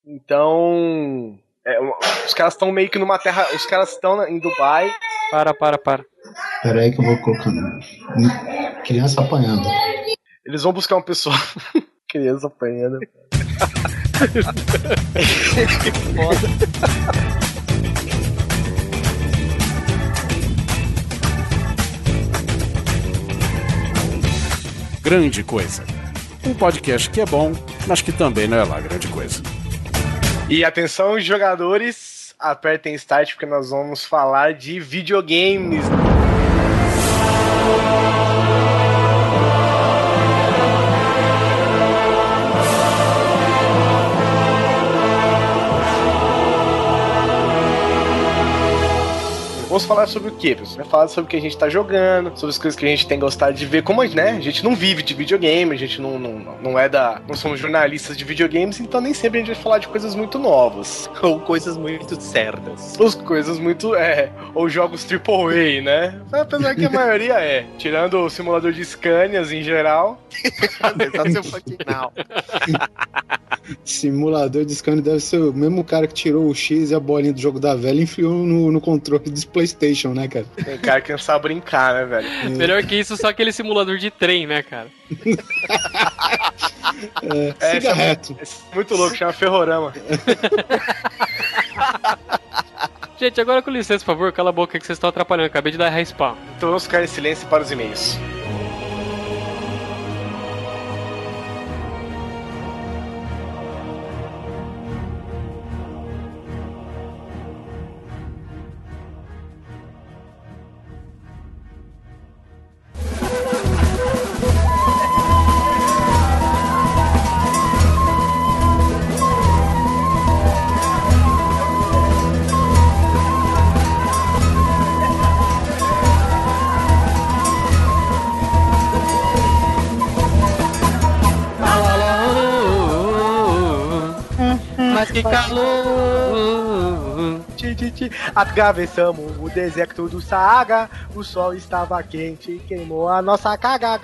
Então, os caras estão meio que numa terra... Os caras estão em Dubai. Para. Pera aí que eu vou colocando. Criança apanhando. Eles vão buscar um pessoal... Criança apanhando. Que foda. Grande Coisa. Um podcast que é bom, mas que também não é lá grande coisa. E atenção, jogadores, apertem Start porque nós vamos falar de videogames. Vamos falar sobre o quê, pessoal? Vai falar sobre o que a gente tá jogando, sobre as coisas que a gente tem gostado de ver. Como, né, a gente não vive de videogame, a gente não somos jornalistas de videogames, então nem sempre a gente vai falar de coisas muito novas. Ou coisas muito certas. Ou coisas muito, ou jogos AAA, né? Apesar que a maioria tirando o simulador de Scanias em geral. Simulador de Scania deve ser o mesmo cara que tirou o X e a bolinha do jogo da velha e enfiou no controle do PlayStation, né, cara? Tem cara que não sabe brincar, né, velho? Melhor que isso, só aquele simulador de trem, né, cara? Cigarreto. É muito louco, chama Ferrorama. Gente, agora com licença, por favor, cala a boca que vocês estão atrapalhando. Acabei de dar respawn. Então vamos ficar em silêncio para os e-mails. Que calor! Atravessamos o deserto do Saara, o sol estava quente, queimou a nossa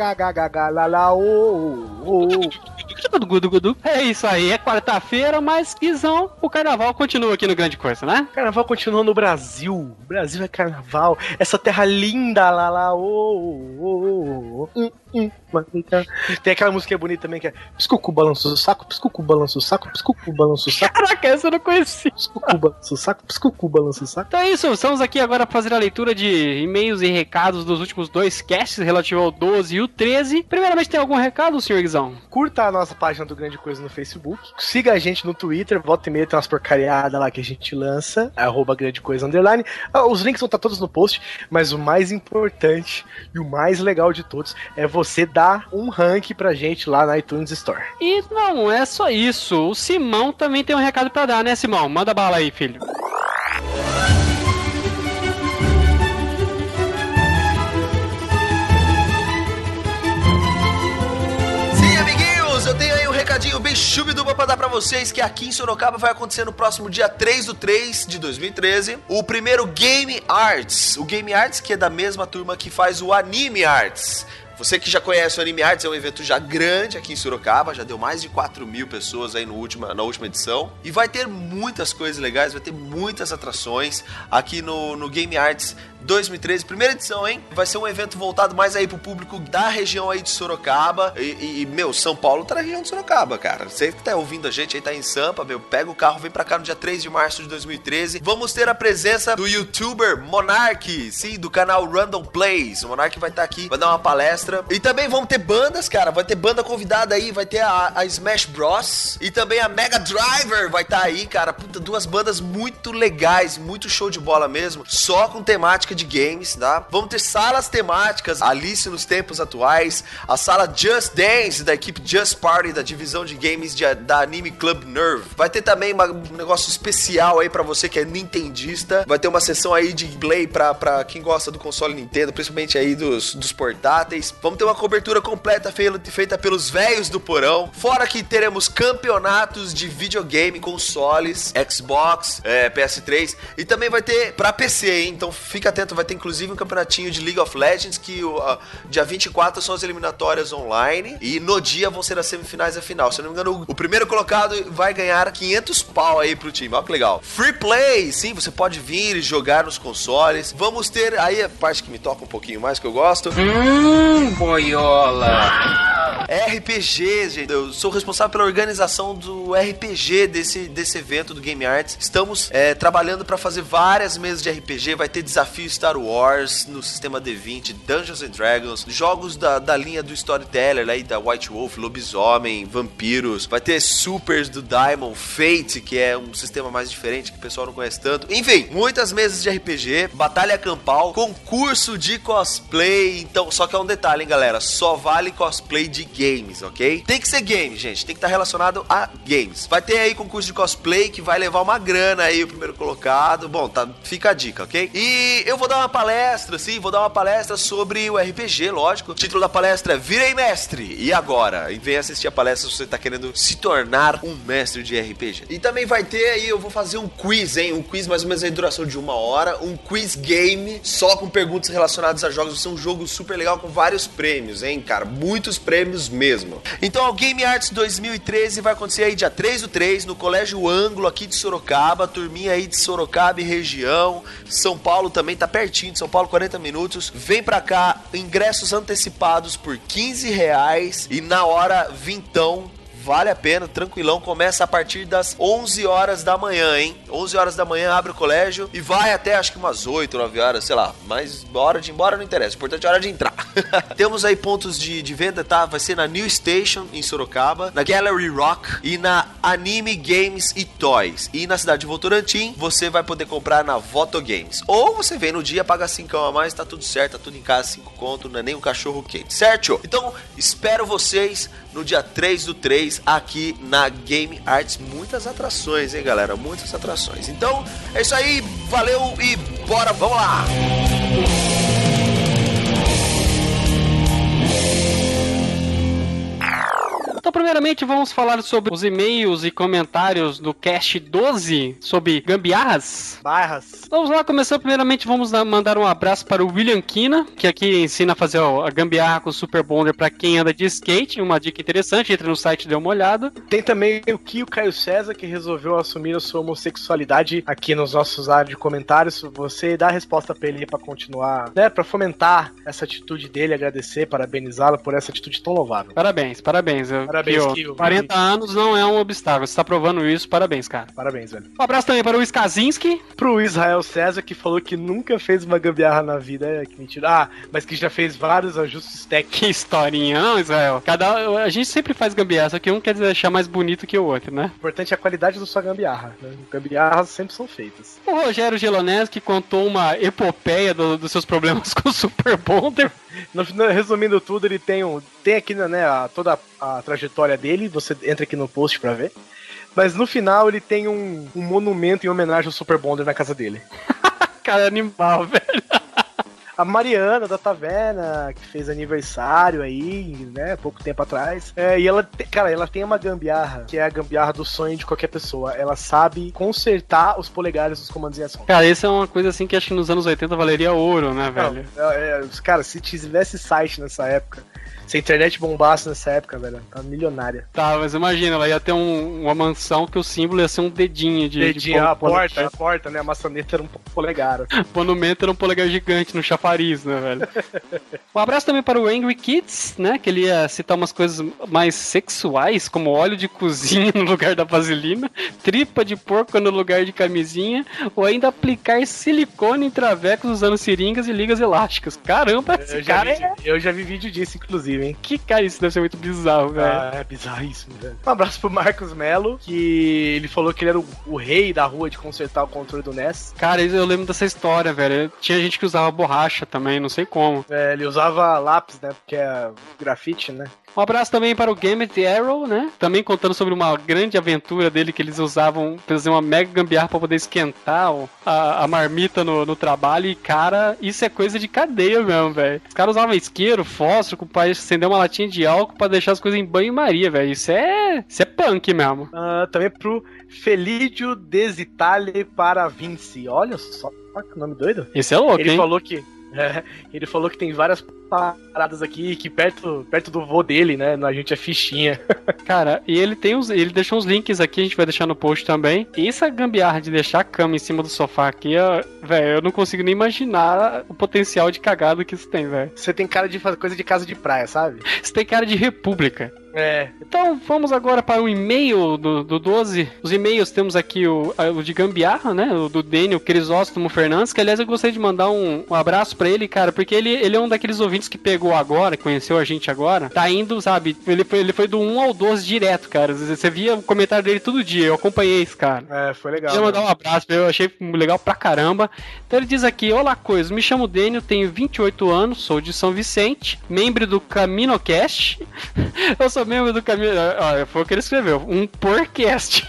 É isso aí, é quarta-feira, mas Guizão, o carnaval continua aqui no Grande Coisa, né? O carnaval continua no Brasil. O Brasil é carnaval. Essa terra linda, Tem aquela música bonita também que é Piscucu, balança o saco, piscucu, balança o saco, piscucu, balança o saco. Caraca, essa eu não conheci. Piscucu, balança o saco, piscucu, balança o saco. Então é isso, estamos aqui agora para fazer a leitura de e-mails e recados dos últimos 2 casts relativo ao 12 e o 13. Primeiramente, tem algum recado, senhor Guizão? Curta a nossa página do Grande Coisa no Facebook, siga a gente no Twitter, volta e meia tem umas porcariadas lá que a gente lança, @grandecoisa_. Os links vão estar todos no post, mas o mais importante e o mais legal de todos é você dar um rank pra gente lá na iTunes Store. E não é só isso, o Simão também tem um recado pra dar, né, Simão? Manda bala aí, filho. Eu tenho aí um recadinho bem chubiduba pra dar pra vocês, que aqui em Sorocaba vai acontecer no próximo dia 3/3 de 2013 o primeiro Game Arts. O Game Arts, que é da mesma turma que faz o Anime Arts. Você que já conhece o Anime Arts, é um evento já grande aqui em Sorocaba, já deu mais de 4.000 pessoas aí na última edição. E vai ter muitas coisas legais, vai ter muitas atrações aqui no Game Arts 2013, primeira edição, hein? Vai ser um evento voltado mais aí pro público da região aí de Sorocaba. Meu, São Paulo tá na região de Sorocaba, cara. Você que tá ouvindo a gente aí, tá em Sampa, meu, pega o carro, vem pra cá no dia 3 de março de 2013. Vamos ter a presença do youtuber Monark, sim, do canal Random Plays. O Monark vai estar aqui, vai dar uma palestra. E também vamos ter bandas, cara, vai ter banda convidada aí, vai ter a Smash Bros. E também a Mega Driver vai estar aí, cara. Puta, 2 bandas muito legais, muito show de bola mesmo, só com temática de games, tá? Vamos ter salas temáticas, Alice nos tempos atuais, a sala Just Dance da equipe Just Party da divisão de games da Anime Club Nerve. Vai ter também um negócio especial aí pra você que é nintendista. Vai ter uma sessão aí de play pra quem gosta do console Nintendo, principalmente aí dos portáteis. Vamos ter uma cobertura completa feita pelos velhos do porão. Fora que teremos campeonatos de videogame, consoles, Xbox, PS3. E também vai ter pra PC, hein? Então fica atento, vai ter inclusive um campeonatinho de League of Legends, que dia 24 são as eliminatórias online. E no dia vão ser as semifinais e a final. Se eu não me engano, o primeiro colocado vai ganhar 500 pau aí pro time. Olha que legal. Free Play, sim, você pode vir e jogar nos consoles. Vamos ter aí a parte que me toca um pouquinho mais, que eu gosto. Boiola! RPG, gente. Eu sou responsável pela organização do RPG desse evento do Game Arts. Estamos trabalhando para fazer várias mesas de RPG. Vai ter desafio Star Wars no sistema D20, Dungeons and Dragons, jogos da linha do Storyteller, aí da White Wolf, Lobisomem, Vampiros. Vai ter Supers do Diamond, Fate, que é um sistema mais diferente que o pessoal não conhece tanto. Enfim, muitas mesas de RPG, batalha campal, concurso de cosplay. Então, só que é um detalhe, hein, galera? Só vale cosplay de games, ok? Tem que ser game, gente. Tem que estar relacionado a games. Vai ter aí concurso de cosplay que vai levar uma grana aí, o primeiro colocado. Bom, fica a dica, ok? E eu vou dar uma palestra, sim, sobre o RPG, lógico. O título da palestra é Virei Mestre. E agora? E vem assistir a palestra se você tá querendo se tornar um mestre de RPG. E também vai ter aí, eu vou fazer um quiz, hein? Um quiz mais ou menos aí, duração de 1 hora. Um quiz game, só com perguntas relacionadas a jogos. Vai ser um jogo super legal com vários prêmios, hein, cara? Muitos prêmios mesmo. Então, o Game Arts 2013 vai acontecer aí dia 3/3, no Colégio Ângulo aqui de Sorocaba. Turminha aí de Sorocaba e região. São Paulo também tá pertinho de São Paulo, 40 minutos. Vem pra cá, ingressos antecipados por R$15 e na hora vintão. Vale a pena, tranquilão, começa a partir das 11 horas da manhã, hein? 11 horas da manhã abre o colégio e vai até acho que umas 8, 9 horas, sei lá. Mas a hora de ir embora não interessa, o importante é a hora de entrar. Temos aí pontos de venda, tá? Vai ser na New Station, em Sorocaba, na Gallery Rock e na Anime Games e Toys. E na cidade de Votorantim, você vai poder comprar na Voto Games. Ou você vem no dia, paga 5 a mais, tá tudo certo, tá tudo em casa, 5 conto, não é nem um cachorro quente, certo? Então, espero vocês no dia 3/3 aqui na Game Arts. Muitas atrações, hein, galera? Muitas atrações. Então, é isso aí. Valeu e bora, vamos lá! Então, primeiramente, vamos falar sobre os e-mails e comentários do Cast 12 sobre gambiarras. Barras. Vamos lá, começando primeiramente, vamos mandar um abraço para o William Kina, que aqui ensina a fazer a gambiarra com o Super Bonder para quem anda de skate, uma dica interessante, entra no site e dê uma olhada. Tem também o Kio Caio César, que resolveu assumir a sua homossexualidade aqui nos nossos áreas de comentários. Você dá a resposta pra ele para continuar, né, para fomentar essa atitude dele, agradecer, parabenizá-lo por essa atitude tão louvável. Parabéns. Parabéns, Kio. 40 anos não é um obstáculo, você tá provando isso, parabéns, cara. Parabéns, velho. Um abraço também para o Skazinski. Pro Israel César, que falou que nunca fez uma gambiarra na vida. Que mentira. Ah, mas que já fez vários ajustes técnicos. Que historinha, não, Israel? A gente sempre faz gambiarra, só que um quer deixar mais bonito que o outro, né? O importante é a qualidade da sua gambiarra, né? Gambiarras sempre são feitas. O Rogério Geloneski contou uma epopeia dos seus problemas com o Super Bonder. Resumindo tudo, ele tem aqui, né, toda a trajetória dele. Você entra aqui no post pra ver. Mas no final ele tem um monumento em homenagem ao Super Bonder na casa dele. Cara, animal, velho. A Mariana da Taverna, que fez aniversário aí, né, pouco tempo atrás. E ela tem uma gambiarra, que é a gambiarra do sonho de qualquer pessoa. Ela sabe consertar os polegares dos comandos em ação. Cara, isso é uma coisa assim que acho que nos anos 80 valeria ouro, né, velho? Cara, se tivesse site nessa época, se a internet bombasse nessa época, velho, tá milionária. Tá, mas imagina, ela ia ter uma mansão que o símbolo ia ser um dedinho a porta, né, a maçaneta era um polegar. O monumento era um polegar gigante no chafariz, né, velho? Um abraço também para o Angry Kids, né, que ele ia citar umas coisas mais sexuais, como óleo de cozinha no lugar da vaselina, tripa de porco no lugar de camisinha, ou ainda aplicar silicone em travecos usando seringas e ligas elásticas. Caramba, eu já vi vídeo disso, inclusive. Que cara, isso deve ser muito bizarro, velho. É bizarríssimo, velho. Um abraço pro Marcos Melo, que ele falou que ele era o rei da rua de consertar o controle do NES. Cara, eu lembro dessa história, velho. Tinha gente que usava borracha também, não sei como. Ele usava lápis, né? Porque é grafite, né? Um abraço também para o Gambit Arrow, né? Também contando sobre uma grande aventura dele que eles usavam pra fazer uma mega gambiarra pra poder esquentar a marmita no trabalho. E, cara, isso é coisa de cadeia mesmo, velho. Os caras usavam isqueiro, fósforo, pra acender uma latinha de álcool pra deixar as coisas em banho-maria, velho. Isso é punk mesmo. Também pro Felídio Desitale para Vinci. Olha só que nome doido. Esse é louco, Ele hein? Ele falou que tem várias paradas aqui que perto do vô dele, né? A gente é fichinha. Cara, e ele deixou uns links aqui, a gente vai deixar no post também. E essa gambiarra de deixar a cama em cima do sofá aqui, velho, eu não consigo nem imaginar o potencial de cagada que isso tem, velho. Você tem cara de fazer coisa de casa de praia, sabe? Isso tem cara de república. É. Então vamos agora para o e-mail do 12. Os e-mails temos aqui o de gambiarra, né? O do Daniel Crisóstomo Fernandes, que aliás eu gostaria de mandar um abraço pra ele, cara, porque ele é um daqueles ouvintes que pegou agora, conheceu a gente agora, tá indo, sabe? Ele foi do 1 ao 12 direto, cara. Você via o comentário dele todo dia, eu acompanhei esse cara. É, foi legal. Queria mandar um abraço pra ele, eu achei legal pra caramba. Então ele diz aqui: olá, coisas, me chamo Daniel, tenho 28 anos, sou de São Vicente, membro do CaminoCast. Eu sou membro do Camino. Foi o que ele escreveu. Um podcast.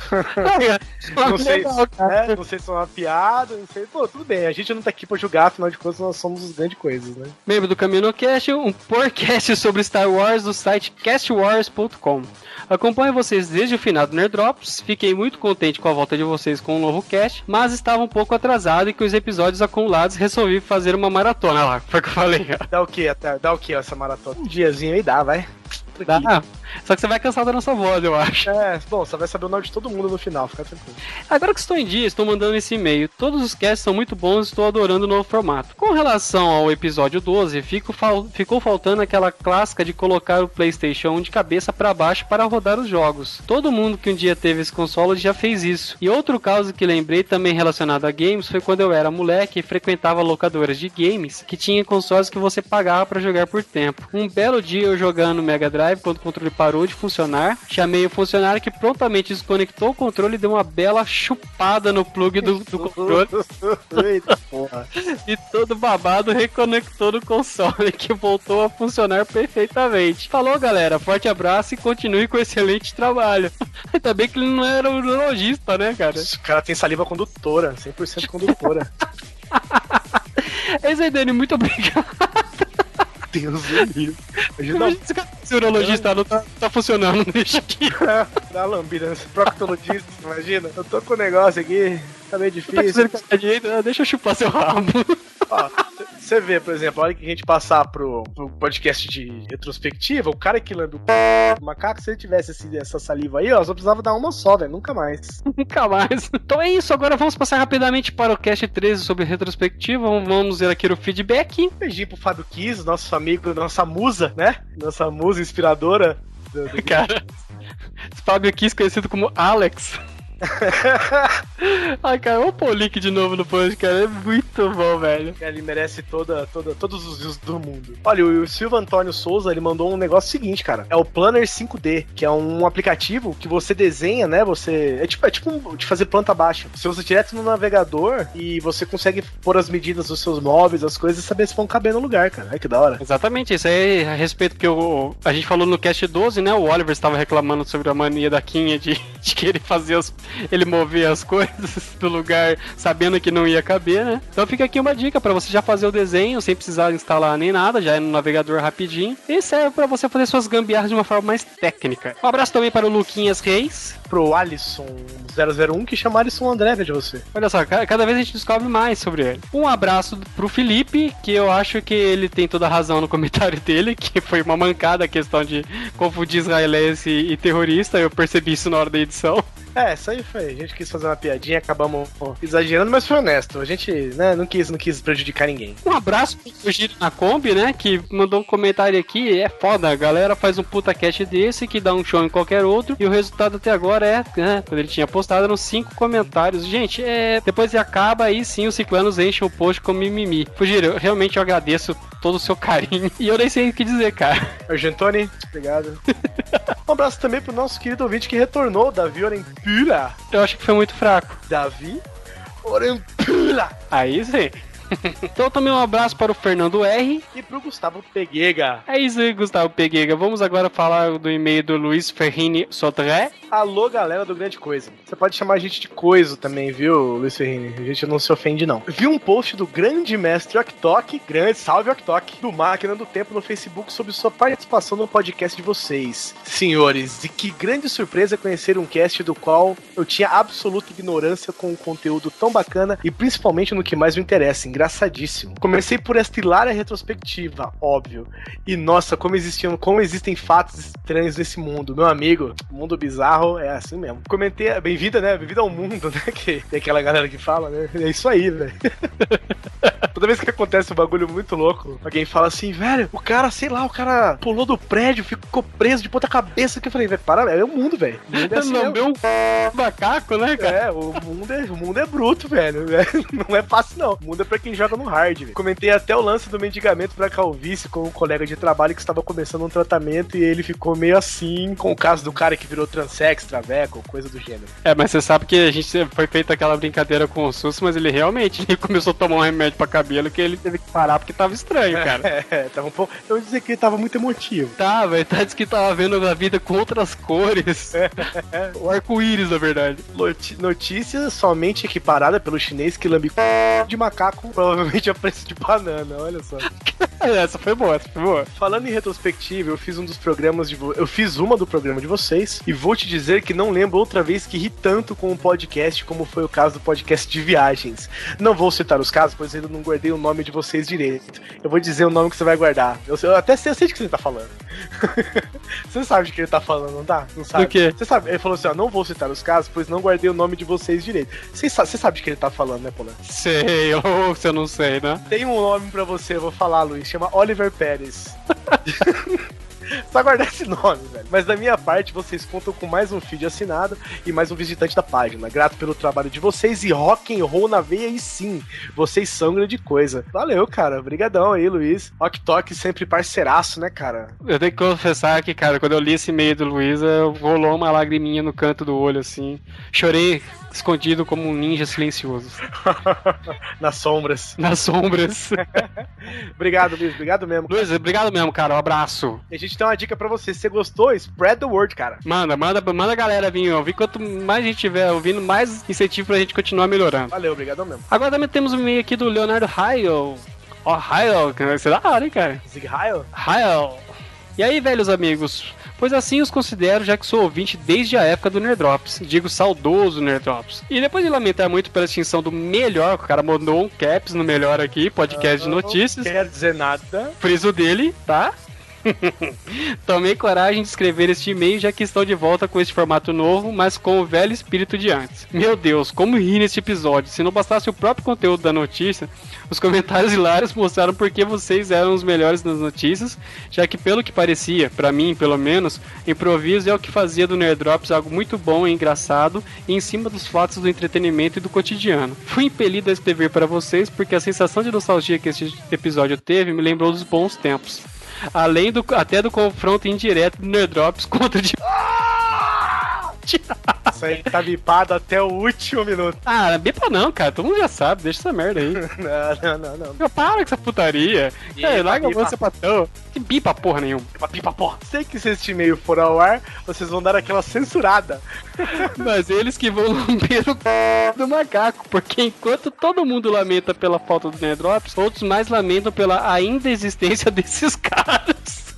Não sei, não sei se é uma piada, não sei. Pô, tudo bem, a gente não tá aqui pra julgar, afinal de contas nós somos os grandes coisas, né? Membro do CaminoCast, um podcast sobre Star Wars do site castwars.com. Acompanho vocês desde o final do Nerd Drops, fiquei muito contente com a volta de vocês com o novo cast, mas estava um pouco atrasado e com os episódios acumulados resolvi fazer uma maratona lá, foi o que eu falei. Dá o que essa maratona? Um diazinho aí dá, vai. Dá. Só que você vai cansar da nossa voz, eu acho. É, bom, você vai saber o nome de todo mundo no final, fica tranquilo. Agora que estou em dia, estou mandando esse e-mail. Todos os casts são muito bons e estou adorando o novo formato. Com relação ao episódio 12, ficou faltando aquela clássica de colocar o PlayStation 1 de cabeça para baixo para rodar os jogos. Todo mundo que um dia teve esse console já fez isso. E outro caso que lembrei também relacionado a games foi quando eu era moleque e frequentava locadoras de games que tinha consoles que você pagava para jogar por tempo. Um belo dia eu jogando no Mega Drive, quando o controle parou de funcionar, chamei o funcionário que prontamente desconectou o controle e deu uma bela chupada no plug do controle. Eita porra. E todo babado reconectou no console, que voltou a funcionar perfeitamente. Falou, galera, forte abraço e continue com o excelente trabalho. Ainda bem que ele não era urologista, né, cara? O cara tem saliva condutora, 100% condutora. É isso aí, Dani, muito obrigado. Deus do livro. Se o urologista não tá funcionando, deixa aqui. Dá uma lambida nesse proctologista, imagina. Eu tô com um negócio aqui, tá meio difícil. Deixa eu chupar seu rabo. Ó, você vê, por exemplo, a hora que a gente passar pro podcast de retrospectiva, o cara que lambe o macaco, se ele tivesse essa saliva aí, ó, só precisava dar uma só, velho, nunca mais. Nunca mais. Então é isso, agora vamos passar rapidamente para o cast 13 sobre retrospectiva, vamos ver aqui o feedback. Um beijinho pro Fábio Kiss, nosso amigo, nossa musa, né? Nossa musa inspiradora. Cara, Fábio Kiss, conhecido como Alex. Ai, cara, vamos pôr o link de novo no post, cara. É muito bom, velho. Ele merece todos os views do mundo. Olha, o Silvio Antônio Souza, ele mandou um negócio seguinte, cara. É o Planner 5D, que é um aplicativo que você desenha, né? É tipo de fazer planta baixa. Você usa direto no navegador e você consegue pôr as medidas dos seus móveis, as coisas, e saber se vão caber no lugar, cara. Ai, que da hora. Exatamente, isso aí a respeito que a gente falou no cast 12, né? O Oliver estava reclamando sobre a mania da Quinha de querer fazer ele mover as coisas do lugar sabendo que não ia caber, né? Então fica aqui uma dica pra você já fazer o desenho sem precisar instalar nem nada, já é no navegador rapidinho. E serve pra você fazer suas gambiarras de uma forma mais técnica. Um abraço também para o Luquinhas Reis. Pro Alisson 001, que chama Alisson André de você. Olha só, cada vez a gente descobre mais sobre ele. Um abraço pro Felipe, que eu acho que ele tem toda a razão no comentário dele, que foi uma mancada a questão de confundir israelense e terrorista. Eu percebi isso na hora da edição. É, isso aí foi. A gente quis fazer uma piadinha, acabamos exagerando, mas foi honesto. A gente, né, não quis prejudicar ninguém. Um abraço pro Giro na Kombi, né, que mandou um comentário aqui. É foda, a galera faz um puta cast desse que dá um show em qualquer outro. E o resultado até agora é, né, quando ele tinha postado, eram 5 comentários. Gente, depois que acaba, aí sim os ciclanos enchem o post com mimimi. Fugiro, realmente eu agradeço todo o seu carinho. E eu nem sei o que dizer, cara. Argentoni, obrigado. Um abraço também pro nosso querido ouvinte que retornou, Davi Orempura. Eu acho que foi muito fraco. Davi Orempura. Aí sim. Então também um abraço para o Fernando R. E pro Gustavo Peguega. É isso aí, Gustavo Peguega. Vamos agora falar do e-mail do Luiz Ferrini Sotré. Alô, galera do Grande Coisa. Você pode chamar a gente de Coiso também, viu, Luiz Ferrini? A gente não se ofende, não. Vi um post do grande mestre Oktok, grande salve Oktok, do Máquina do Tempo no Facebook sobre sua participação no podcast de vocês. Senhores, e que grande surpresa conhecer um cast do qual eu tinha absoluta ignorância com um conteúdo tão bacana e principalmente no que mais me interessa, engraçadíssimo. Comecei por esta hilária retrospectiva, óbvio. E nossa, como existem fatos estranhos nesse mundo. Meu amigo, mundo bizarro é assim mesmo. Comentei, bem-vinda, né? Bem-vinda ao mundo, né? Que tem aquela galera que fala, né? É isso aí, velho. Toda vez que acontece um bagulho muito louco, alguém fala assim, velho, o cara, sei lá, o cara pulou do prédio, ficou preso de ponta cabeça, que eu falei, velho, para, é o mundo, velho. O mundo é assim, não, meu macaco, né, cara? É, o mundo é bruto, velho. Não é fácil, não. O mundo é pra quem joga no hard, velho. Comentei até o lance do mendigamento pra calvície com um colega de trabalho que estava começando um tratamento e ele ficou meio assim, com o caso do cara que virou transex, traveco, coisa do gênero. É, mas você sabe que a gente foi feita aquela brincadeira com o SUS, mas ele realmente começou a tomar um remédio pra cabelo que ele teve que parar porque tava estranho, cara. Tava um pouco... Eu vou dizer que ele tava muito emotivo. Tava, ele disse que tava vendo a vida com outras cores. O arco-íris, na verdade. Notícia somente equiparada pelo chinês que lambe de macaco, provavelmente a preço de banana, olha só. Essa foi boa. Falando em retrospectiva, eu fiz uma do programa de vocês e vou te dizer que não lembro outra vez que ri tanto com um podcast como foi o caso do podcast de viagens. Não vou citar os casos, pois eu não guardei o nome de vocês direito. Eu vou dizer o nome que você vai guardar. Eu até sei de que você tá falando. Você sabe de que ele tá falando, não tá? Não sabe? Do quê? Você sabe? Ele falou assim, ó, não vou citar os casos, pois não guardei o nome de vocês direito. Você sabe de que ele tá falando, né, Polan? Sei, ou se eu não sei, né? Tem um nome pra você, eu vou falar, Luiz, chama Oliver Pérez. Só guardar esse nome, velho. Mas da minha parte, vocês contam com mais um feed assinado e mais um visitante da página. Grato pelo trabalho de vocês e rock and roll na veia, e sim, vocês são grande coisa. Valeu, cara. Obrigadão aí, Luiz. Oktok sempre parceiraço, né, cara? Eu tenho que confessar que, cara, quando eu li esse e-mail do Luiz, rolou uma lagriminha no canto do olho, assim. Chorei escondido como um ninja silencioso. Nas sombras. Nas sombras. Obrigado, Luiz. Obrigado mesmo. Luiz, obrigado mesmo, cara. Um abraço. E a gente tem uma dica pra você. Se você gostou, spread the word, cara. Manda a galera vir ouvir. Quanto mais a gente tiver ouvindo, mais incentivo pra gente continuar melhorando. Valeu, obrigado mesmo. Agora também temos um e-mail aqui do Leonardo Heil. Heil, que vai ser da hora, hein, cara? Zig Heil? Heil. E aí, velhos amigos? Pois assim os considero, já que sou ouvinte desde a época do Nerdrops. Digo saudoso Nerdrops. E depois de lamentar muito pela extinção do melhor, o cara mandou um caps no melhor aqui, podcast de notícias. Não quer dizer nada. Friso dele, tá? Tomei coragem de escrever este e-mail, já que estou de volta com este formato novo, mas com o velho espírito de antes. Meu Deus, como ri neste episódio. Se não bastasse o próprio conteúdo da notícia, os comentários hilários mostraram por que vocês eram os melhores nas notícias, já que pelo que parecia, pra mim pelo menos, improviso é o que fazia do Nerdrops algo muito bom e engraçado e em cima dos fatos do entretenimento e do cotidiano. Fui impelido a escrever para vocês porque a sensação de nostalgia que este episódio teve me lembrou dos bons tempos. Além até do confronto indireto do Nerdrops contra o Isso aí tá bipado até o último minuto. Ah, bipa não, cara. Todo mundo já sabe. Deixa essa merda aí. Não. Para com essa putaria. Larga você sapatão. Que bipa porra nenhuma. Bipa porra. Sei que se este e-mail for ao ar, vocês vão dar aquela censurada. Mas eles que vão lamber o c... do macaco. Porque enquanto todo mundo lamenta pela falta do Nerdrops, outros mais lamentam pela ainda existência desses caras.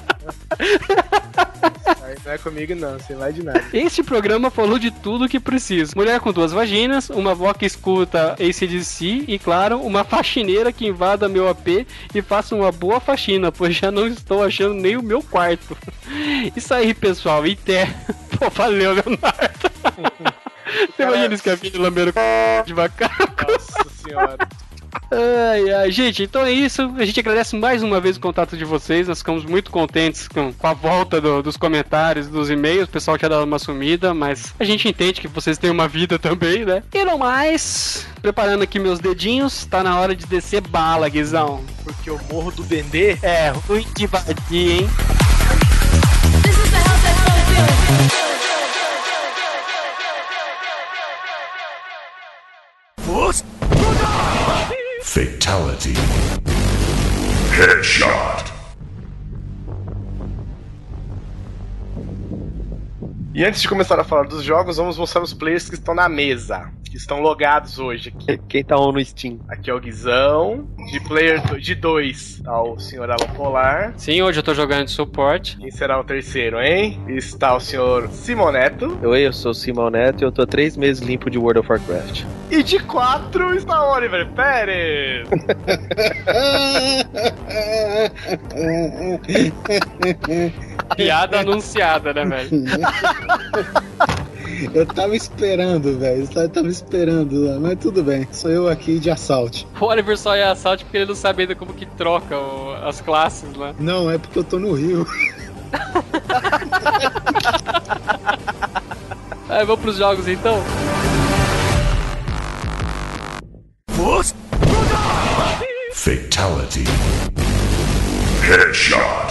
Não é comigo não, você vai de nada. Este programa falou de tudo que precisa. Mulher com duas vaginas, uma avó que escuta AC/DC e, claro, uma faxineira que invada meu AP e faça uma boa faxina, pois já não estou achando nem o meu quarto. Isso aí, pessoal. E até... Pô, valeu, Leonardo. Você imagina esse capítulo lambendo de macaco? Nossa senhora. Ai, gente, então é isso. A gente agradece mais uma vez o contato de vocês. Nós ficamos muito contentes com a volta dos comentários, dos e-mails. O pessoal tinha dado uma sumida, mas a gente entende que vocês têm uma vida também, né? E não mais, preparando aqui meus dedinhos, tá na hora de descer bala, Guizão. Porque eu morro do Dendê. É, ruim de vadia, hein? Fatality. Headshot. E antes de começar a falar dos jogos, vamos mostrar os players que estão na mesa, que estão logados hoje aqui. Quem tá on no Steam? Aqui é o Guizão, de player de 2 tá o senhor Alan Polar. Sim, hoje eu tô jogando de suporte. Quem será o terceiro, hein? Está o senhor Simoneto. Oi, eu sou o Simão Neto e eu tô 3 meses limpo de World of Warcraft. E de 4 está o Oliver Pérez. Piada anunciada, né, velho? Eu tava esperando, velho. Eu tava esperando, mas tudo bem. Sou eu aqui de Assault. O Oliver só é assalto porque ele não sabe ainda como que troca as classes lá. Não, é porque eu tô no Rio. Aí, vamos pros jogos então? Fatality. Headshot.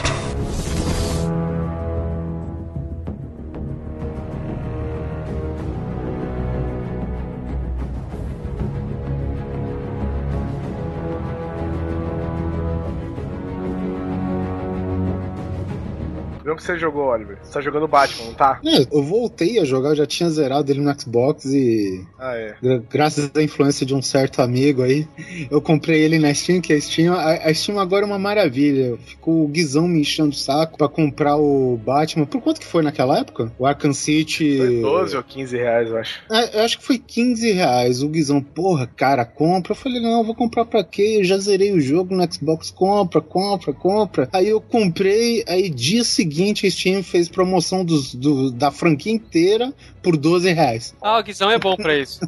O jogo que você jogou, Oliver? Você tá jogando Batman, não tá? Eu voltei a jogar, eu já tinha zerado ele no Xbox e... graças à influência de um certo amigo aí, eu comprei ele na Steam, que a Steam agora é uma maravilha. Ficou o Guizão me enchendo o saco pra comprar o Batman. Por quanto que foi naquela época? O Arkham City... Foi 12 ou 15 reais, eu acho. Eu acho que foi 15 reais. O Guizão, porra, cara, compra. Eu falei, não, eu vou comprar pra quê? Eu já zerei o jogo no Xbox, compra. Aí eu comprei, aí dia seguinte a Steam fez promoção da franquia inteira por 12 reais. Ah, o Guizão é bom pra isso.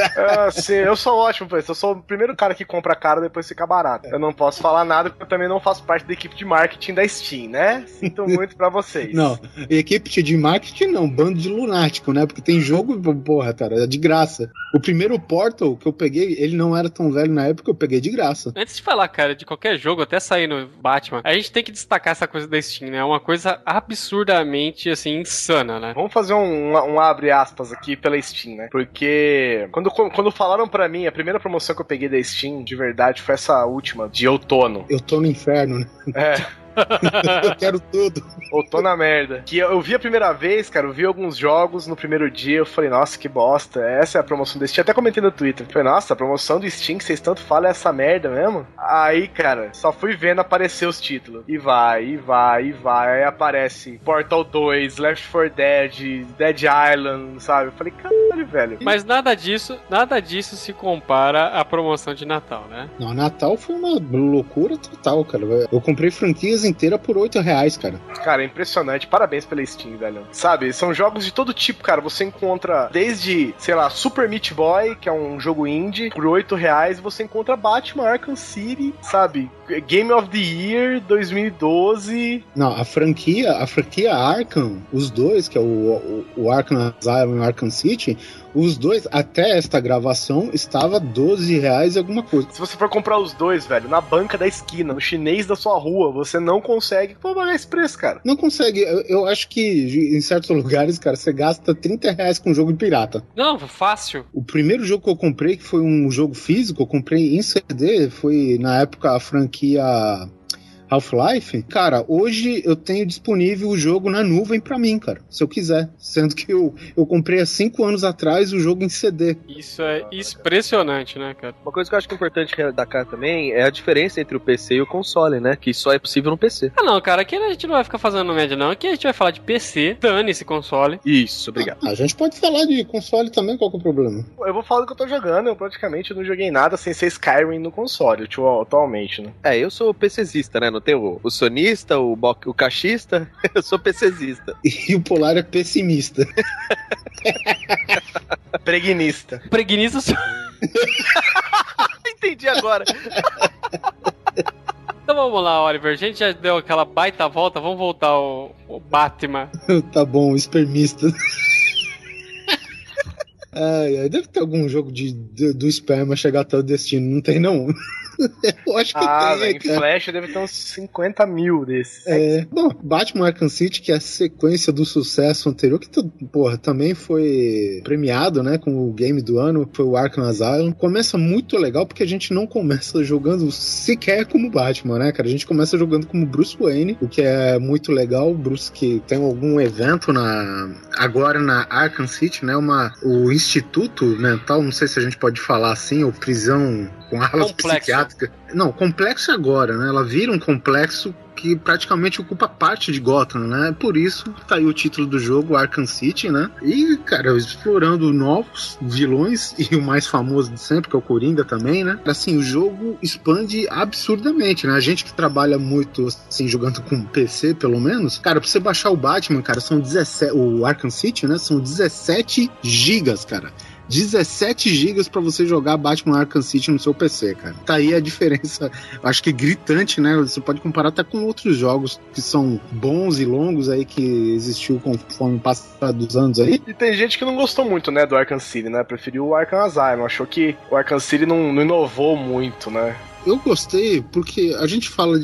Sim, eu sou ótimo pra isso. Eu sou o primeiro cara que compra caro e depois fica barato. Eu não posso falar nada porque eu também não faço parte da equipe de marketing da Steam, né? Sinto muito pra vocês. Não, equipe de marketing não, bando de lunático, né? Porque tem jogo, porra, cara, é de graça. O primeiro Portal que eu peguei, ele não era tão velho na época, eu peguei de graça. Antes de falar, cara, de qualquer jogo, até sair no Batman, a gente tem que destacar essa coisa da Steam, né? É uma coisa absurdamente, assim, insana, né? Vamos fazer um abre aspas aqui pela Steam, né? Porque quando falaram pra mim, a primeira promoção que eu peguei da Steam, de verdade, foi essa última, de outono. Eu tô no inferno, né? É. Eu quero tudo. Ou tô na merda. Que eu vi a primeira vez, cara, eu vi alguns jogos no primeiro dia, eu falei, nossa, que bosta, essa é a promoção do Steam. Até comentei no Twitter. Falei, nossa, a promoção do Steam que vocês tanto falam é essa merda mesmo? Aí, cara, só fui vendo aparecer os títulos. E vai. Aí aparece Portal 2, Left 4 Dead, Dead Island, sabe? Eu falei, caralho, velho. Mas nada disso se compara à promoção de Natal, né? Não, Natal foi uma loucura total, cara. Eu comprei franquias inteira por 8 reais, cara. Cara, é impressionante. Parabéns pela Steam, velho. Sabe, são jogos de todo tipo, cara. Você encontra desde, sei lá, Super Meat Boy, que é um jogo indie, por 8 reais. Você encontra Batman Arkham City, sabe? Game of the Year 2012. Não, a franquia Arkham, os dois, que é o Arkham Asylum e o Arkham City, os dois, até esta gravação, estava 12 reais e alguma coisa. Se você for comprar os dois, velho, na banca da esquina, no chinês da sua rua, você não consegue pagar esse preço, cara. Não consegue. Eu acho que em certos lugares, cara, você gasta 30 reais com jogo de pirata. Não, fácil. O primeiro jogo que eu comprei, que foi um jogo físico, eu comprei em CD, foi na época a franquia Half-Life, cara, hoje eu tenho disponível o jogo na nuvem pra mim, cara, se eu quiser, sendo que eu comprei há 5 anos atrás o jogo em CD. Isso é impressionante, né, cara? Uma coisa que eu acho que é importante destacar também é a diferença entre o PC e o console, né, que só é possível no PC. Ah não, cara, aqui a gente não vai ficar fazendo média não, aqui a gente vai falar de PC, dane esse console. Isso, obrigado. A gente pode falar de console também, qual que é o problema? Eu vou falar do que eu tô jogando, eu praticamente não joguei nada sem ser Skyrim no console, atualmente, né? Eu sou PCzista, né, não tem o sonista, o cachista, eu sou PCzista. E o Polar é pessimista. Preguinista. Preguinista sou... Entendi agora. Então vamos lá, Oliver, a gente já deu aquela baita volta, vamos voltar ao Batman. Tá bom, espermista. Deve ter algum jogo do esperma chegar até o destino, não tem não? Eu acho que em Flash deve ter uns 50 mil desses. Bom, Batman Arkham City, que é a sequência do sucesso anterior, que, também foi premiado, né, com o game do ano, foi o Arkham Asylum. Começa muito legal, porque a gente não começa jogando sequer como Batman, né, cara? A gente começa jogando como Bruce Wayne, o que é muito legal. O Bruce que tem algum evento agora na Arkham City, né, o Instituto Mental, não sei se a gente pode falar assim, ou prisão com alas psiquiátricas. Não, complexo agora, né? Ela vira um complexo que praticamente ocupa parte de Gotham, né? Por isso tá aí o título do jogo, Arkham City, né? E, cara, explorando novos vilões, e o mais famoso de sempre, que é o Coringa também, né? Assim, o jogo expande absurdamente, né? A gente que trabalha muito, assim, jogando com PC, pelo menos, cara, pra você baixar o Batman, cara, o Arkham City, né? São 17 gigas, cara. 17 gigas pra você jogar Batman Arkham City no seu PC, cara. Tá aí a diferença, acho que gritante, né? Você pode comparar até com outros jogos que são bons e longos aí, que existiu conforme o passar dos anos aí. E tem gente que não gostou muito, né, do Arkham City, né? Preferiu o Arkham Asylum, achou que o Arkham City não inovou muito, né? Eu gostei porque a gente fala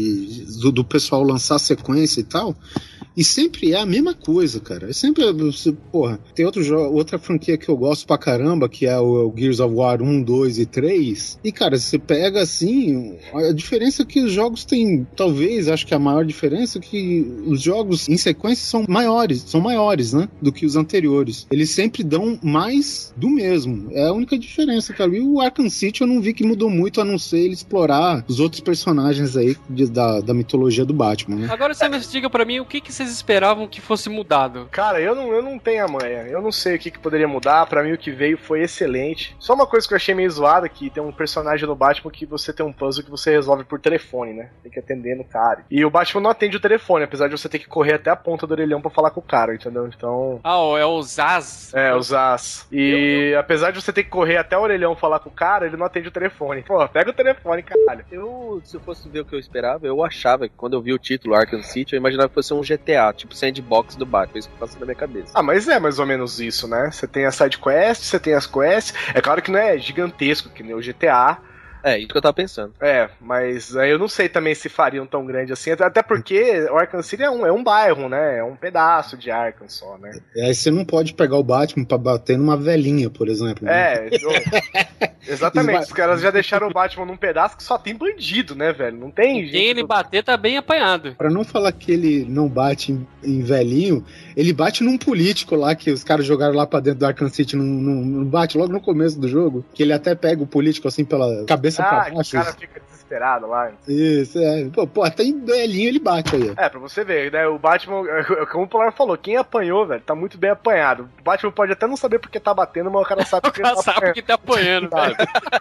do pessoal lançar sequência e tal, e sempre é a mesma coisa, cara. É sempre, porra, tem outra franquia que eu gosto pra caramba, que é o Gears of War 1, 2 e 3. E, cara, você pega assim, a diferença é que os jogos têm, talvez, acho que a maior diferença é que os jogos em sequência são maiores, né, do que os anteriores. Eles sempre dão mais do mesmo. É a única diferença, cara. E o Arkham City eu não vi que mudou muito, a não ser ele explorar os outros personagens aí da mitologia do Batman, né? Agora você me diga pra mim o que vocês esperavam que fosse mudado. Cara, eu não tenho a manha. Eu não sei o que poderia mudar. Pra mim o que veio foi excelente. Só uma coisa que eu achei meio zoada, que tem um personagem no Batman que você tem um puzzle que você resolve por telefone, né? Tem que atender no cara. E o Batman não atende o telefone, apesar de você ter que correr até a ponta do orelhão pra falar com o cara, entendeu? Então... é o Zaz. É, o Zaz. E apesar de você ter que correr até o orelhão falar com o cara, ele não atende o telefone. Pô, pega o telefone, caralho. Se eu fosse ver o que eu esperava, eu achava que quando eu vi o título Arkham City, eu imaginava que fosse um GTA, tipo sandbox do Batman. Isso que passou na minha cabeça. Mas é mais ou menos isso, né? Você tem a side quest, você tem as quests. É claro que não é gigantesco que nem o GTA. É, isso que eu tava pensando. Mas aí eu não sei também se fariam tão grande assim, até porque o Arkham City é um bairro, né? É um pedaço de Arkham só, né? Aí você não pode pegar o Batman pra bater numa velhinha, por exemplo. Né? Exatamente. Os caras já deixaram o Batman num pedaço que só tem bandido, né, velho? Não tem gente. Quem ele bater tá bem apanhado. Pra não falar que ele não bate em velhinho, ele bate num político lá que os caras jogaram lá pra dentro do Arkham City, não bate logo no começo do jogo, que ele até pega o político assim pela cabeça pra baixo. O cara fica desesperado lá. Isso, Pô, até em velhinho ele bate aí. Pra você ver, né? O Batman, como o Polar falou, quem apanhou, velho, tá muito bem apanhado. O Batman pode até não saber porque tá batendo, mas o cara sabe porque tá apanhando, velho.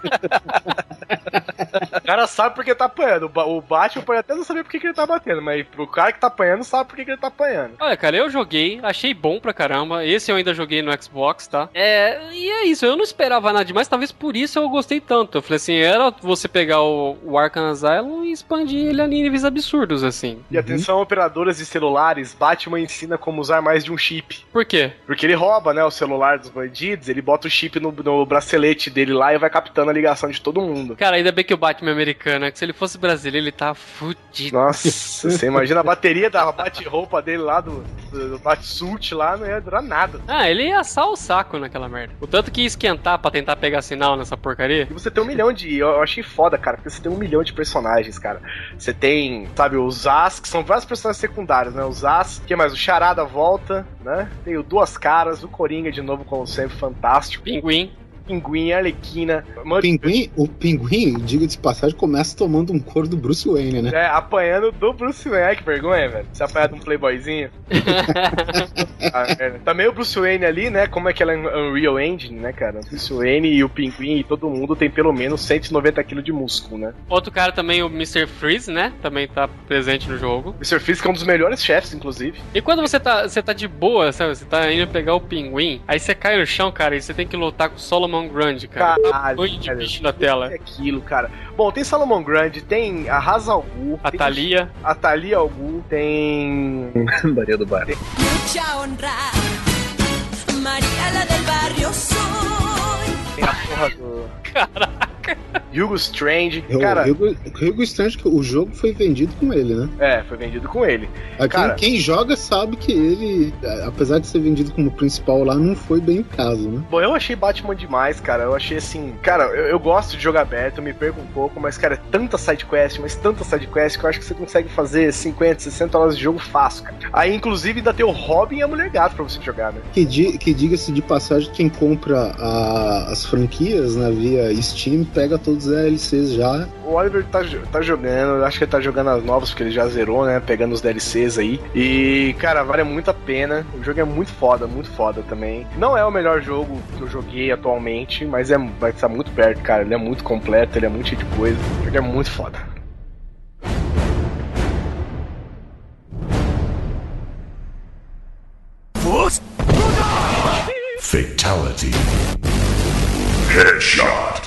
O cara sabe porque tá apanhando. O Batman pode até não saber porque que ele tá batendo, mas o cara que tá apanhando sabe porque que ele tá apanhando. Olha, cara, eu joguei, achei bom pra caramba. Esse eu ainda joguei no Xbox, tá? E é isso, eu não esperava nada demais, talvez por isso eu gostei tanto. Eu falei assim, era você pegar o Arkham Asylum e expandir ele a níveis absurdos, assim. E atenção, operadoras de celulares, Batman ensina como usar mais de um chip. Por quê? Porque ele rouba, né, o celular dos bandidos, ele bota o chip no bracelete dele lá e vai captando a ligação de todo mundo. Cara, ainda bem que o Batman é americano, é que se ele fosse brasileiro, ele tá fudido. Nossa, você imagina a bateria da bate-roupa dele lá, do bate-suit lá, não ia durar nada. Ele ia assar o saco naquela merda. O tanto que ia esquentar pra tentar pegar sinal nessa porcaria. E você tem 1 milhão eu achei foda, cara, porque você tem 1 milhão de personagens, cara. Você tem, sabe, os As, que são vários personagens secundários, né? Os As, que mais? O Charada volta, né? Tem o Duas Caras, o Coringa de novo, como sempre, fantástico. Pinguim, Arlequina. O Pinguim, diga de passagem, começa tomando um couro do Bruce Wayne, né? Apanhando do Bruce Wayne. Ai, que vergonha, velho. Você apanhar de um playboyzinho. Também o Bruce Wayne ali, né? Como é que ela é Unreal Engine, né, cara? O Bruce Wayne e o Pinguim e todo mundo tem pelo menos 190 kg de músculo, né? Outro cara também, o Mr. Freeze, né? Também tá presente no jogo. Mr. Freeze, que é um dos melhores chefes, inclusive. E quando você tá de boa, sabe? Você tá indo pegar o Pinguim, aí você cai no chão, cara, e você tem que lutar com o Solomon Grundy, cara. Caralho, de bicho na tela. É aquilo, cara. Bom, tem Solomon Grundy, tem a Ra's al Ghul, a Thalia. A Thalia al Ghul, tem... Maria do Bar. Mucha honra, Maria la del barrio soy. Tem a porra do... Caraca. Hugo Strange. Cara, Hugo Strange, o jogo foi vendido com ele, né? Foi vendido com ele. Cara, quem joga sabe que ele, apesar de ser vendido como principal lá, não foi bem o caso, né? Bom, eu achei Batman demais, cara. Eu achei assim... Cara, eu gosto de jogar aberto, eu me perco um pouco, mas, cara, é tanta sidequest, que eu acho que você consegue fazer 50, 60 horas de jogo fácil, cara. Aí, inclusive, ainda tem o Robin e a Mulher Gato pra você jogar, né? Que diga-se de passagem, quem compra as franquias, né, via Steam, pega todos os DLCs já. O Oliver tá jogando, eu acho que ele tá jogando as novas, porque ele já zerou, né, pegando os DLCs aí. E, cara, vale muito a pena. O jogo é muito foda também. Não é o melhor jogo que eu joguei atualmente, mas vai estar muito perto, cara. Ele é muito completo, ele é muito cheio de coisa. O jogo é muito foda. Fatality. Headshot.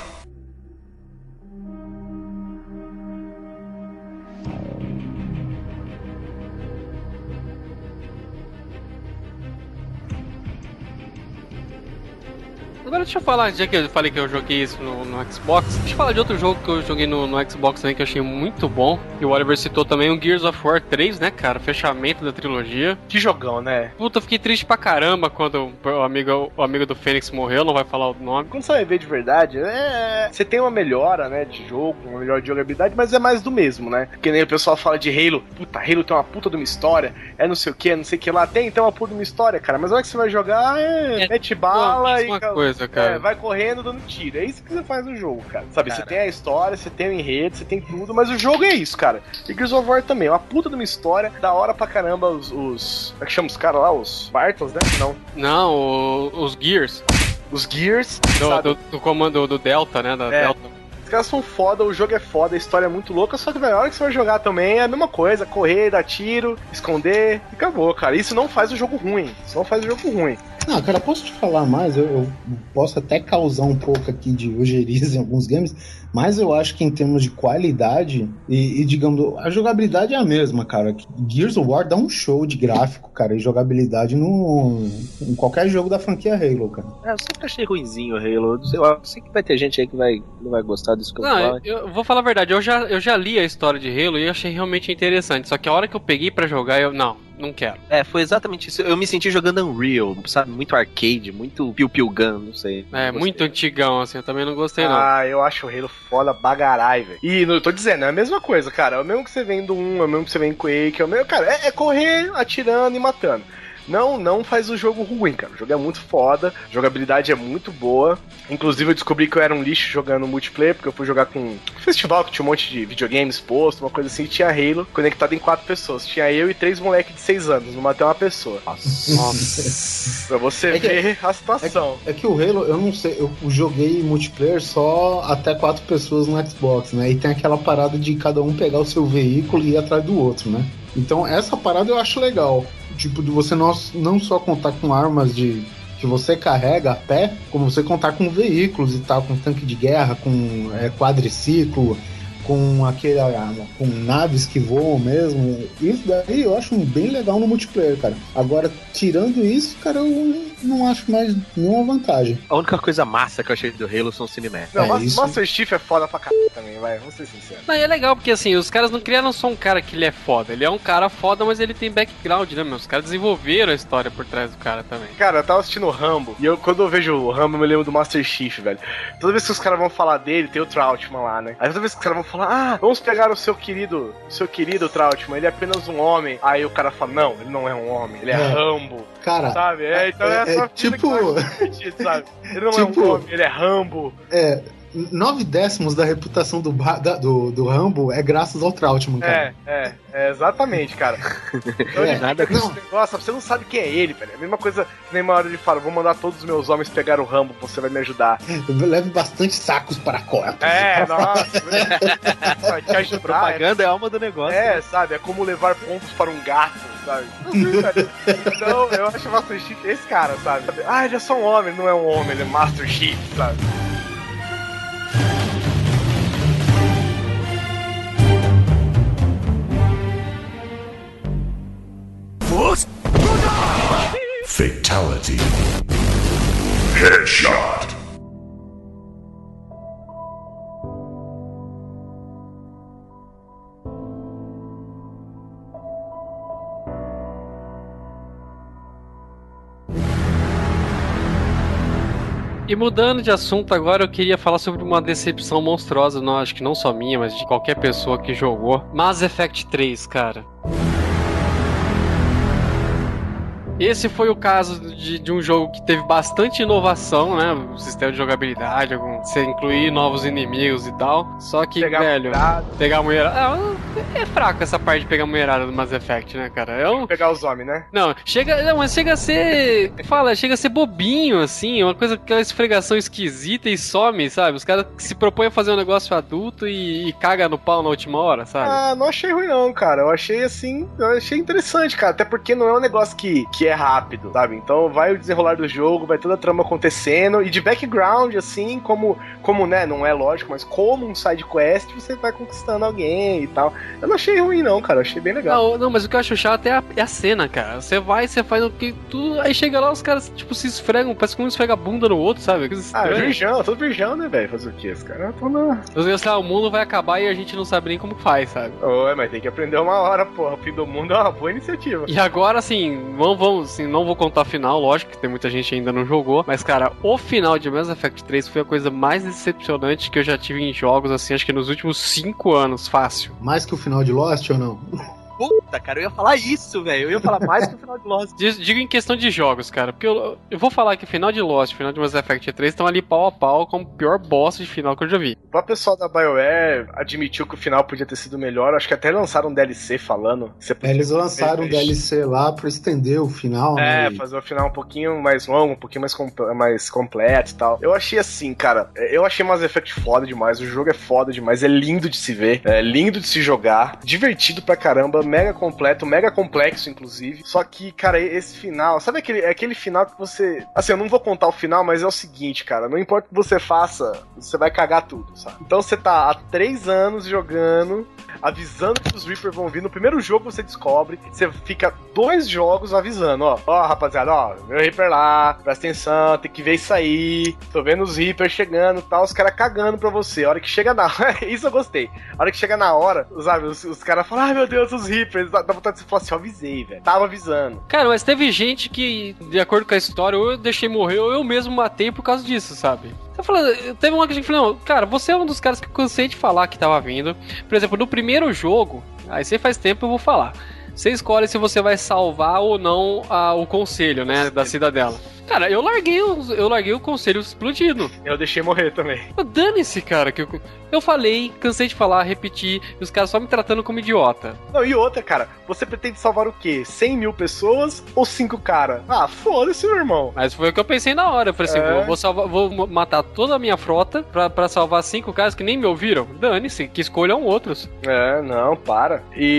Agora deixa eu falar, já que eu falei que eu joguei isso no Xbox, deixa eu falar de outro jogo que eu joguei no Xbox também, que eu achei muito bom. E o Oliver citou também o Gears of War 3, né, cara? Fechamento da trilogia. Que jogão, né? Puta, eu fiquei triste pra caramba quando o amigo do Fênix morreu, não vai falar o nome. Quando você vai ver de verdade, você tem uma melhora, né, de jogo, uma melhora de jogabilidade, mas é mais do mesmo, né? Que nem o pessoal fala de Halo. Puta, Halo tem uma puta de uma história, não sei o que lá. Tem uma puta de uma história, cara, mas na hora que você vai jogar, mete bala e... coisa, cara. Vai correndo dando tiro. É isso que você faz no jogo, cara. Sabe, você tem a história, você tem o enredo, você tem tudo, mas o jogo é isso, cara. E Gears of War também, uma puta de uma história, da hora pra caramba os como é que chama os caras lá? Os Spartans, né? Não, os Gears. Os Gears, do comando do Delta, né? Da Delta. Os caras são foda, o jogo é foda, a história é muito louca, só que na hora que você vai jogar também é a mesma coisa, correr, dar tiro, esconder, e acabou, cara. Isso não faz o jogo ruim. Não, cara, posso te falar mais? Eu posso até causar um pouco aqui de ojeriza em alguns games, mas eu acho que em termos de qualidade e digamos, a jogabilidade é a mesma, cara. Gears of War dá um show de gráfico, cara, e jogabilidade em qualquer jogo da franquia Halo, cara. Eu sempre achei ruinzinho o Halo. Eu sei que vai ter gente aí que não vai gostar disso que eu falo. Eu vou falar a verdade, eu já li a história de Halo e eu achei realmente interessante, só que a hora que eu peguei pra jogar, não quero. Foi exatamente isso. Eu me senti jogando Unreal, sabe? Muito arcade, muito piu-piu gun, não sei. Muito antigão, assim, eu também não gostei, não. Eu acho o Halo foda bagarai, velho. E eu tô dizendo, é a mesma coisa, cara. É o mesmo que você vem do 1, é o mesmo que você vem em Quake, é o mesmo, cara, é correr, atirando e matando. Não faz o jogo ruim, cara. O jogo é muito foda, a jogabilidade é muito boa. Inclusive eu descobri que eu era um lixo jogando multiplayer, porque eu fui jogar com um festival que tinha um monte de videogames exposto, uma coisa assim, e tinha Halo conectado em 4 pessoas. Tinha eu e 3 moleques de 6 anos, não matei uma pessoa. Nossa. Pra você ver a situação. É que o Halo, eu não sei, eu joguei multiplayer só até 4 pessoas no Xbox, né? E tem aquela parada de cada um pegar o seu veículo e ir atrás do outro, né? Então essa parada eu acho legal. Tipo, de você não só contar com armas que você carrega a pé, como você contar com veículos e tal, com tanque de guerra, com quadriciclo, com com naves que voam mesmo. Isso daí eu acho bem legal no multiplayer, cara. Agora, tirando isso, cara, eu não acho mais nenhuma vantagem. A única coisa massa que eu achei do Halo são os cinemáticos. Não, Master Chief é foda pra caralho também, vai, vamos ser sinceros. Não, e é legal porque assim, os caras não criaram só um cara que ele é foda, ele é um cara foda, mas ele tem background, né, meu? Os caras desenvolveram a história por trás do cara também. Cara, eu tava assistindo o Rambo, e quando eu vejo o Rambo, eu me lembro do Master Chief, velho. Toda vez que os caras vão falar dele, tem o Trautmann lá, né? Aí toda vez que os caras vão falar, vamos pegar o seu querido Trautmann, ele é apenas um homem. Aí o cara fala, não, ele não é um homem, ele é Rambo. Cara, sabe? Então essa tipo... sabe? Ele não é um homem, ele é Rambo. 9/10 da reputação do Rambo é graças ao Trautmann, cara. Exatamente, cara. Então, nada com isso. Nossa, você não sabe quem é ele, velho. É a mesma coisa que nem uma hora ele fala, vou mandar todos os meus homens pegar o Rambo, você vai me ajudar. Leve bastante sacos para a copa. Nossa. Te ajudar, propaganda é a alma do negócio. Sabe? É como levar pontos para um gato, sabe? Então, eu acho o Master Chief esse cara, sabe? Ele é só um homem, ele não é um homem, ele é Master Chief, sabe? Fatality. Headshot. E mudando de assunto agora, eu queria falar sobre uma decepção monstruosa, não, acho que não só minha, mas de qualquer pessoa que jogou. Mass Effect 3, cara. Esse foi o caso de um jogo que teve bastante inovação, né? O sistema de jogabilidade, você incluir novos inimigos e tal. Só que, velho, pegar a mulherada... É fraco essa parte de pegar a mulherada do Mass Effect, né, cara? Pegar os homens, né? Não, mas chega a ser... chega a ser bobinho, assim. Uma coisa, aquela esfregação esquisita e some, sabe? Os caras se propõem a fazer um negócio adulto e caga no pau na última hora, sabe? Ah, não achei ruim não, cara. Eu achei interessante, cara. Até porque não é um negócio que é rápido, sabe? Então vai o desenrolar do jogo, vai toda a trama acontecendo, e de background, assim, como né, não é lógico, mas como um side quest, você vai conquistando alguém e tal. Eu não achei ruim não, cara, eu achei bem legal. Não, mas o que eu acho chato é a cena, cara. Você faz o que tudo, aí chega lá, os caras, tipo, se esfregam, parece que um esfrega a bunda no outro, sabe? Todo virgão, né, velho? Fazer o quê? Os caras estão o mundo vai acabar e a gente não sabe nem como faz, sabe? Oi, mas tem que aprender uma hora, porra. O fim do mundo é uma boa iniciativa. E agora, assim, vamos assim, não vou contar o final, lógico que tem muita gente ainda não jogou, mas, cara, o final de Mass Effect 3 foi a coisa mais decepcionante que eu já tive em jogos, assim, acho que nos últimos 5 anos, fácil. Mais que o final de Lost ou não? Puta, cara, eu ia falar isso, velho. Eu ia falar mais que o final de Lost. Digo em questão de jogos, cara, porque eu vou falar que o final de Lost, o final de Mass Effect 3 estão ali pau a pau como o pior boss de final que eu já vi. O pessoal da BioWare admitiu que o final podia ter sido melhor, acho que até lançaram um DLC falando. Eles lançaram um DLC lá pra estender o final, né? Fazer o final um pouquinho mais longo, um pouquinho mais completo e tal. Eu achei assim, cara, eu achei Mass Effect foda demais, o jogo é foda demais, é lindo de se ver, é lindo de se jogar, divertido pra caramba, mega completo, mega complexo, inclusive. Só que, cara, esse final, sabe aquele final que você... Assim, eu não vou contar o final, mas é o seguinte, cara, não importa o que você faça, você vai cagar tudo, sabe? Então você tá há 3 anos jogando, avisando que os Reapers vão vir. No primeiro jogo você descobre, você fica 2 jogos avisando, ó, rapaziada, ó, meu Reaper lá, presta atenção, tem que ver isso aí, tô vendo os Reapers chegando e tal, os caras cagando pra você. A hora que chega na... Isso eu gostei. A hora que chega na hora, sabe, os caras falam, ai meu Deus, os Reapers, dá vontade de você falar assim, eu avisei, velho. Tava avisando. Cara, mas teve gente que, de acordo com a história, ou eu deixei morrer, ou eu mesmo matei por causa disso, sabe? Teve uma que a gente falou, não, cara, você é um dos caras que eu cansei de falar que tava vindo. Por exemplo, no primeiro jogo, aí você faz tempo eu vou falar. Você escolhe se você vai salvar ou não o conselho, né, da cidadela. Cara, eu larguei o conselho explodindo. Eu deixei morrer também. Dane-se, cara, que eu falei, cansei de falar, repetir, e os caras só me tratando como idiota. Não, e outra, cara, você pretende salvar o quê? 100 mil pessoas ou 5 caras? Ah, foda-se, meu irmão. Mas foi o que eu pensei na hora. Eu falei assim, vou matar toda a minha frota pra salvar 5 caras que nem me ouviram. Dane-se, que escolham outros. Não, para.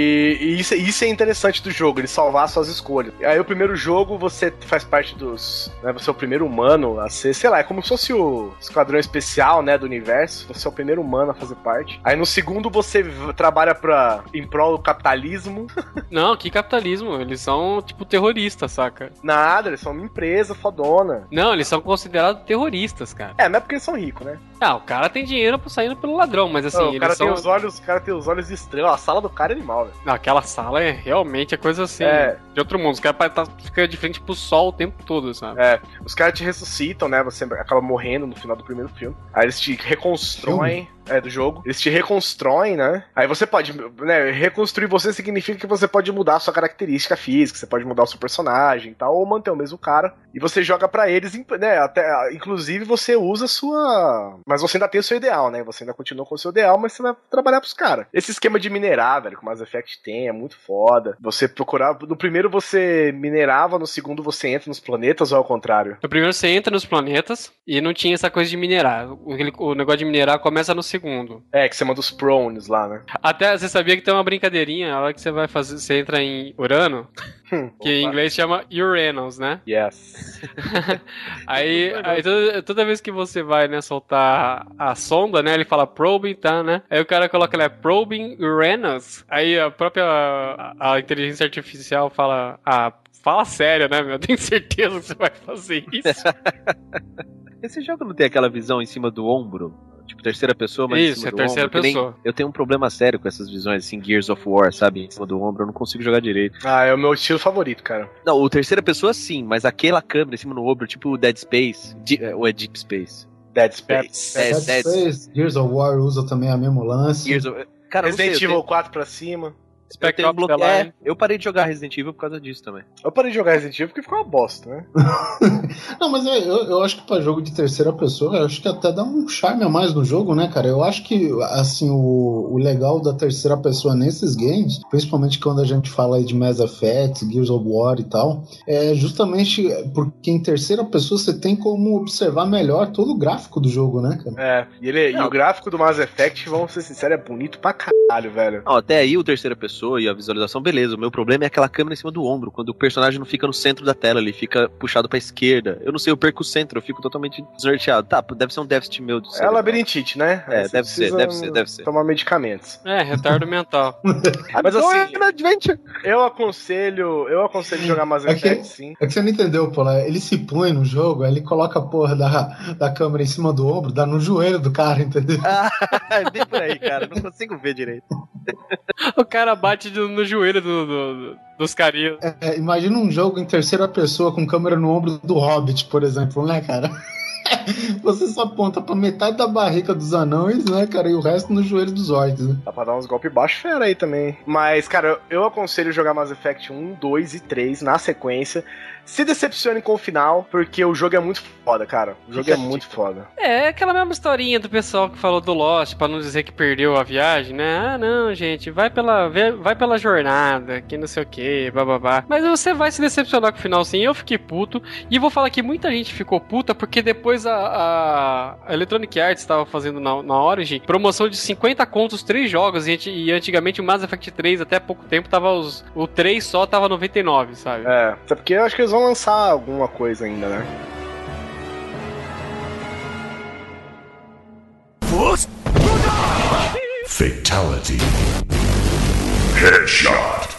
E isso é interessante do jogo, ele salvar suas escolhas. Aí o primeiro jogo você faz parte dos... Né, você é o primeiro humano a ser, sei lá, é como se fosse o esquadrão especial, né, do universo. Você é o primeiro humano a fazer parte. Aí no segundo você trabalha em prol do capitalismo. Não, que capitalismo? Eles são, tipo, terroristas, saca? Nada, eles são uma empresa fodona. Não, eles são considerados terroristas, cara. Não é porque eles são ricos, né? O cara tem dinheiro saindo pelo ladrão, mas assim, o cara tem os olhos estranhos. A sala do cara é animal, velho. Não, aquela sala é realmente coisa assim, de outro mundo. Os caras ficam de frente pro sol o tempo todo, sabe? Os caras te ressuscitam, né? Você acaba morrendo no final do primeiro filme. Aí eles te reconstroem. Do jogo. Eles te reconstroem, né? Aí você pode, né? Reconstruir você significa que você pode mudar a sua característica física, você pode mudar o seu personagem e tal, ou manter o mesmo cara. E você joga pra eles, né? Até, inclusive você usa a sua... Mas você ainda tem o seu ideal, né? Você ainda continua com o seu ideal, mas você vai trabalhar pros caras. Esse esquema de minerar, velho, que o Mass Effect tem, é muito foda. Você procurava... No primeiro você minerava, no segundo você entra nos planetas, ou ao contrário? No primeiro você entra nos planetas e não tinha essa coisa de minerar. O negócio de minerar começa no segundo. Que você manda os prones lá, né? Até você sabia que tem uma brincadeirinha, a hora que você vai fazer, você entra em Urano, que em inglês chama Uranus, né? Yes. aí toda vez que você vai, né, soltar a sonda, né, ele fala probing, tá, né? Aí o cara coloca lá, probing Uranus. Aí a própria a inteligência artificial fala, fala sério, né, meu? Tenho certeza que você vai fazer isso. Esse jogo não tem aquela visão em cima do ombro Tipo, terceira pessoa, mas isso, é terceira pessoa. Eu tenho um problema sério com essas visões, assim, Gears of War, sabe? Em cima do ombro, eu não consigo jogar direito. Ah, é o meu estilo favorito, cara. Não, o terceira pessoa sim, mas aquela câmera em cima do ombro, tipo Dead Space, ou é Deep Space? Dead Space. Dead Space, Gears of War usa também a mesmo lance. Cara, Resident Evil 4 pra cima. Eu parei de jogar Resident Evil por causa disso também. Eu parei de jogar Resident Evil porque ficou uma bosta, né? Não, mas eu acho que pra jogo de terceira pessoa, eu acho que até dá um charme a mais no jogo, né, cara? Eu acho que, assim, o legal da terceira pessoa nesses games, principalmente quando a gente fala aí de Mass Effect, Gears of War e tal, é justamente porque em terceira pessoa você tem como observar melhor todo o gráfico do jogo, né, cara? E o gráfico do Mass Effect, vamos ser sinceros, é bonito pra caralho, velho. Não, até aí o terceira pessoa e a visualização, beleza. O meu problema é aquela câmera em cima do ombro, quando o personagem não fica no centro da tela, ele fica puxado pra esquerda. Eu não sei, eu perco o centro, eu fico totalmente desnorteado. Tá, deve ser um déficit meu do cérebro. É labirintite, né? Deve ser. Tomar medicamentos. Retardo mental. Mas assim, eu aconselho jogar Mass Effect, sim. É que você não entendeu, pô. Ele se põe no jogo, aí ele coloca a porra da câmera em cima do ombro, dá no joelho do cara, entendeu? É bem por aí, cara. Não consigo ver direito. O cara bate no joelho dos carinhos. Imagina um jogo em terceira pessoa com câmera no ombro do Hobbit, por exemplo, né, cara? Você só aponta pra metade da barriga dos anões, né, cara? E o resto no joelho dos orcs, né? Dá pra dar uns golpes baixos fera aí também. Mas, cara, eu aconselho jogar Mass Effect 1, 2 e 3 na sequência. Se decepcione com o final, porque o jogo é muito foda, cara. O jogo é muito foda. É aquela mesma historinha do pessoal que falou do Lost, pra não dizer que perdeu a viagem, né? Ah, não, gente, vai pela jornada, que não sei o que, bababá. Mas você vai se decepcionar com o final, sim. Eu fiquei puto. E vou falar que muita gente ficou puta, porque depois a Electronic Arts estava fazendo na Origin promoção de 50 contos, 3 jogos, e antigamente o Mass Effect 3, até pouco tempo, tava o 3 só tava 99, sabe? Até porque eu acho que eles vão lançar alguma coisa ainda, né? Fatality. Headshot.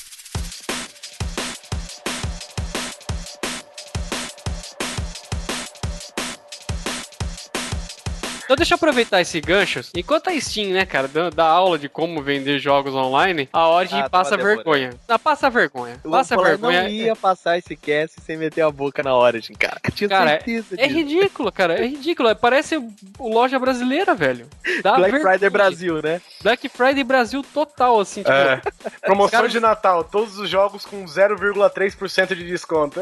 Então deixa eu aproveitar esse gancho. Enquanto a Steam, né, cara, dá aula de como vender jogos online, a Origin passa vergonha. Passa vergonha. Passa vergonha. Eu não ia passar esse cast sem meter a boca na Origin, cara. Cara, é ridículo, cara. É ridículo. Parece loja brasileira, velho. Black Friday Brasil, né? Black Friday Brasil total, assim. Tipo, promoção de Natal. Todos os jogos com 0,3% de desconto.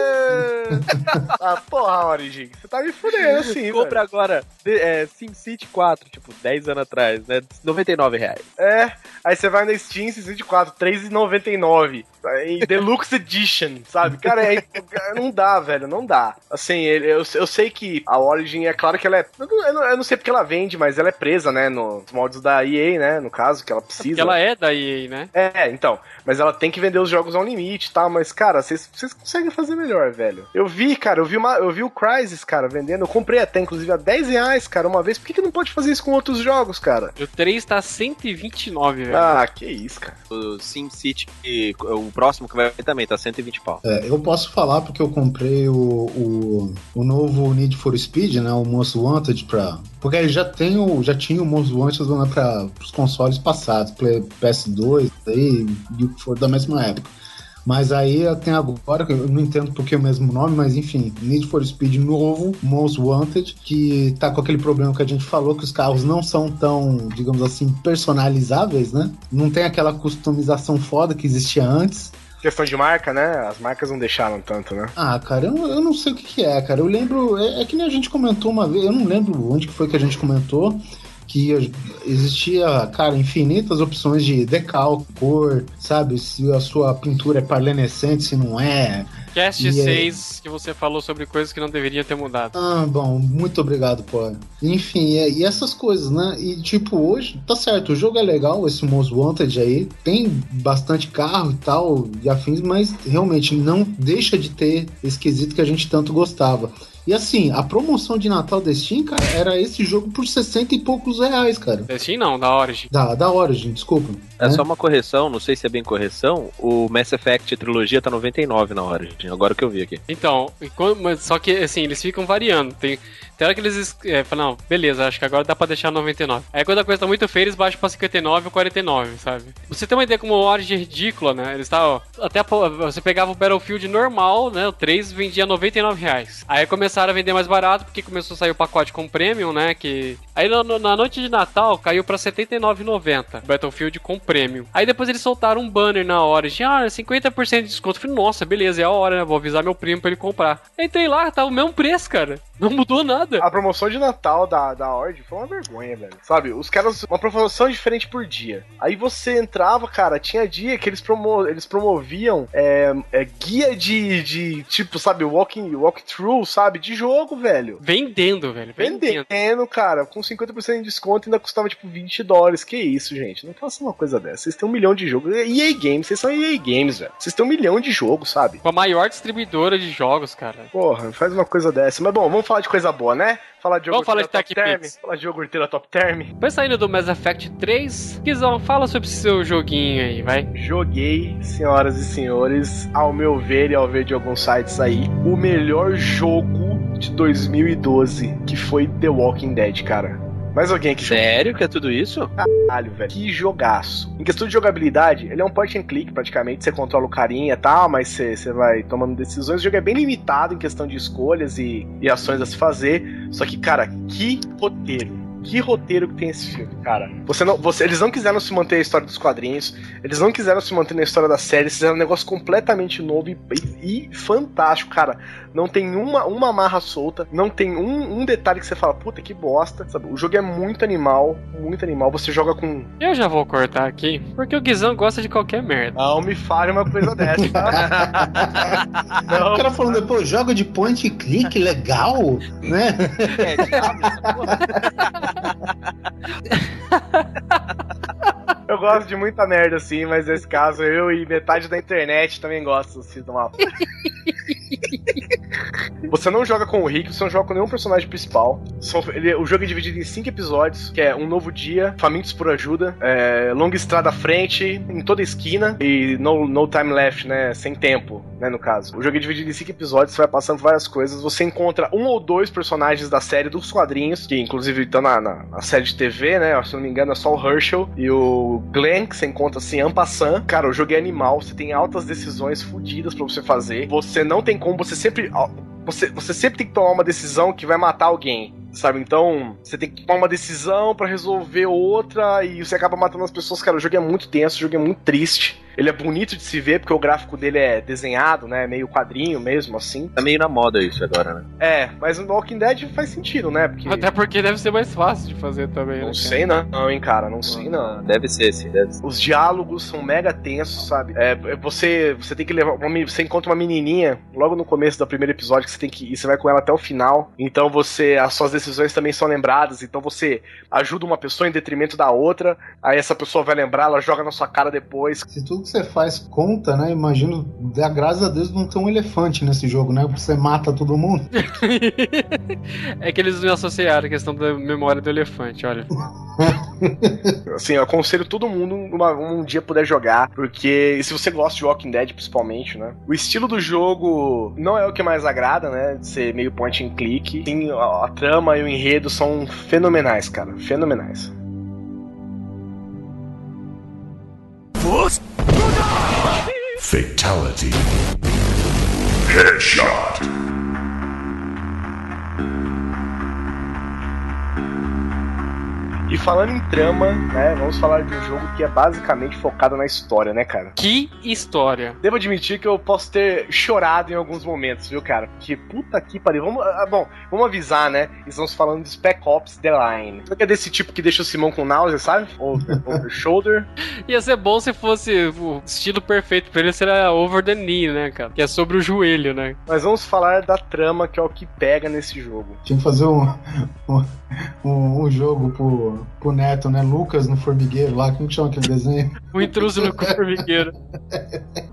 Porra, Origin. Você tá me fudendo assim, compra agora SimCity 4, tipo, 10 anos atrás, né? R$99. Aí você vai na Steam, SimCity 4, R$3,99. Em Deluxe Edition, sabe? Cara, não dá, velho, não dá. Assim, eu sei que a Origin, é claro que ela é... Eu não sei porque ela vende, mas ela é presa, né, nos moldes da EA, né, no caso, que ela precisa. Porque ela é da EA, né? Então. Mas ela tem que vender os jogos ao limite e tal, mas, cara, vocês conseguem fazer melhor, velho. Eu vi o Crysis, cara, vendendo. Eu comprei até, inclusive, a R$10, cara, uma vez. Por que não pode fazer isso com outros jogos, cara? O 3 tá 129, velho. Ah, que isso, cara. O SimCity, o próximo que vai também, tá 120 pau. Eu posso falar porque eu comprei o novo Need for Speed, né, o Most Wanted, porque ele já tinha o Most Wanted para os consoles passados, PS2 e o que for da mesma época. Mas aí tem agora, eu não entendo porque é o mesmo nome, mas enfim, Need for Speed novo, Most Wanted, que tá com aquele problema que a gente falou, que os carros não são tão, digamos assim, personalizáveis, né? Não tem aquela customização foda que existia antes. Questão de marca, né? As marcas não deixaram tanto, né? Ah, cara, eu não sei o que é, cara. Eu lembro, é que nem a gente comentou uma vez, eu não lembro onde que foi que a gente comentou, que existia, cara, infinitas opções de decalque, cor, sabe? Se a sua pintura é parlenescente, se não é. Cast 6, que você falou sobre coisas que não deveriam ter mudado. Ah, bom, muito obrigado, pô. Enfim, e essas coisas, né? E tipo, hoje, tá certo, o jogo é legal, esse Most Wanted aí, tem bastante carro e tal, e afins, mas realmente não deixa de ter esse quesito que a gente tanto gostava. E assim, a promoção de Natal da Steam, cara, era esse jogo por 60 e poucos reais, cara. Da Steam não, da Origin. Da Origin, desculpa. É só uma correção, não sei se é bem correção, o Mass Effect Trilogia tá 99 na Origin, agora que eu vi aqui. Então, mas só que assim, eles ficam variando. Tem hora que eles falam, não, beleza, acho que agora dá pra deixar 99. Aí quando a coisa tá muito feia, eles baixam pra 59 ou 49, sabe? Você tem uma ideia como o Origin é ridícula, né? Eles tá, até você pegava o Battlefield normal, né? O 3 vendia R$99. Aí começaram a vender mais barato, porque começou a sair o pacote com Premium, né? Aí na noite de Natal caiu pra R$79,90 Battlefield com Premium. Aí depois eles soltaram um banner na Origin, 50% de desconto. Eu falei, nossa, beleza, é a hora, né? Vou avisar meu primo pra ele comprar. Entrei lá, tá o mesmo preço, cara. Não mudou nada. A promoção de Natal da Origin foi uma vergonha, velho. Sabe, os caras, uma promoção diferente por dia. Aí você entrava, cara, tinha dia que eles promoviam guia de tipo, sabe, walkthrough, sabe, de jogo, velho. Vendendo, velho. Vendendo, cara, com 50% de desconto ainda custava tipo $20. Que isso, gente? Não faça uma coisa dessa. Vocês têm 1 milhão de jogos. EA Games, vocês são EA Games, velho. Vocês têm 1 milhão de jogos, sabe? Com a maior distribuidora de jogos, cara. Porra, faz uma coisa dessa. Mas bom, vamos falar de coisa boa, né? Vamos falar de Tech Pix. Falar de iogurteira Top Term. Depois saindo do Mass Effect 3, Guizão, fala sobre o seu joguinho aí, vai. Joguei, senhoras e senhores, ao meu ver e ao ver de alguns sites aí, o melhor jogo de 2012, que foi The Walking Dead, cara. Mais alguém aqui? Sério que é tudo isso? Caralho, velho. Que jogaço. Em questão de jogabilidade, ele é um point and click praticamente. Você controla o carinha e tal, mas você vai tomando decisões. O jogo é bem limitado em questão de escolhas e ações a se fazer. Só que, cara, que roteiro. Que roteiro que tem esse filme, cara. Eles não quiseram se manter a história dos quadrinhos, eles não quiseram se manter na história da série, eles fizeram um negócio completamente novo e fantástico, cara. Não tem uma amarra solta, não tem um detalhe que você fala, puta, que bosta, sabe? O jogo é muito animal, você joga com... Eu já vou cortar aqui, porque o Guizão gosta de qualquer merda. Não me fale uma coisa dessa, tá? Não, o cara falando, pô, joga de point and click, legal, né? Eu gosto de muita merda, assim, mas nesse caso eu e metade da internet também gosto assim, de uma... Você não joga com o Rick, você não joga com nenhum personagem principal. O jogo é dividido em 5 episódios, que é Um Novo Dia, Famintos por Ajuda, Longa Estrada à Frente, Em Toda Esquina e No Time Left, né, Sem Tempo, né, no caso. O jogo é dividido em 5 episódios, você vai passando várias coisas, você encontra 1 ou 2 personagens da série dos quadrinhos, que inclusive estão na série de TV, né, se não me engano é só o Herschel e o Glenn, que você encontra assim, en passant. Cara, o jogo é animal, você tem altas decisões fodidas pra você fazer, você não tem como, você sempre tem que tomar uma decisão que vai matar alguém, sabe? Então, você tem que tomar uma decisão pra resolver outra e você acaba matando as pessoas. Cara, o jogo é muito tenso, o jogo é muito triste. Ele é bonito de se ver, porque o gráfico dele é desenhado, né? Meio quadrinho mesmo, assim. Tá meio na moda isso agora, né? É, mas no Walking Dead faz sentido, né? Até porque deve ser mais fácil de fazer também, Não sei não, hein, cara. Não sei não. Deve ser, sim, deve ser. Os diálogos são mega tensos, sabe? Você tem que levar... Você encontra uma menininha logo no começo do primeiro episódio que você tem que ir, você vai com ela até o final. Então as suas decisões também são lembradas. Então você ajuda uma pessoa em detrimento da outra. Aí essa pessoa vai lembrar, ela joga na sua cara depois. Se tudo que você faz conta, né? Imagino, graças a Deus não tem um elefante nesse jogo, né? Você mata todo mundo. É que eles me associaram a questão da memória do elefante, olha. Assim, eu aconselho todo mundo um dia puder jogar, porque se você gosta de Walking Dead, principalmente, né? O estilo do jogo não é o que mais agrada, né? De ser meio point and click. Sim, a trama e o enredo são fenomenais, cara. Fenomenais. Fatality. Headshot. E falando em trama, né, vamos falar de um jogo que é basicamente focado na história, né, cara? Que história! Devo admitir que eu posso ter chorado em alguns momentos, viu, cara? Porque puta que pariu. Vamos avisar, né? Estamos falando de Spec Ops The Line. É desse tipo que deixa o Simão com náusea, sabe? Over shoulder. Ia ser bom se fosse o estilo perfeito pra ele, seria Over the Knee, né, cara? Que é sobre o joelho, né? Mas vamos falar da trama, que é o que pega nesse jogo. Tinha que fazer um jogo pro Neto, né? Lucas no Formigueiro lá, como que chama aquele desenho? O intruso no formigueiro.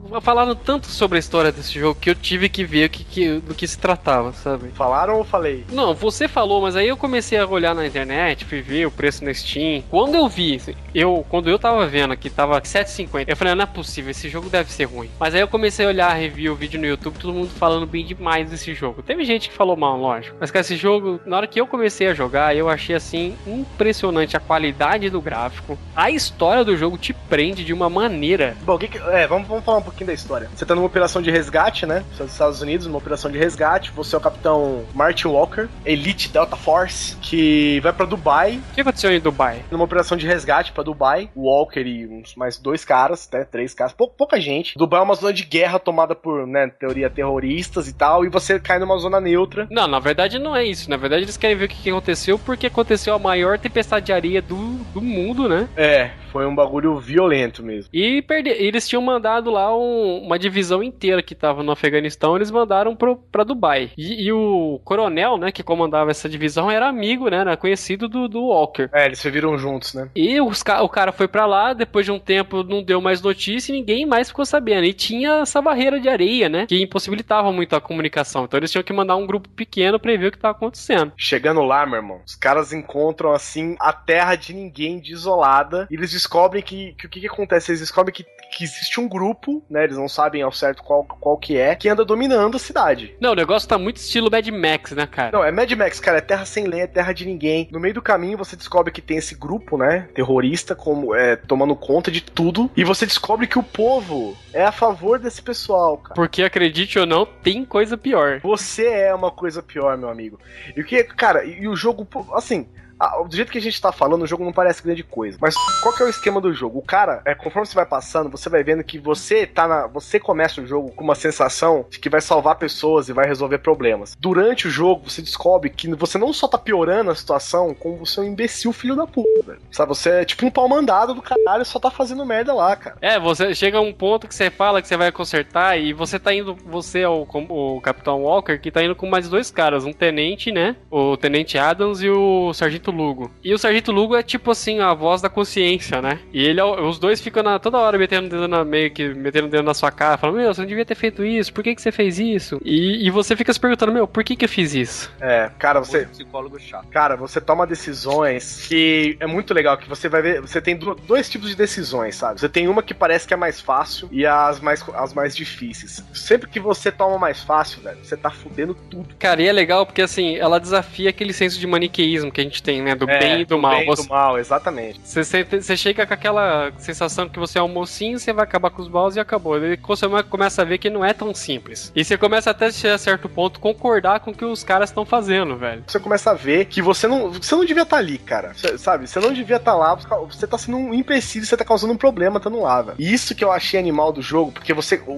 falaram tanto sobre a história desse jogo que eu tive que ver do que se tratava, sabe? Falaram ou falei? Não, você falou, mas aí eu comecei a olhar na internet, fui ver o preço na Steam. Quando eu vi, quando eu tava vendo que tava R$7,50, eu falei, não é possível, esse jogo deve ser ruim. Mas aí eu comecei a olhar, review, o vídeo no YouTube, todo mundo falando bem demais desse jogo. Teve gente que falou mal, lógico. Mas, cara, esse jogo, na hora que eu comecei a jogar, eu achei, assim, impressionante a qualidade do gráfico. A história do jogo te prende de uma maneira. Bom, vamos falar um pouquinho da história. Você tá numa operação de resgate, né? Você é dos Estados Unidos, numa operação de resgate. Você é o capitão Martin Walker, Elite Delta Force, que vai pra Dubai. O que aconteceu em Dubai? Numa operação de resgate pra Dubai. O Walker e mais 2 caras, né? 3 caras. Pouca gente. Dubai é uma zona de guerra tomada por, né, teoria, terroristas e tal. E você cai numa zona neutra. Não, na verdade não é isso. Na verdade eles querem ver o que aconteceu, porque aconteceu a maior tempestade de areia do mundo, né? Foi um bagulho violento mesmo. E eles tinham mandado lá uma divisão inteira que tava no Afeganistão, eles mandaram pra Dubai. E o coronel, né, que comandava essa divisão, era amigo, né, era conhecido do Walker. Eles se viram juntos, né? E o cara foi pra lá, depois de um tempo não deu mais notícia e ninguém mais ficou sabendo. E tinha essa barreira de areia, né, que impossibilitava muito a comunicação. Então eles tinham que mandar um grupo pequeno pra ver o que tava acontecendo. Chegando lá, meu irmão, os caras encontram, assim, a terra de ninguém, desolada, e eles descobrem que o que acontece? Eles descobrem que existe um grupo, né, eles não sabem ao certo qual que é, que anda dominando a cidade. Não, o negócio tá muito estilo Mad Max, né, cara? Não, é Mad Max, cara, é terra sem lei, é terra de ninguém. No meio do caminho você descobre que tem esse grupo, né, terrorista, tomando conta de tudo, e você descobre que o povo é a favor desse pessoal, cara. Porque, acredite ou não, tem coisa pior. Você é uma coisa pior, meu amigo. E o que, cara, e o jogo, assim... do jeito que a gente tá falando, o jogo não parece grande coisa. Mas qual que é o esquema do jogo? O cara, conforme você vai passando, você vai vendo que você começa o jogo com uma sensação de que vai salvar pessoas e vai resolver problemas. Durante o jogo, você descobre que você não só tá piorando a situação, como você é um imbecil filho da puta, velho. Sabe, você é tipo um pau mandado do caralho e só tá fazendo merda lá, cara. Você chega a um ponto que você fala que você vai consertar e você tá indo, você é o Capitão Walker, que tá indo com mais 2 caras, um tenente, né? O Tenente Adams e o Sargento Lugo. E o Sargento Lugo é tipo assim, a voz da consciência, né? E os dois ficam toda hora metendo o dedo na sua cara, falando, você não devia ter feito isso, por que você fez isso? E você fica se perguntando, por que eu fiz isso? Cara, você... psicólogo chato. Cara, você toma decisões que é muito legal, que você vai ver, você tem 2 tipos de decisões, sabe? Você tem uma que parece que é mais fácil e as mais difíceis. Sempre que você toma mais fácil, velho, você tá fudendo tudo. Cara, e é legal porque assim, ela desafia aquele senso de maniqueísmo que a gente tem, né? Do bem e do mal. Bem e do mal, exatamente. Você chega com aquela sensação que você é um mocinho, você vai acabar com os maus e acabou. E você começa a ver que não é tão simples. E você começa até a certo ponto concordar com o que os caras estão fazendo, velho. Você começa a ver que você não devia estar ali, cara. Sabe? Você não devia estar lá, você tá sendo um empecilho, você tá causando um problema estando lá, velho. E isso que eu achei animal do jogo, porque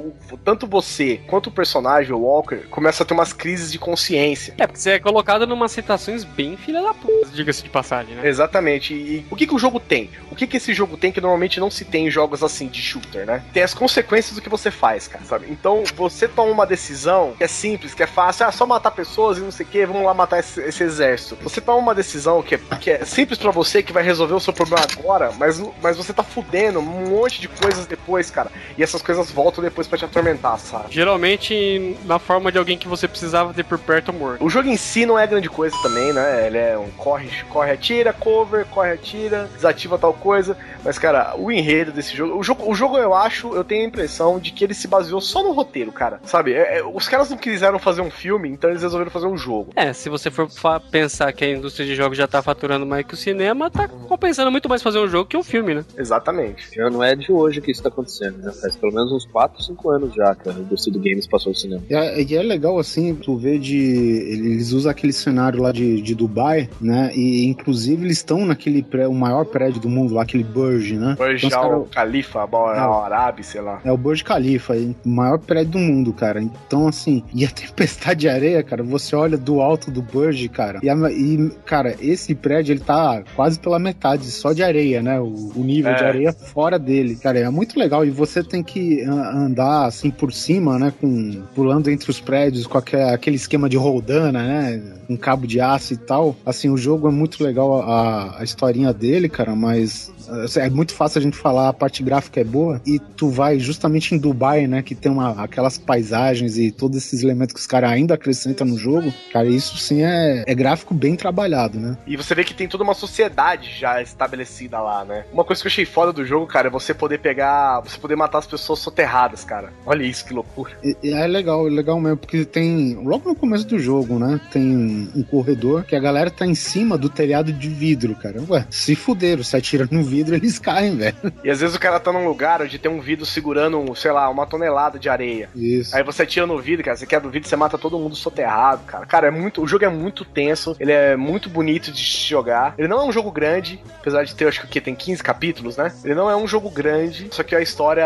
tanto você quanto o personagem, o Walker, começa a ter umas crises de consciência. Porque você é colocado numas situações bem filha da puta, diga-se de passagem, né? Exatamente. E o que o jogo tem? O que esse jogo tem que normalmente não se tem em jogos assim de shooter, né? Tem as consequências do que você faz, cara, sabe? Então, você toma uma decisão que é simples, que é fácil, só matar pessoas e não sei o que, vamos lá matar esse exército. Você toma uma decisão que é simples pra você, que vai resolver o seu problema agora, mas você tá fudendo um monte de coisas depois, cara. E essas coisas voltam depois pra te atormentar, sabe? Geralmente na forma de alguém que você precisava ter por perto morto. O jogo em si não é grande coisa também, né? Ele é um corre, atira, cover, corre, atira, desativa tal coisa. Mas, cara, o enredo desse jogo... O jogo eu tenho a impressão de que ele se baseou só no roteiro, cara. Sabe? Os caras não quiseram fazer um filme, então eles resolveram fazer um jogo. Se você for pensar que a indústria de jogos já tá faturando mais que o cinema, tá compensando muito mais fazer um jogo que um filme, né? Exatamente. Já não é de hoje que isso tá acontecendo, né? Faz pelo menos uns 4, 5 anos já que a indústria do games passou no cinema. E é legal, assim, tu vê eles usam aquele cenário lá de Dubai, né? E inclusive eles estão naquele o maior prédio do mundo lá, aquele Burj, né? Burj Al Khalifa, Al Arabi, sei lá. É o Burj Khalifa, o maior prédio do mundo, cara. Então, assim, e a tempestade de areia, cara, você olha do alto do Burj, cara, e cara, esse prédio, ele tá quase pela metade só de areia, né? O nível de areia fora dele. Cara, é muito legal. E você tem que andar, assim, por cima, né? Pulando entre os prédios com aquele esquema de roldana, né? Um cabo de aço e tal. Assim, o jogo muito legal a historinha dele, cara, mas é muito fácil a gente falar, a parte gráfica é boa, e tu vai justamente em Dubai, né, que tem aquelas paisagens e todos esses elementos que os caras ainda acrescentam no jogo, cara, isso sim é gráfico bem trabalhado, né? E você vê que tem toda uma sociedade já estabelecida lá, né? Uma coisa que eu achei foda do jogo, cara, é você poder matar as pessoas soterradas, cara. Olha isso, que loucura. É legal mesmo, porque tem, logo no começo do jogo, né, tem um corredor que a galera tá em cima do telhado de vidro, cara. Ué, se fuderam, se atira no vidro, eles caem, velho. E às vezes o cara tá num lugar onde tem um vidro segurando, sei lá, uma tonelada de areia. Isso. Aí você atira no vidro, cara, você quebra o vidro, você mata todo mundo soterrado, cara. Cara, o jogo é muito tenso, ele é muito bonito de jogar. Ele não é um jogo grande, apesar de ter, acho que tem 15 capítulos, né? Ele não é um jogo grande, só que a história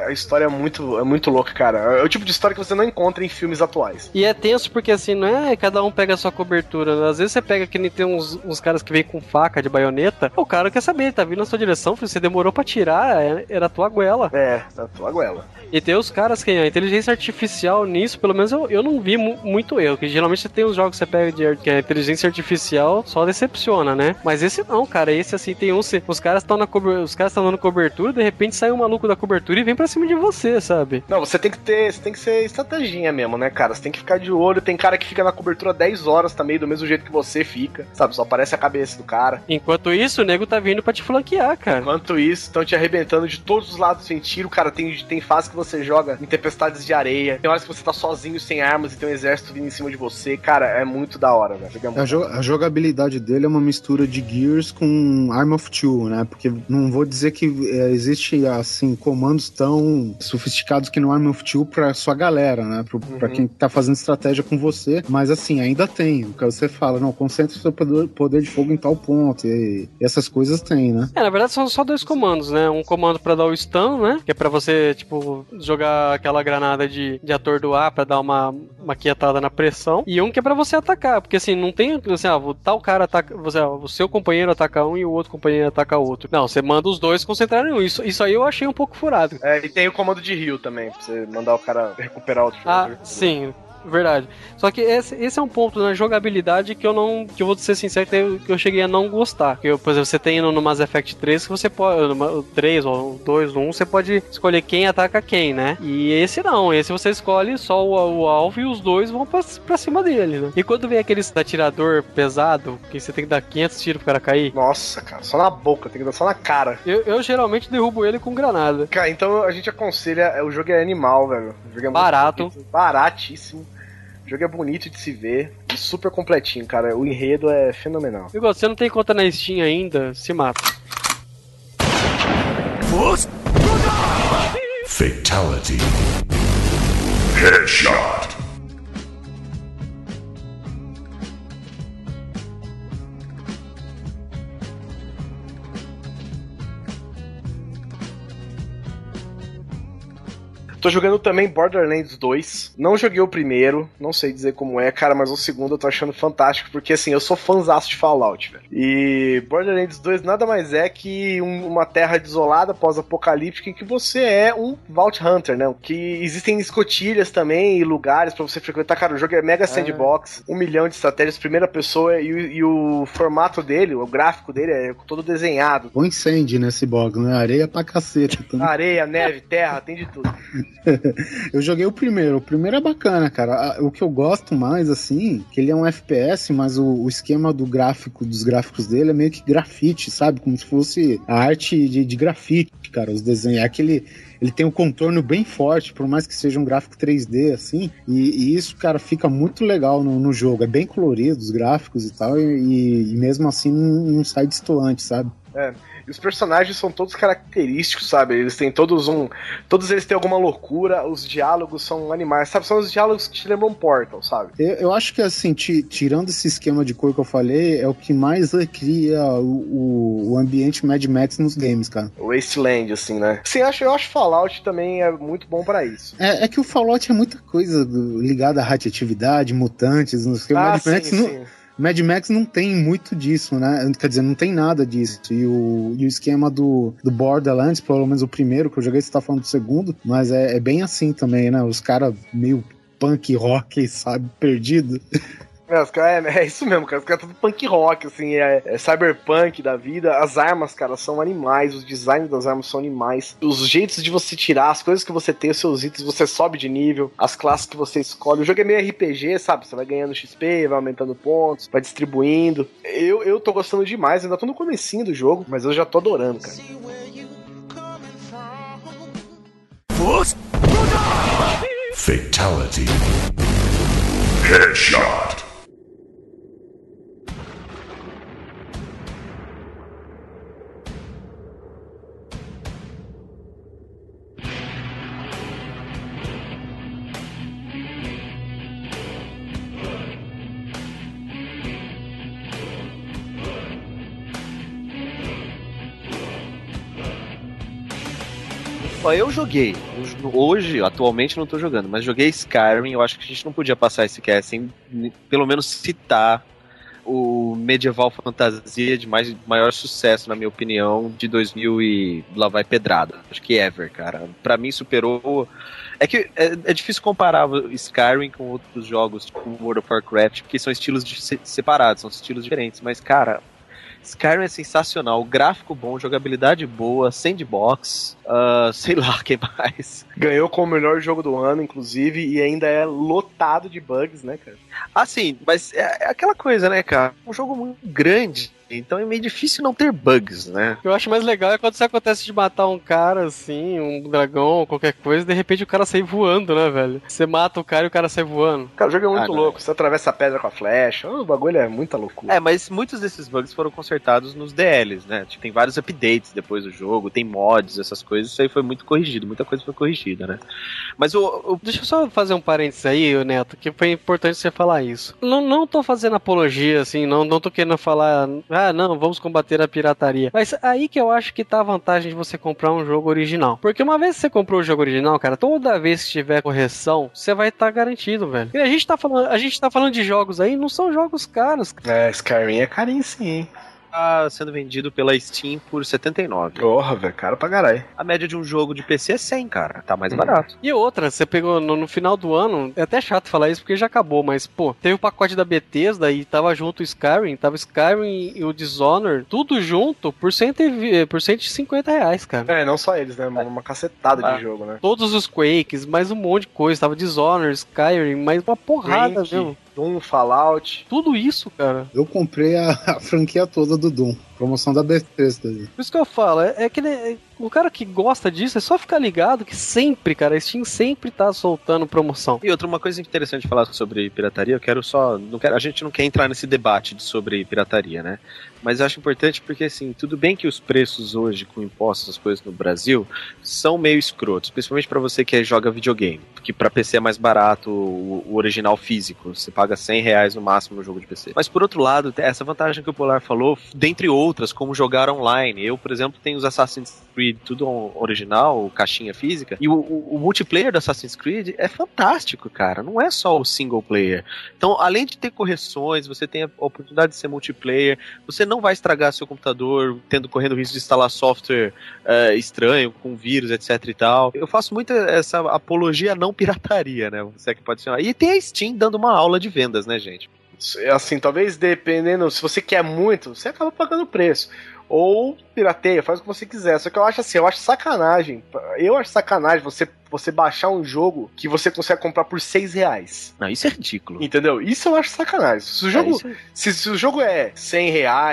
é muito louca, cara. É o tipo de história que você não encontra em filmes atuais. E é tenso porque, assim, não é cada um pega a sua cobertura, né? Às vezes você pega que nem tem uns caras que vêm com faca de baioneta, o cara quer saber, ele tá vindo na sua direção, você demorou pra tirar, era a tua goela. É, a tua goela. E tem os caras que a inteligência artificial nisso, pelo menos eu não vi muito erro, que geralmente tem os jogos que você pega que a inteligência artificial só decepciona, né? Mas esse não, cara, esse assim, tem os caras estão dando cobertura, de repente sai um maluco da cobertura e vem pra cima de você, sabe? Não, você tem que ser estratégia mesmo, né, cara? Você tem que ficar de olho, tem cara que fica na cobertura 10 horas também, do mesmo jeito que você fica, sabe? Só aparece a cabeça do cara. Enquanto isso, o nego tá vindo pra te flanquear, cara. Enquanto isso, estão te arrebentando de todos os lados sem tiro, cara, tem fase que você joga em tempestades de areia, tem horas que você tá sozinho, sem armas, e tem um exército vindo em cima de você, cara, é muito da hora, velho. A jogabilidade dele é uma mistura de Gears com Arm of Two, né? Porque não vou dizer que existe, assim, comandos tão sofisticados que no Arm of Two pra sua galera, né? Pra quem tá fazendo estratégia com você, mas assim, ainda tem. O que você fala, não, concentra o seu poder de fogo em tal ponto, e essas coisas tem, né? Na verdade são só 2 comandos, né? Um comando pra dar o stun, né? Que é pra você, tipo, jogar aquela granada de atordoar pra dar uma quietada na pressão. E um que é pra você atacar, porque assim, não tem, assim, tal cara ataca, o seu companheiro ataca um e o outro companheiro ataca o outro. Não, você manda os dois concentrarem em um. Isso aí eu achei um pouco furado. E tem o comando de heal também, pra você mandar o cara recuperar outro. Sim. Verdade. Só que esse é um ponto na jogabilidade que eu vou ser sincero, que eu cheguei a não gostar. Que por exemplo, você tem no Mass Effect 3 que você pode, no 3 ou 2 ou 1, você pode escolher quem ataca quem, né? E esse não, esse você escolhe só o alvo e os dois vão pra cima dele, né? E quando vem aqueles atirador pesado, que você tem que dar 500 tiros pro cara cair. Nossa, cara, só na boca, tem que dar só na cara. Eu geralmente derrubo ele com granada. Cara, então a gente aconselha, o jogo é animal, velho. O jogo é barato. Baratíssimo. O jogo é bonito de se ver e super completinho, cara. O enredo é fenomenal. Igual, você não tem conta na Steam ainda, se mata. Fatality. Headshot. Tô jogando também Borderlands 2. Não joguei o primeiro, não sei dizer como é, cara, mas o segundo eu tô achando fantástico, porque assim, eu sou fãzaço de Fallout, velho. E Borderlands 2 nada mais é que uma terra desolada, pós-apocalíptica, em que você é um Vault Hunter, né? Que existem escotilhas também e lugares pra você frequentar. Cara, o jogo é mega sandbox, 1 milhão de estratégias, primeira pessoa, e o formato dele, o gráfico dele é todo desenhado. Põe sandy nesse box, né? Areia pra cacete. Areia, neve, terra, tem de tudo. Eu joguei o primeiro é bacana, cara. O que eu gosto mais, assim, que ele é um FPS, mas o esquema dos gráficos dele é meio que grafite, sabe? Como se fosse a arte de grafite, cara, os desenhos. Ele tem um contorno bem forte, por mais que seja um gráfico 3D, assim, e isso, cara, fica muito legal no jogo. É bem colorido, os gráficos e tal, e mesmo assim não sai destoante, sabe? E os personagens são todos característicos, sabe? Eles têm todos eles têm alguma loucura, os diálogos são animais, sabe? São os diálogos que te lembram Portal, sabe? Eu acho que, assim, tirando esse esquema de cor que eu falei, é o que mais cria o ambiente Mad Max nos games, cara. O Wasteland, assim, né? Sim, eu acho Fallout também é muito bom pra isso. É que o Fallout é muita coisa ligada à radioatividade, mutantes, não sei o que. Sim. Mad Max não tem muito disso, né? Quer dizer, não tem nada disso. E o esquema do Borderlands, pelo menos o primeiro que eu joguei, você tá falando do segundo, mas é bem assim também, né? Os caras meio punk rock, sabe, perdido. É isso mesmo, cara. Os caras tudo punk rock, assim, é cyberpunk da vida. As armas, cara, são animais. Os designs das armas são animais. Os jeitos de você tirar, as coisas que você tem, os seus itens, você sobe de nível. As classes que você escolhe. O jogo é meio RPG, sabe? Você vai ganhando XP, vai aumentando pontos, vai distribuindo. Eu tô gostando demais. Ainda tô no comecinho do jogo, mas eu já tô adorando, cara. Fatality. Headshot. Eu joguei. Hoje, atualmente, não tô jogando, mas joguei Skyrim. Eu acho que a gente não podia passar esse cast sem pelo menos citar o medieval fantasia de maior sucesso, na minha opinião, de 2000 e lá vai pedrada. Acho que ever, cara. Pra mim superou... É que é difícil comparar o Skyrim com outros jogos, tipo World of Warcraft, porque são estilos separados, são estilos diferentes, mas, cara... Skyrim é sensacional, o gráfico bom, jogabilidade boa, sandbox, sei lá, o que mais. Ganhou como o melhor jogo do ano, inclusive, e ainda é lotado de bugs, né, cara? Ah, sim, mas é aquela coisa, né, cara? Um jogo muito grande, então é meio difícil não ter bugs, né? O que eu acho mais legal é quando isso acontece de matar um cara, assim, um dragão, qualquer coisa, e de repente o cara sai voando, né, velho? Você mata o cara e o cara sai voando. Cara, o jogo é muito louco, você atravessa a pedra com a flecha, o bagulho é muita loucura. É, mas muitos desses bugs foram consertados nos DLs, né? Tipo, tem vários updates depois do jogo, tem mods, essas coisas, isso aí foi muito corrigido, muita coisa foi corrigida, né? Mas Deixa eu só fazer um parênteses aí, Neto, que foi importante você falar isso. Não tô fazendo apologia, assim, não tô querendo falar, não, vamos combater a pirataria. Mas aí que eu acho que tá a vantagem de você comprar um jogo original. Porque uma vez que você comprou o jogo original, cara, toda vez que tiver correção, você vai estar garantido, velho. E a gente tá falando de jogos aí, não são jogos caros. Skyrim é carinho sim, hein? Tá sendo vendido pela Steam por R$79. Porra, velho, cara pra caralho. A média de um jogo de PC é 100, cara. Tá mais barato. E outra, você pegou no final do ano, é até chato falar isso porque já acabou, mas, pô, teve o pacote da Bethesda e tava junto o Skyrim, tava Skyrim e o Dishonored, tudo junto por R$150, cara. Não só eles, né? Uma cacetada de jogo, né? Todos os Quakes, mais um monte de coisa. Tava Dishonored, Skyrim, mais uma porrada mesmo. Doom, Fallout. Tudo isso, cara. Eu comprei a franquia toda do Doom. Promoção da Bethesda. Por isso que eu falo, é que o cara que gosta disso é só ficar ligado que sempre, cara, a Steam sempre tá soltando promoção. E outra, uma coisa interessante de falar sobre pirataria, a gente não quer entrar nesse debate sobre pirataria, né? Mas eu acho importante porque, assim, tudo bem que os preços hoje, com impostos, as coisas no Brasil, são meio escrotos, principalmente pra você que joga videogame, porque pra PC é mais barato o original físico, você paga R$100 no máximo no jogo de PC. Mas por outro lado, essa vantagem que o Polar falou, dentre outras, como jogar online. Eu, por exemplo, tenho os Assassin's Creed tudo original, caixinha física, e o multiplayer do Assassin's Creed é fantástico, cara, não é só o single player. Então, além de ter correções, você tem a oportunidade de ser multiplayer, você não vai estragar seu computador correndo risco de instalar software estranho, com vírus, etc e tal. Eu faço muito essa apologia à não pirataria, né? Você é que pode chamar. E tem a Steam dando uma aula de vendas, né, gente? Assim, talvez dependendo, se você quer muito, você acaba pagando o preço. Ou pirateia, faz o que você quiser. Só que eu acho sacanagem. Eu acho sacanagem você baixar um jogo que você consegue comprar por R$6. Não, isso é ridículo. Entendeu? Isso eu acho sacanagem. Se o jogo é R$100,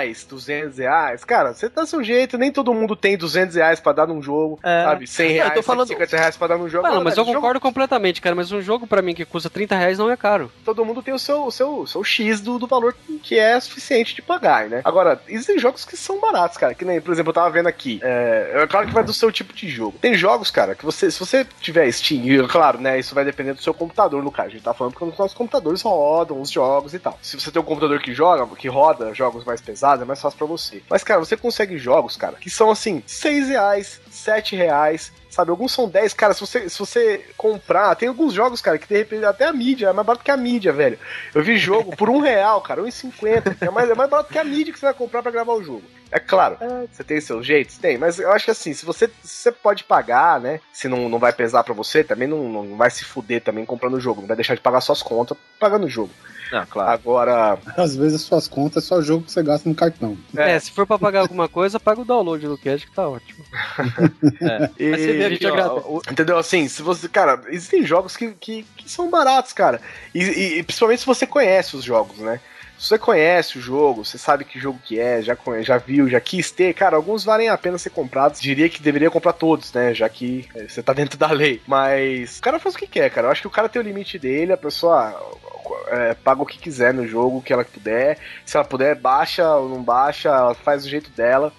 R$200, cara, você tá seu jeito. Nem todo mundo tem R$200 pra dar num jogo, sabe? R$100, eu tô falando... R$150 pra dar num jogo. Mas eu concordo completamente, cara. Mas um jogo pra mim que custa R$30 não é caro. Todo mundo tem o seu X do valor que é suficiente de pagar, né? Agora, existem jogos que são baratos, cara. Que nem, por exemplo, eu tava vendo aqui. É claro que vai do seu tipo de jogo. Tem jogos, cara, que se você tiver Steam, e, claro, né, isso vai depender do seu computador, no caso. A gente tá falando porque os nossos computadores rodam os jogos e tal. Se você tem um computador que roda jogos mais pesados, é mais fácil pra você. Mas, cara, você consegue jogos, cara, que são assim, R$6, R$7, sabe? Alguns são 10, cara, se você comprar, tem alguns jogos, cara, que de repente até a mídia é mais barato que a mídia, velho. Eu vi jogo por R$1, cara, R$1,50, é mais barato que a mídia que você vai comprar pra gravar o jogo. É claro, você tem seus jeitos? Tem, mas eu acho que assim, se você pode pagar, né, se não vai pesar pra você, também não vai se fuder também comprando o jogo, não vai deixar de pagar suas contas pagando o jogo. Não, claro. Agora... Às vezes as suas contas é só jogo que você gasta no cartão. Se for pra pagar alguma coisa, paga o download do Cash, que tá ótimo. Mas você vê aqui, entendeu? Assim, se você... Cara, existem jogos que são baratos, cara. E principalmente se você conhece os jogos, né? Se você conhece o jogo, você sabe que jogo que é, já viu, já quis ter, cara, alguns valem a pena ser comprados. Diria que deveria comprar todos, né? Já que você tá dentro da lei. Mas o cara faz o que quer, cara. Eu acho que o cara tem o limite dele, a pessoa paga o que quiser no jogo, o que ela puder. Se ela puder, baixa ou não baixa, ela faz do jeito dela.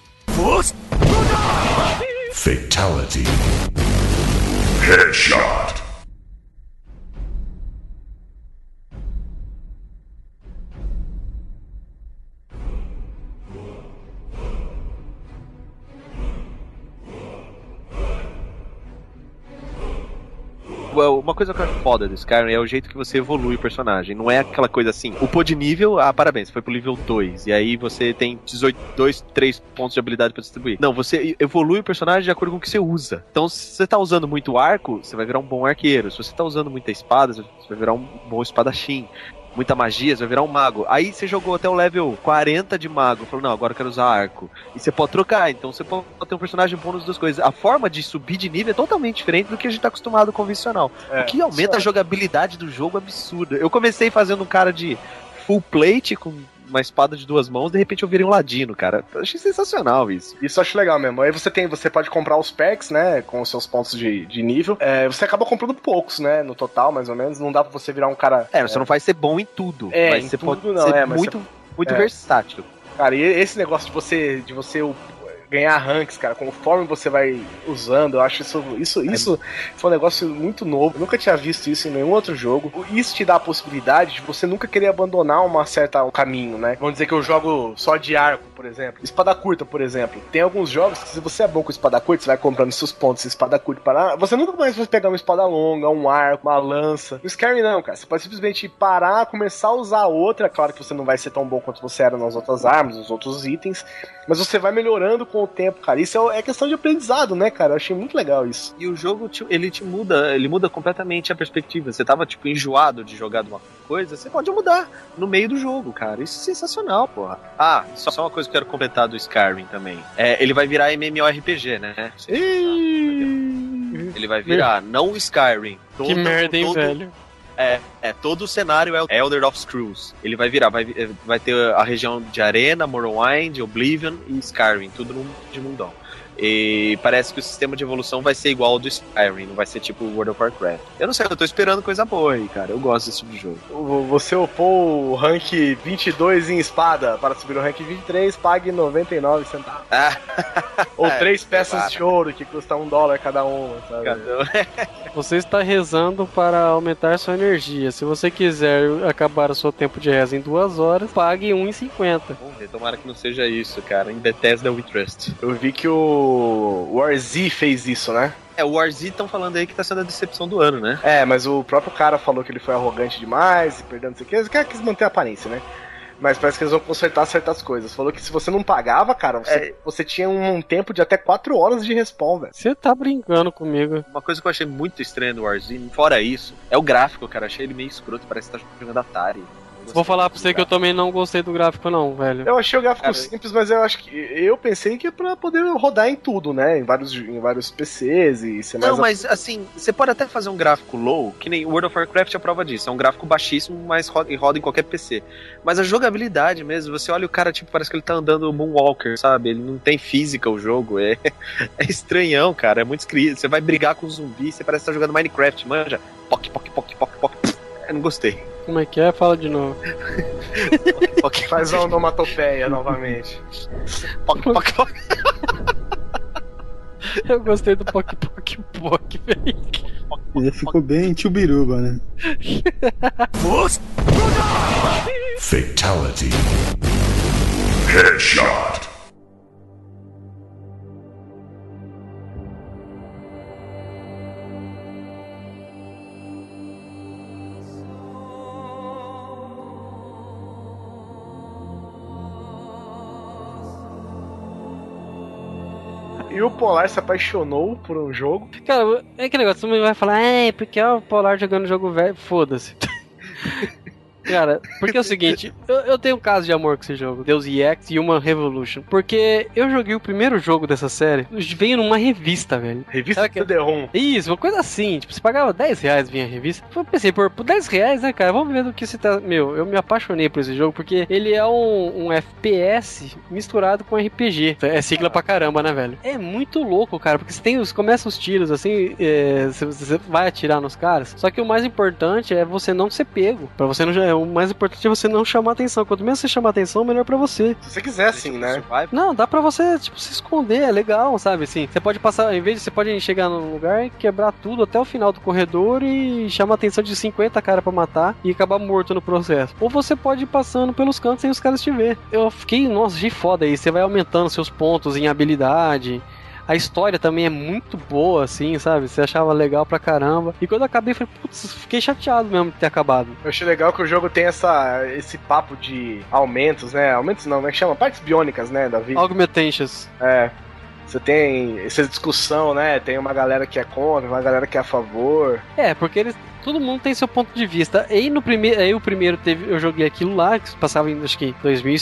Fatality. Headshot. Uma coisa que eu acho foda do Skyrim é o jeito que você evolui o personagem. Não é aquela coisa assim, upou de nível, parabéns, foi pro nível 2. E aí você tem 3 pontos de habilidade pra distribuir. Não, você evolui o personagem de acordo com o que você usa. Então, se você tá usando muito arco, você vai virar um bom arqueiro. Se você tá usando muita espada, você vai virar um bom espadachim. Muita magia, você vai virar um mago. Aí você jogou até o level 40 de mago. Falou, não, agora eu quero usar arco. E você pode trocar, então você pode ter um personagem bom nas duas coisas. A forma de subir de nível é totalmente diferente do que a gente tá acostumado convencional. O que aumenta a jogabilidade do jogo absurda. Eu comecei fazendo um cara de full plate com uma espada de 2 mãos, de repente eu virei um ladino, cara. Eu achei sensacional isso. Isso eu acho legal mesmo. Aí você pode comprar os packs, né, com os seus pontos de nível. Você acaba comprando poucos, né, no total, mais ou menos. Não dá pra você virar um cara... Você não vai ser bom em tudo. Mas em você tudo pode não, ser mas muito versátil. Cara, e esse negócio de você ganhar ranks, cara, conforme você vai usando, eu acho isso foi um negócio muito novo. Eu nunca tinha visto isso em nenhum outro jogo. Isso te dá a possibilidade de você nunca querer abandonar um caminho, né? Vamos dizer que eu jogo só de arco, por exemplo. Espada curta, por exemplo. Tem alguns jogos que se você é bom com espada curta, você vai comprando seus pontos de espada curta para... Você nunca mais vai pegar uma espada longa, um arco, uma lança. No Skyrim não, cara. Você pode simplesmente parar, começar a usar outra. Claro que você não vai ser tão bom quanto você era nas outras armas, nos outros itens, mas você vai melhorando com o tempo, cara. Isso é questão de aprendizado, né, cara? Eu achei muito legal isso. E o jogo, ele muda completamente a perspectiva. Você tava, enjoado de jogar de uma coisa, você pode mudar no meio do jogo, cara. Isso é sensacional, porra. Só uma coisa que eu quero completar do Skyrim também. Ele vai virar MMORPG, né? Ele vai virar, não o Skyrim. Que merda, hein, velho? Todo o cenário é o Elder of Scrolls. Ele vai virar, vai ter a região de Arena, Morrowind, Oblivion e Skyrim, tudo de mundão. E parece que o sistema de evolução vai ser igual ao do Skyrim, não vai ser tipo World of Warcraft. Eu não sei, eu tô esperando coisa boa aí, cara. Eu gosto desse tipo de jogo. Você upou o rank 22 em espada. Para subir o rank 23, pague 99 centavos. Ou 3 peças de ouro que custa $1 cada uma, sabe? Você está rezando para aumentar sua energia. Se você quiser acabar o seu tempo de reza em 2 horas, pague 1,50. Vamos ver, tomara que não seja isso, cara. Em Bethesda We Trust. Eu vi que o Warzy fez isso, né? O Warzy estão falando aí que tá sendo a decepção do ano, né? Mas o próprio cara falou que ele foi arrogante demais e perdendo não sei o que. Ele quis manter a aparência, né? Mas parece que eles vão consertar certas coisas. Falou que se você não pagava, cara, você tinha um tempo de até 4 horas de respawn, velho. Você tá brincando comigo. Uma coisa que eu achei muito estranha do Warzy, fora isso, é o gráfico, cara. Achei ele meio escroto, parece que tá jogando Atari. Vou falar pra você que eu também não gostei do gráfico não, velho. Eu achei o gráfico simples, mas eu pensei que é pra poder rodar em tudo, né? Em vários PCs e ser mais... Não, mas assim, você pode até fazer um gráfico low, que nem World of Warcraft é a prova disso. É um gráfico baixíssimo, mas roda em qualquer PC. Mas a jogabilidade mesmo, você olha o cara, parece que ele tá andando Moonwalker, sabe? Ele não tem física o jogo, é estranhão, cara. É muito escrito. Você vai brigar com um zumbi, você parece que tá jogando Minecraft, manja? Poc. Eu não gostei. Como é que é? Fala de novo. Faz a onomatopeia novamente. Poc. Eu gostei do poc, velho. Ele ficou bem tchubiruba, né? Fatality. Headshot. E o Polar se apaixonou por um jogo. Cara, é aquele negócio, todo mundo vai falar, porque é o Polar jogando jogo velho, foda-se. Cara, porque é o seguinte, eu tenho um caso de amor com esse jogo, Deus Ex e Human Revolution, porque eu joguei o primeiro jogo dessa série, veio numa revista, velho. Revista CD-ROM. Isso, uma coisa assim, tipo, você pagava R$10 vinha a revista. Eu pensei, por R$10, né, cara, vamos ver do que se tá... Meu, eu me apaixonei por esse jogo, porque ele é um FPS misturado com RPG. É sigla pra caramba, né, velho? É muito louco, cara, porque você começa os tiros, assim, você vai atirar nos caras, só que o mais importante é você não ser pego. Pra você não... O mais importante é você não chamar atenção. Quanto menos você chamar atenção, melhor pra você. Se você quiser, sim, né? Não, dá pra você, tipo, se esconder, é legal, sabe, assim. Você pode passar, em vez de você pode chegar num lugar e quebrar tudo até o final do corredor e chamar a atenção de 50 caras pra matar e acabar morto no processo. Ou você pode ir passando pelos cantos sem os caras te ver. Eu fiquei, nossa, achei foda aí. Você vai aumentando seus pontos em habilidade. A história também é muito boa, assim, sabe? Você achava legal pra caramba. E quando eu acabei, eu falei, putz, fiquei chateado mesmo de ter acabado. Eu achei legal que o jogo tem esse papo de aumentos, né? Aumentos não, como é que chama? Partes biônicas, né, da vida. Augmentations. Você tem essa discussão, né? Tem uma galera que é contra, uma galera que é a favor. Porque todo mundo tem seu ponto de vista. Aí o primeiro eu joguei aquilo lá, que passava em acho que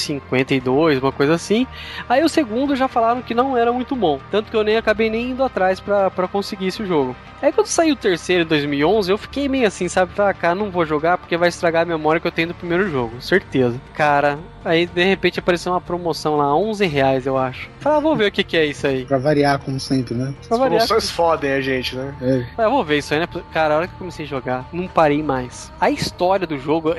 2052, uma coisa assim. Aí o segundo já falaram que não era muito bom. Tanto que eu acabei nem indo atrás pra conseguir esse jogo. Aí quando saiu o terceiro em 2011, eu fiquei meio assim, sabe? Falei, cara, não vou jogar porque vai estragar a memória que eu tenho do primeiro jogo, certeza. Cara, aí de repente apareceu uma promoção lá, R$11, eu acho. Falei, vou ver o que é isso aí. Pra variar, como sempre, né? As promoções fodem a gente, né? Eu vou ver isso aí, né? Cara, a hora que eu comecei a jogar, não parei mais. A história do jogo,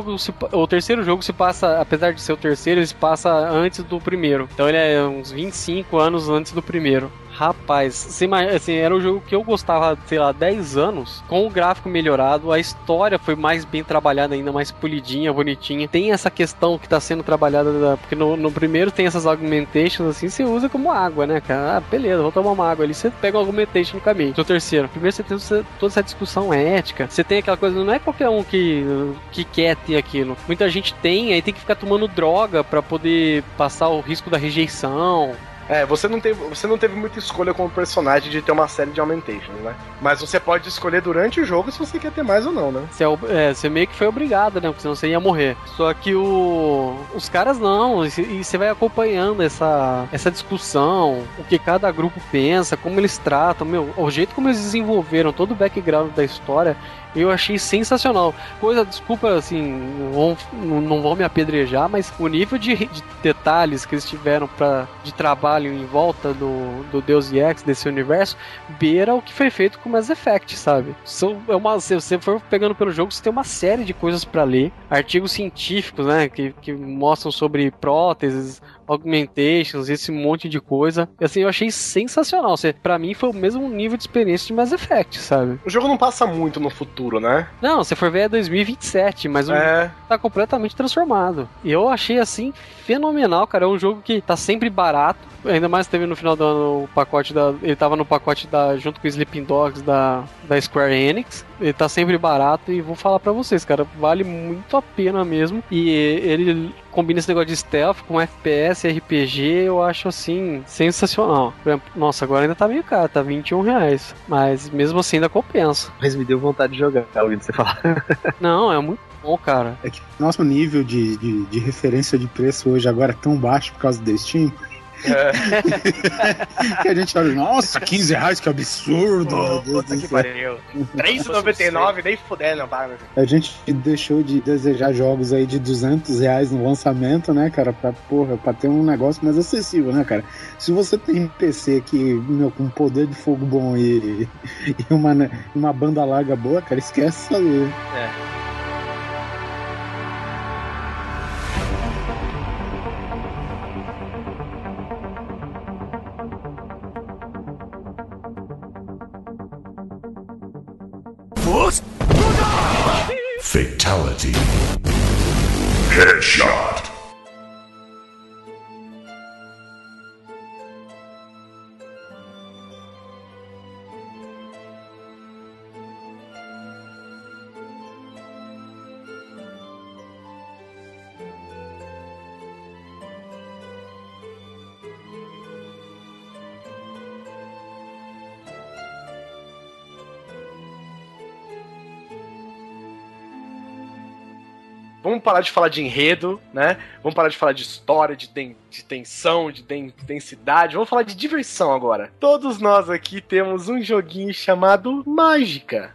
o terceiro jogo se passa, apesar de ser o terceiro, ele se passa antes do primeiro. Então ele é uns 25 anos antes do primeiro. Rapaz, assim, era um jogo que eu gostava, sei lá, 10 anos, com o gráfico melhorado, a história foi mais bem trabalhada ainda, mais polidinha, bonitinha. Tem essa questão que tá sendo trabalhada, porque no primeiro tem essas augmentations, assim, você usa como água, né, cara? Ah, beleza, vou tomar uma água ali, você pega uma augmentation no caminho. No terceiro, primeiro você tem toda essa discussão ética, você tem aquela coisa, não é qualquer um que quer ter aquilo. Muita gente tem, aí tem que ficar tomando droga pra poder passar o risco da rejeição. Você não teve muita escolha como personagem de ter uma série de augmentations, né? Mas você pode escolher durante o jogo se você quer ter mais ou não, né? Você meio que foi obrigado, né? Porque senão você ia morrer. Só que os caras não, e você vai acompanhando essa discussão, o que cada grupo pensa, como eles tratam, o jeito como eles desenvolveram todo o background da história, eu achei sensacional. Desculpa, assim, não vão me apedrejar, mas o nível de detalhes que eles tiveram de trabalho em volta do Deus Ex, desse universo, beira o que foi feito com Mass Effect, sabe? Se você for pegando pelo jogo, você tem uma série de coisas pra ler, artigos científicos, né, que mostram sobre próteses, augmentations, esse monte de coisa. E assim, eu achei sensacional. Pra mim foi o mesmo nível de experiência de Mass Effect, sabe? O jogo não passa muito no futuro, né? Não, se for ver é 2027, mas o jogo tá completamente transformado. E eu achei assim fenomenal, cara. É um jogo que tá sempre barato. Ainda mais teve no final do ano o pacote ele tava no pacote junto com o Sleeping Dogs da Square Enix. Ele tá sempre barato e vou falar pra vocês, cara, vale muito a pena mesmo. E ele combina esse negócio de stealth com FPS, RPG, eu acho assim, sensacional. Por exemplo, nossa, agora ainda tá meio caro, tá R$21. Mas mesmo assim ainda compensa. Mas me deu vontade de jogar, ouvindo você falar. Não, é muito bom, cara. É que nosso nível de referência de preço hoje agora é tão baixo por causa do Steam. Que a gente olha, nossa, R$15, que absurdo! Puta que pariu. R$3,99, nem fudendo, não paga. A gente deixou de desejar jogos aí de R$200 no lançamento, né, cara, pra ter um negócio mais acessível, né, cara? Se você tem um PC que, com poder de fogo bom e uma banda larga boa, cara, esquece isso aí. Fatality. Headshot. vamos parar de falar de enredo, né? Vamos parar de falar de história, de tensão, de densidade. Vamos falar de diversão agora. Todos nós aqui temos um joguinho chamado Mágica.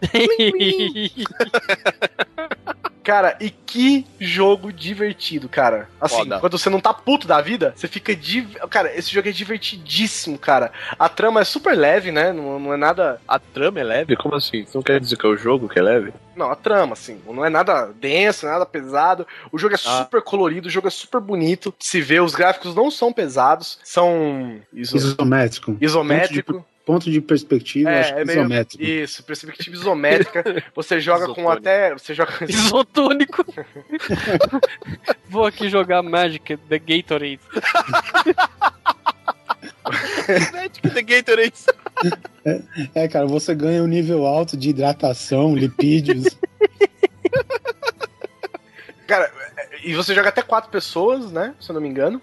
Cara, e que jogo divertido, cara. Assim, Foda. quando você não tá puto da vida, você fica... Cara, esse jogo é divertidíssimo, cara. A trama é super leve, né? Não é nada... A trama é leve? Como assim? Você não quer dizer que é o jogo que é leve? Não, a trama, assim, não é nada denso, nada pesado. O jogo é super colorido, o jogo é super bonito. Se vê, os gráficos não são pesados, são... Isométrico. Ponto de perspectiva, acho que meio... isométrico. Isso, perspectiva isométrica. Você joga com até... Você joga... Isotônico. Vou aqui jogar Magic, The Gatorade. Magic The Gatorade. Cara, você ganha um nível alto de hidratação, lipídios. Cara, e você joga até 4 pessoas, né? Se eu não me engano.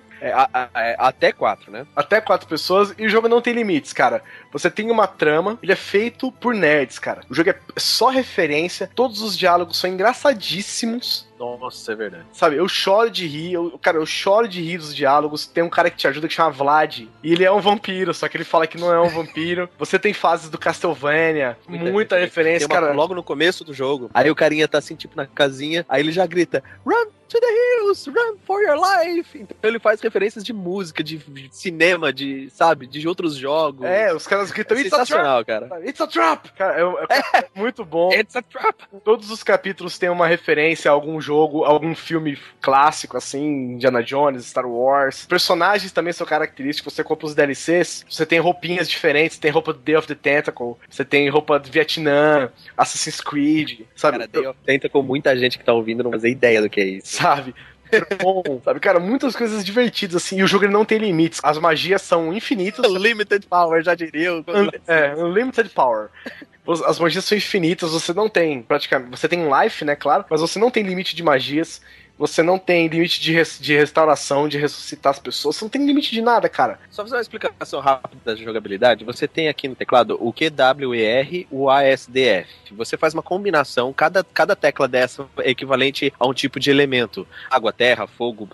Até 4, né? Até 4 pessoas, e o jogo não tem limites, cara. Você tem uma trama, ele é feito por nerds, cara. O jogo é só referência, todos os diálogos são engraçadíssimos. Nossa, é verdade. Sabe, eu choro de rir, eu choro de rir dos diálogos. Tem um cara que te ajuda que chama Vlad, e ele é um vampiro, só que ele fala que não é um vampiro. Você tem fases do Castlevania, muita referência, cara. Logo no começo do jogo, aí o carinha tá assim, tipo, na casinha, aí ele já grita, run to the hills, run for your life. Então ele faz referências de música, de cinema, de, sabe, de outros jogos. Os caras gritam, It's sensacional, cara. It's a trap! Cara, é muito bom. It's a trap! Todos os capítulos têm uma referência a algum jogo, algum filme clássico, assim, Indiana Jones, Star Wars. Personagens também são característicos. Você compra os DLCs, você tem roupinhas diferentes, tem roupa do Day of the Tentacle, você tem roupa do Vietnã, Assassin's Creed, sabe? Cara, Day of the Tentacle, muita gente que tá ouvindo não faz ideia do que é isso. Sabe? Bom, sabe, cara, muitas coisas divertidas, assim, e o jogo ele não tem limites. As magias são infinitas. Unlimited Power, já diria. Unlimited Power. As magias são infinitas, você não tem, praticamente, você tem life, né, claro, mas você não tem limite de magias, você não tem limite de restauração, de ressuscitar as pessoas, você não tem limite de nada, cara. Só fazer uma explicação rápida da jogabilidade, você tem aqui no teclado o QWER, o ASDF. Você faz uma combinação, cada tecla dessa é equivalente a um tipo de elemento. Água, terra, fogo,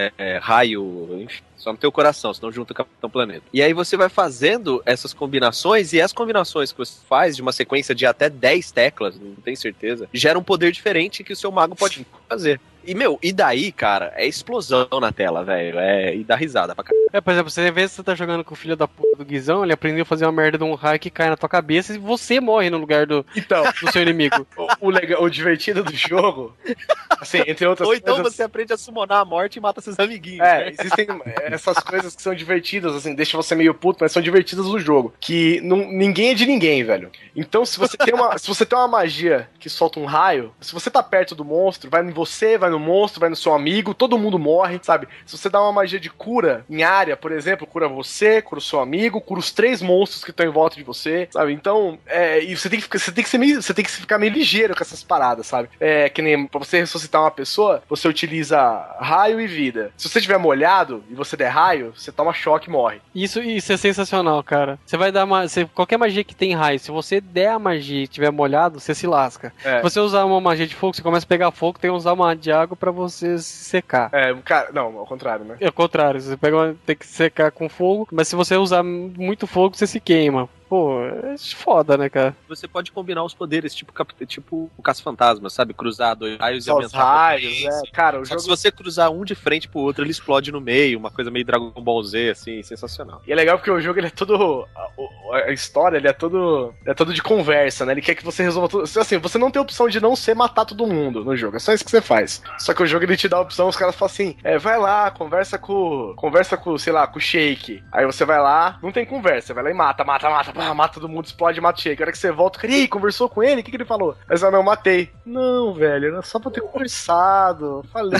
raio, enfim. Só no teu coração, senão junta o Capitão Planeta. E aí você vai fazendo essas combinações, e as combinações que você faz de uma sequência de até 10 teclas, não tenho certeza, gera um poder diferente que o seu mago pode fazer. E daí, cara, é explosão na tela, velho. E dá risada pra caralho. Por exemplo, você vê se você tá jogando com o filho da puta do Guizão, ele aprendeu a fazer uma merda de um raio que cai na tua cabeça e você morre no lugar do seu inimigo. O divertido do jogo, assim, entre outras coisas... Ou então coisas... você aprende a summonar a morte e mata seus amiguinhos. Existem essas coisas que são divertidas, assim, deixam você meio puto, mas são divertidas no jogo. Que ninguém é de ninguém, velho. Então, se você tem uma magia que solta um raio, se você tá perto do monstro, vai em você, vai no monstro, vai no seu amigo, todo mundo morre, sabe? Se você dá uma magia de cura em área, por exemplo, cura você, cura o seu amigo, cura os 3 monstros que estão em volta de você, sabe? Então, e você tem que ficar meio ligeiro com essas paradas, sabe? Que nem pra você ressuscitar uma pessoa, você utiliza raio e vida. Se você estiver molhado e você der raio, você toma choque e morre. Isso é sensacional, cara. Você vai dar qualquer magia que tem raio, se você der a magia e estiver molhado, você se lasca. Se você usar uma magia de fogo, você começa a pegar fogo, tem que usar uma de água pra você se secar. Cara, não, ao contrário, né? É o contrário, você tem que secar com fogo, mas se você usar muito fogo, você se queima. Pô, é foda, né, cara? Você pode combinar os poderes, tipo o Caça-Fantasma, sabe? Cruzar 2 raios e aumentar raios, cara, Só que se você cruzar um de frente pro outro, ele explode no meio, uma coisa meio Dragon Ball Z, assim, sensacional. E é legal porque o jogo, ele é todo... A história, ele é todo de conversa, né? Ele quer que você resolva tudo. Assim, você não tem a opção de não ser matar todo mundo no jogo, é só isso que você faz. Só que o jogo, ele te dá a opção, os caras falam assim, vai lá, conversa com, sei lá, com o Shake. Aí você vai lá, não tem conversa, vai lá e mata todo mundo, explode, mata o Shake. A hora que você volta, cara, e aí, conversou com ele? O que ele falou? Aí você, não, matei. Não, velho, era só pra ter conversado. Falei,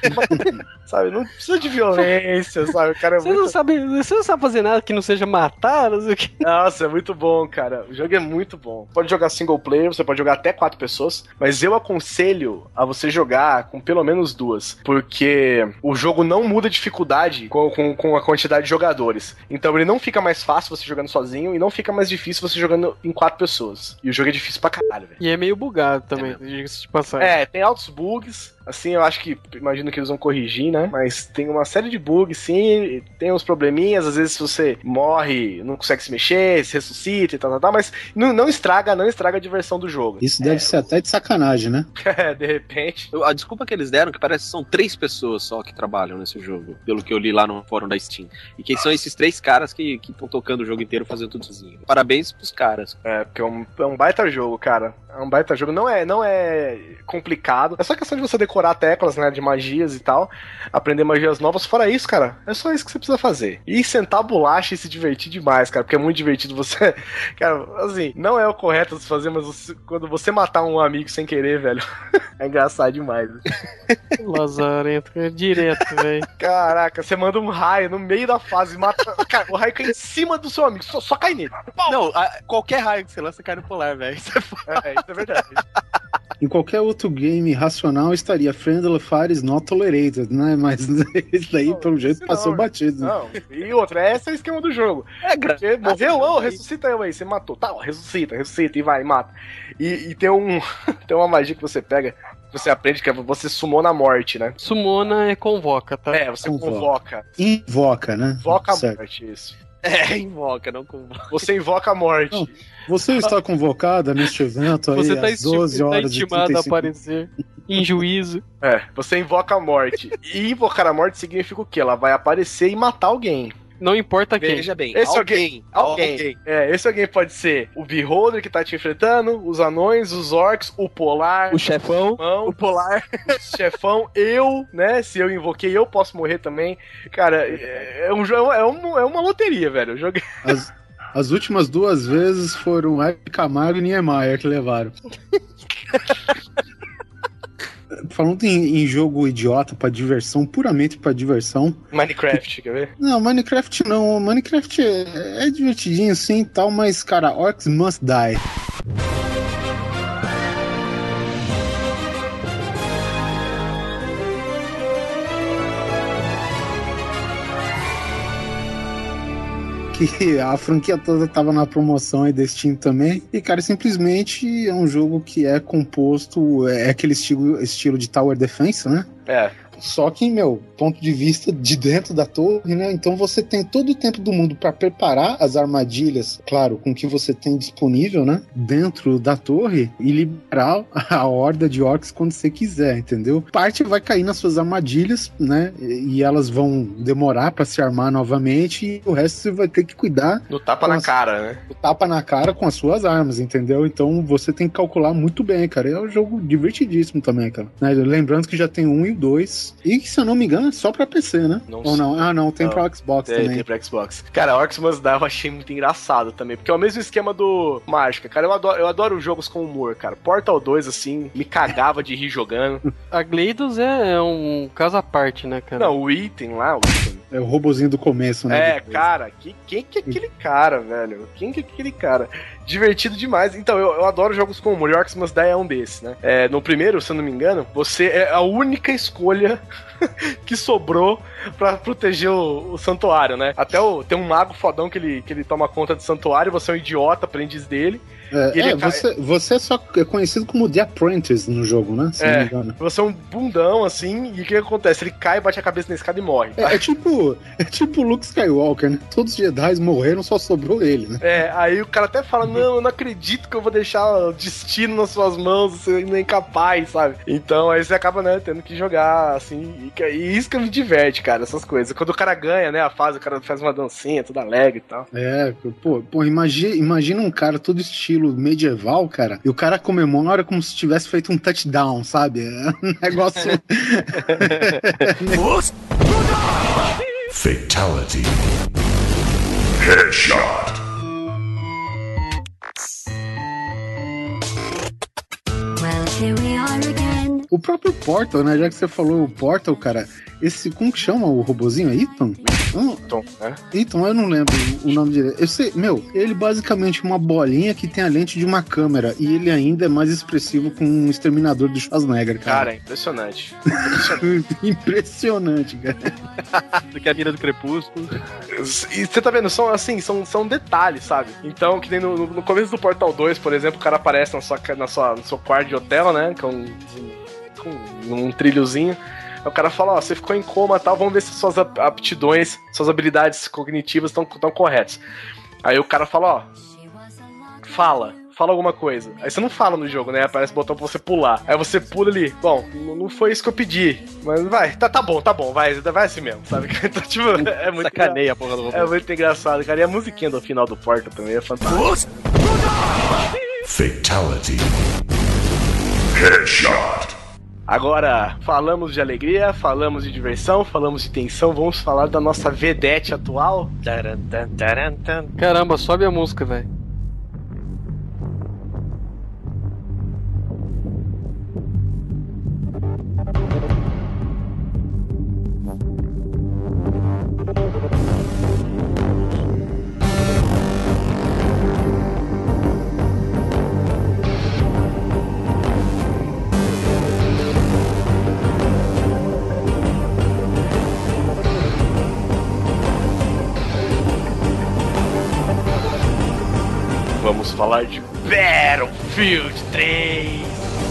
sabe, não precisa de violência, sabe? O cara você não sabe fazer nada que não seja matar, não sei o que. Nossa, é muito bom, cara. O jogo é muito bom. Pode jogar single player, você pode jogar até 4 pessoas, mas eu aconselho a você jogar com pelo menos 2, porque o jogo não muda a dificuldade com a quantidade de jogadores. Então ele não fica mais fácil você jogando sozinho e não fica mais difícil você jogando em 4 pessoas. E o jogo é difícil pra caralho, velho. E é meio bugado também, diga-se de passagem. Tem altos bugs. assim, eu acho que, imagino que eles vão corrigir, né? Mas tem uma série de bugs, sim, tem uns probleminhas, às vezes se você morre, não consegue se mexer, se ressuscita e tal, mas não estraga a diversão do jogo. Isso deve ser até de sacanagem, né? De repente. A desculpa que eles deram, que parece que são 3 pessoas só que trabalham nesse jogo, pelo que eu li lá no fórum da Steam. E quem são esses 3 caras que estão tocando o jogo inteiro, fazendo tudo sozinho. Parabéns pros caras. Porque é um baita jogo, cara. É um baita jogo. Não é complicado. É só questão de você decorar teclas, né, de magias e tal. Aprender magias novas. Fora isso, cara, é só isso que você precisa fazer. E sentar bolacha e se divertir demais, cara. Porque é muito divertido você... Cara, assim, não é o correto de se fazer, mas quando você matar um amigo sem querer, velho, é engraçado demais. Lazarento, é direto, velho. Caraca, você manda um raio no meio da fase e mata... Cara, o raio cai em cima do seu amigo. Só cai nele. Não, qualquer raio que você lança cai no polar, velho. Isso é verdade. Em qualquer outro game racional estaria Friendly Fire is not tolerated, né? Mas esse daí, pelo jeito, passou batido. Não, e outra, esse é o esquema do jogo. Porque morreu, ressuscita eu aí, você matou. Tá, ressuscita e vai, mata. E tem uma magia que você pega, você aprende que você sumona a morte, né? Sumona é convoca, tá? Você convoca. Invoca, né? Invoca a morte, isso. Invoca, não convoca. Você invoca a morte. Não, você está convocada neste evento aí você às 12 horas e 35 intimado a aparecer em juízo. Você invoca a morte. E invocar a morte significa o quê? Ela vai aparecer e matar alguém. Não importa quem. Veja bem, alguém. Esse alguém pode ser o Beholder que tá te enfrentando, os anões, os orcs, o polar, o chefão, o polar, o chefão, eu, né? Se eu invoquei, eu posso morrer também. Cara, é um jogo, é uma loteria, velho. Eu joguei. As últimas 2 vezes foram Eric Camargo e Niemeyer que levaram. Falando em jogo idiota pra diversão, puramente pra diversão. Minecraft, quer ver? Não, Minecraft não. Minecraft é divertidinho sim e tal, mas, cara, Orcs Must Die. Que a franquia toda tava na promoção aí da Steam também. E, cara, simplesmente é um jogo que é composto, é aquele estilo de Tower Defense, né? Só que, ponto de vista de dentro da torre, né? Então você tem todo o tempo do mundo para preparar as armadilhas, claro, com o que você tem disponível, né? Dentro da torre e liberar a horda de orcs quando você quiser, entendeu? Parte vai cair nas suas armadilhas, né? E elas vão demorar para se armar novamente e o resto você vai ter que cuidar. No tapa na cara, né? O tapa na cara com as suas armas, entendeu? Então você tem que calcular muito bem, cara. É um jogo divertidíssimo também, cara. Né? Lembrando que já tem o 1 e o 2. E que, se eu não me engano, é só pra PC, né? Ou não? Ah, não, tem pra Xbox também. Tem pra Xbox. Cara, Orcs Must Die eu achei muito engraçado também, porque é o mesmo esquema do Mágica. Cara, eu adoro jogos com humor, cara. Portal 2, assim, me cagava de rir jogando. A GLaDOS é um caso à parte, né, cara? Não, o Item lá, é o robozinho do começo, né? Cara, quem que é aquele cara, velho? Quem que é aquele cara? Divertido demais. Então, eu adoro jogos com humor. Orcs Must Die é um desses, né? No primeiro, se eu não me engano, você é a única escolha que sobrou pra proteger o santuário, né? Até tem um mago fodão que ele toma conta do santuário, você é um idiota, aprendiz dele. Você só é conhecido como The Apprentice no jogo, né? Se não me engano. Você é um bundão, assim, e o que acontece? Ele cai, bate a cabeça na escada e morre. Tá? É tipo Luke Skywalker, né? Todos os Jedi morreram, só sobrou ele, né? Aí o cara até fala, não, eu não acredito que eu vou deixar o destino nas suas mãos, você não é incapaz, sabe? Então aí você acaba, né, tendo que jogar, assim, e isso que me diverte, cara, essas coisas. Quando o cara ganha, né, a fase, o cara faz uma dancinha, toda alegre e tal. Imagina um cara todo estilo medieval, cara, e o cara comemora como se tivesse feito um touchdown, sabe? É um negócio... Fatality. Headshot. Well, here we are again. O próprio Portal, né? Já que você falou o Portal, cara, esse, como que chama o robozinho? Ethan? Ethan, né? Ethan, eu não lembro o nome dele. Eu sei, ele basicamente é uma bolinha que tem a lente de uma câmera e ele ainda é mais expressivo com um exterminador do Schwarzenegger, cara. Cara, é impressionante. Impressionante, cara. Do que a mira do Crepúsculo. E você tá vendo, são detalhes, sabe? Então, que nem no começo do Portal 2, por exemplo, o cara aparece no seu quarto de hotel, né? Com num trilhozinho. Aí o cara fala, ó, você ficou em coma e tal, vamos ver se suas aptidões, suas habilidades cognitivas estão corretas. Aí o cara fala, ó, fala alguma coisa. Aí você não fala no jogo, né? Aparece o botão pra você pular. Aí você pula ali. Bom, não foi isso que eu pedi. Mas vai, tá bom, vai assim mesmo, sabe? Então, tipo, é muito... Sacaneia a porra do robô. É muito engraçado, cara. E a musiquinha do final do Portal também é fantástica. Fatality. Headshot. Agora, falamos de alegria, falamos de diversão, falamos de tensão, vamos falar da nossa vedete atual. Caramba, sobe a música, velho. Vamos falar de Battlefield 3.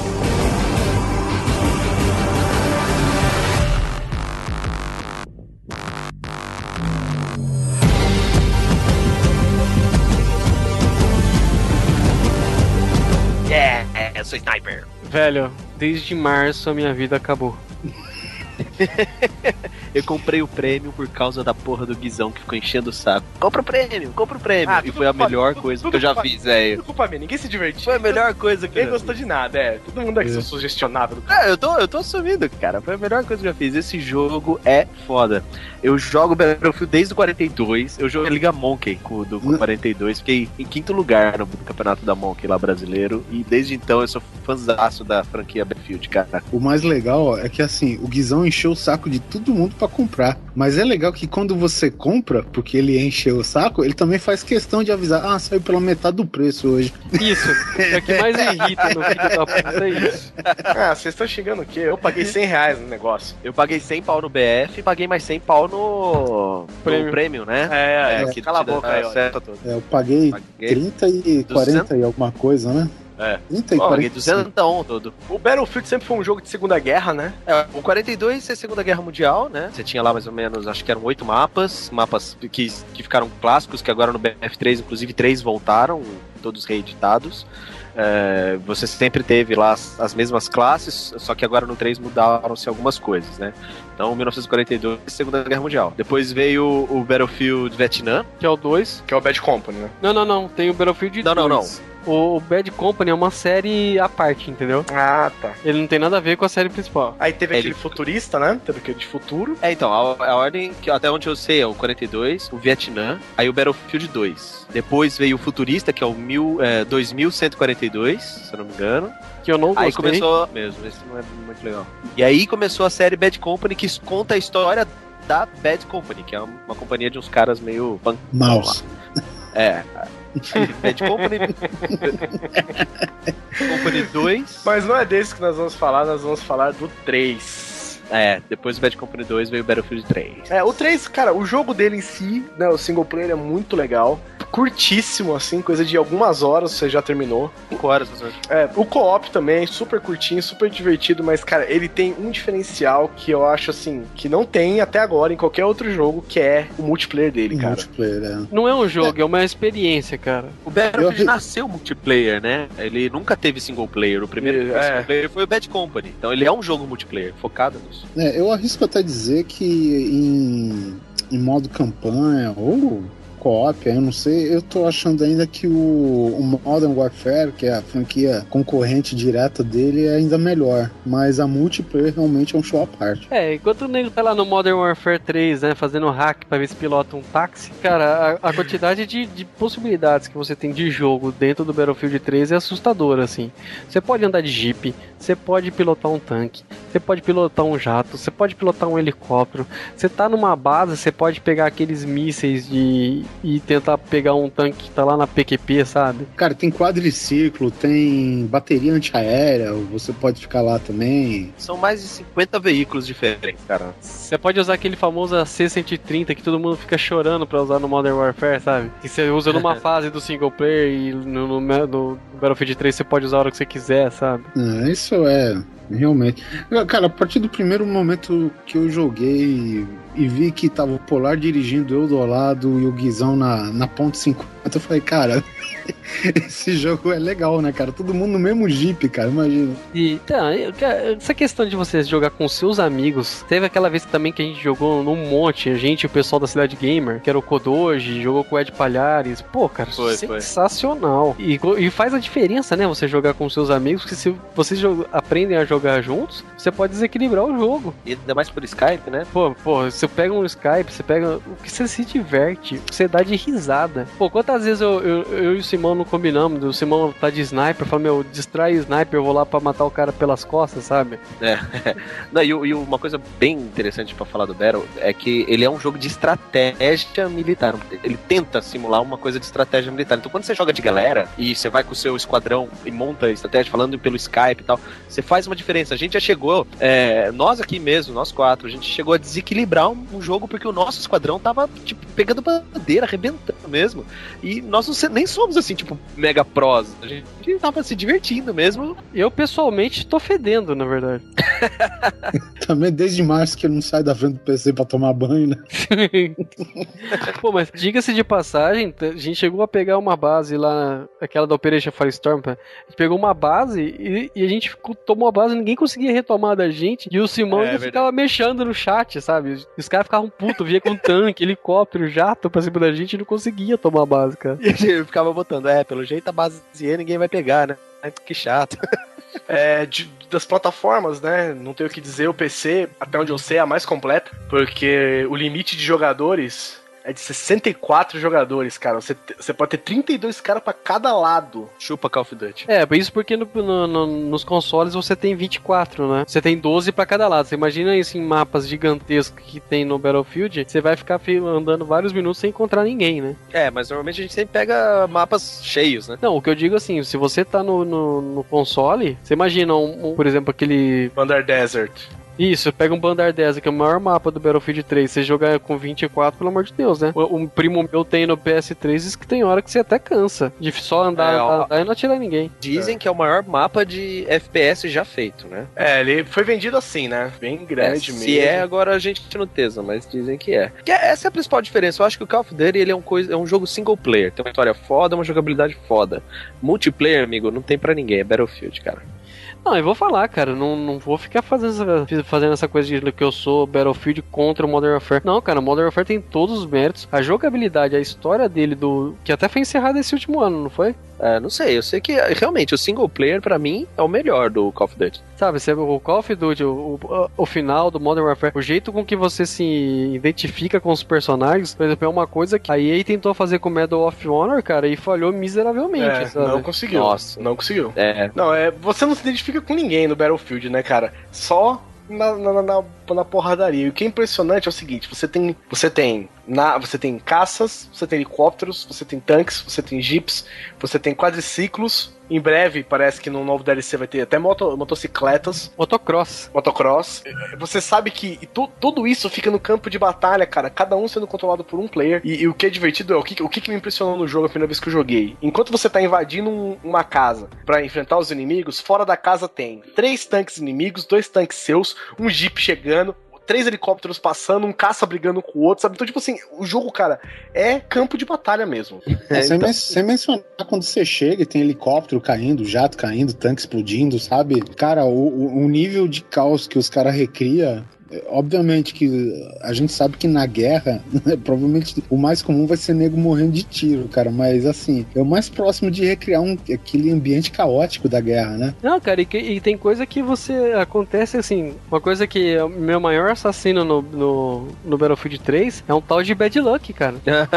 Eu sou sniper. Velho, desde março a minha vida acabou. Eu comprei o prêmio por causa da porra do Guizão que ficou enchendo o saco. Compra o prêmio. E foi a melhor coisa que eu já fiz, velho. Tudo culpa minha, ninguém se divertiu. Foi a melhor coisa que ninguém gostou de nada, Todo mundo aqui sugestionável. Eu tô assumindo, cara. Foi a melhor coisa que eu já fiz. Esse jogo é foda. Eu jogo Battlefield desde o 42. Eu jogo Liga Monkey do 42. Fiquei em 5º lugar no campeonato da Monkey lá brasileiro. E desde então eu sou fãzaço da franquia Battlefield, cara. O mais legal é que assim, o Guizão encheu o saco de todo mundo pra comprar. Mas é legal que quando você compra, porque ele encheu o saco, ele também faz questão de avisar, saiu pela metade do preço hoje. Isso, o que mais irrita no filho da puta é isso. Vocês estão xingando o quê? Eu paguei R$100 no negócio. Eu paguei 100 pau no BF e paguei mais 100 pau no Prêmio, né? Que cala a boca aí, ó. Eu paguei 30 e 40 e alguma coisa, né? 30 e 40. Paguei 200 todo. O Battlefield sempre foi um jogo de Segunda Guerra, né? O 42 é Segunda Guerra Mundial, né? Você tinha lá mais ou menos, acho que eram 8 mapas que ficaram clássicos, que agora no BF3, inclusive 3 voltaram, todos reeditados. Você sempre teve lá as mesmas classes, só que agora no 3 mudaram-se algumas coisas, né? Então, 1942, Segunda Guerra Mundial. Depois veio o Battlefield Vietnã, que é o 2. Que é o Bad Company, né? Não. Tem o Battlefield 2. Não. O Bad Company é uma série à parte, entendeu? Ah, tá. Ele não tem nada a ver com a série principal. Aí teve aquele futurista, né? Teve aquele de futuro. Então, a ordem, que até onde eu sei, é o 42, o Vietnã, aí o Battlefield 2. Depois veio o futurista, que é o 2142, se eu não me engano. Que eu não gostei. Aí começou... Mesmo, esse não é muito legal. E aí começou a série Bad Company, que conta a história da Bad Company, que é uma companhia de uns caras meio... Maus. Bad Company Company 2. Mas não é desse que nós vamos falar do 3. Depois do Bad Company 2 veio o Battlefield 3. O 3, cara, o jogo dele em si, né, o single player é muito legal. Curtíssimo, assim, coisa de algumas horas você já terminou. 5 horas, o co-op também, super curtinho, super divertido, mas, cara, ele tem um diferencial que eu acho, assim, que não tem até agora em qualquer outro jogo, que é o multiplayer dele, cara. Não é um jogo, é uma experiência, cara. O Battlefield nasceu multiplayer, né? Ele nunca teve single player. O primeiro single player foi o Bad Company. Então ele é um jogo multiplayer, focado nisso. Eu arrisco até dizer que em modo campanha ou co-op, eu não sei, eu tô achando ainda que o Modern Warfare, que é a franquia concorrente direta dele, é ainda melhor, mas a multiplayer realmente é um show à parte. Enquanto o nego tá lá no Modern Warfare 3, né, fazendo hack pra ver se pilota um táxi, cara, a quantidade de possibilidades que você tem de jogo dentro do Battlefield 3 é assustadora, assim. Você pode andar de jeep, você pode pilotar um tanque, você pode pilotar um jato, você pode pilotar um helicóptero, você tá numa base, você pode pegar aqueles mísseis e tentar pegar um tanque que tá lá na PQP, sabe? Cara, tem quadriciclo, tem bateria antiaérea, você pode ficar lá também. São mais de 50 veículos diferentes, cara. Você pode usar aquele famoso AC-130 que todo mundo fica chorando pra usar no Modern Warfare, sabe? Que você usa numa fase do single player e no Battlefield 3 você pode usar a hora que você quiser, sabe? Isso é Realmente. Cara, a partir do primeiro momento que eu joguei e vi que tava o Polar dirigindo, eu do lado e o Guizão na ponte 50, eu falei, cara, esse jogo é legal, né, cara? Todo mundo no mesmo Jeep, cara, imagina. E, então, essa questão de você jogar com seus amigos, teve aquela vez também que a gente jogou num monte, o pessoal da Cidade Gamer, que era o Kodoji, jogou com o Ed Palhares. Pô, cara, sensacional. E faz a diferença, né, você jogar com seus amigos, porque se vocês aprendem a jogar juntos, você pode desequilibrar o jogo. E ainda mais por Skype, né? Pô, você pega um Skype, você pega o que você se diverte, o que você dá de risada. Pô, quantas vezes eu e o Simão não combinamos, o Simão tá de sniper, fala, meu, distrai o sniper, eu vou lá pra matar o cara pelas costas, sabe? Não, e uma coisa bem interessante pra falar do Battle é que ele é um jogo de estratégia militar. Ele tenta simular uma coisa de estratégia militar. Então quando você joga de galera e você vai com o seu esquadrão e monta a estratégia falando pelo Skype e tal, você faz uma diferença. A gente já chegou, nós aqui mesmo, nós 4, a gente chegou a desequilibrar um jogo porque o nosso esquadrão tava, tipo, pegando bandeira, arrebentando mesmo. E nós nem somos assim, tipo, mega prós. A gente tava se divertindo mesmo. Eu, pessoalmente, tô fedendo, na verdade. Também desde março que eu não saio da frente do PC pra tomar banho, né? Pô, mas diga-se de passagem, a gente chegou a pegar uma base lá, aquela da Operation Firestorm, a gente pegou uma base e a gente tomou a base, ninguém conseguia retomar da gente, e o Simão ainda ficava mexendo no chat, sabe? E os caras ficavam putos, via com tanque, helicóptero, jato pra cima da gente e não conseguia tomar a base, cara. E a gente ficava botando, pelo jeito a base ninguém vai pegar, né? Que chato. Das plataformas, né? Não tenho o que dizer, o PC, até onde eu sei, é a mais completa, porque o limite de jogadores é de 64 jogadores, cara. Você pode ter 32 caras pra cada lado. Chupa Call of Duty. Isso porque nos consoles você tem 24, né? Você tem 12 pra cada lado. Você imagina isso em mapas gigantescos que tem no Battlefield, você vai ficar andando vários minutos sem encontrar ninguém, né? Mas normalmente a gente sempre pega mapas cheios, né? Não, o que eu digo assim, se você tá no console, você imagina, por exemplo, aquele... Thunder Desert. Isso, pega um Bandar 10, que é o maior mapa do Battlefield 3. Você jogar com 24, pelo amor de Deus, né? Um primo meu tem no PS3, diz que tem hora que você até cansa de só andar e não atirar ninguém. Dizem que é o maior mapa de FPS já feito, né? Ele foi vendido assim, né? Bem grande mesmo. Se agora a gente não tesa, mas dizem que é. Essa é a principal diferença. Eu acho que o Call of Duty ele é um jogo single player. Tem uma história foda, uma jogabilidade foda. Multiplayer, amigo, não tem pra ninguém. É Battlefield, cara. Não, eu vou falar, cara, não vou ficar fazendo essa coisa de que eu sou Battlefield contra o Modern Warfare. Não, cara, o Modern Warfare tem todos os méritos. A jogabilidade, a história dele, que até foi encerrada esse último ano, não foi? Não sei, eu sei que realmente o single player pra mim é o melhor do Call of Duty. Sabe, o Call of Duty, o final do Modern Warfare, o jeito com que você se identifica com os personagens, por exemplo, é uma coisa que a EA tentou fazer com o Medal of Honor, cara, e falhou miseravelmente, sabe? Não conseguiu. Nossa. Não conseguiu. Você não se identifica com ninguém no Battlefield, né, cara? Só na porradaria. E o que é impressionante é o seguinte, você tem caças, você tem helicópteros, você tem tanques, você tem jeeps, você tem quadriciclos. Em breve, parece que no novo DLC vai ter até motocicletas. Motocross. Você sabe que tudo isso fica no campo de batalha, cara. Cada um sendo controlado por um player. E o que é divertido é o que me impressionou no jogo a primeira vez que eu joguei. Enquanto você tá invadindo uma casa pra enfrentar os inimigos, fora da casa tem 3 tanques inimigos, 2 tanques seus, um jeep chegando, 3 helicópteros passando, um caça brigando com o outro, sabe? Então, tipo assim, o jogo, cara, é campo de batalha mesmo. Sem mencionar quando você chega e tem helicóptero caindo, jato caindo, tanque explodindo, sabe? Cara, o nível de caos que os caras recria... Obviamente que a gente sabe que na guerra, provavelmente o mais comum vai ser nego morrendo de tiro, cara, mas assim, é o mais próximo de recriar aquele ambiente caótico da guerra, né? Não, cara, e tem coisa que acontece assim, uma coisa que o meu maior assassino no Battlefield 3 é um tal de Bad Luck, cara.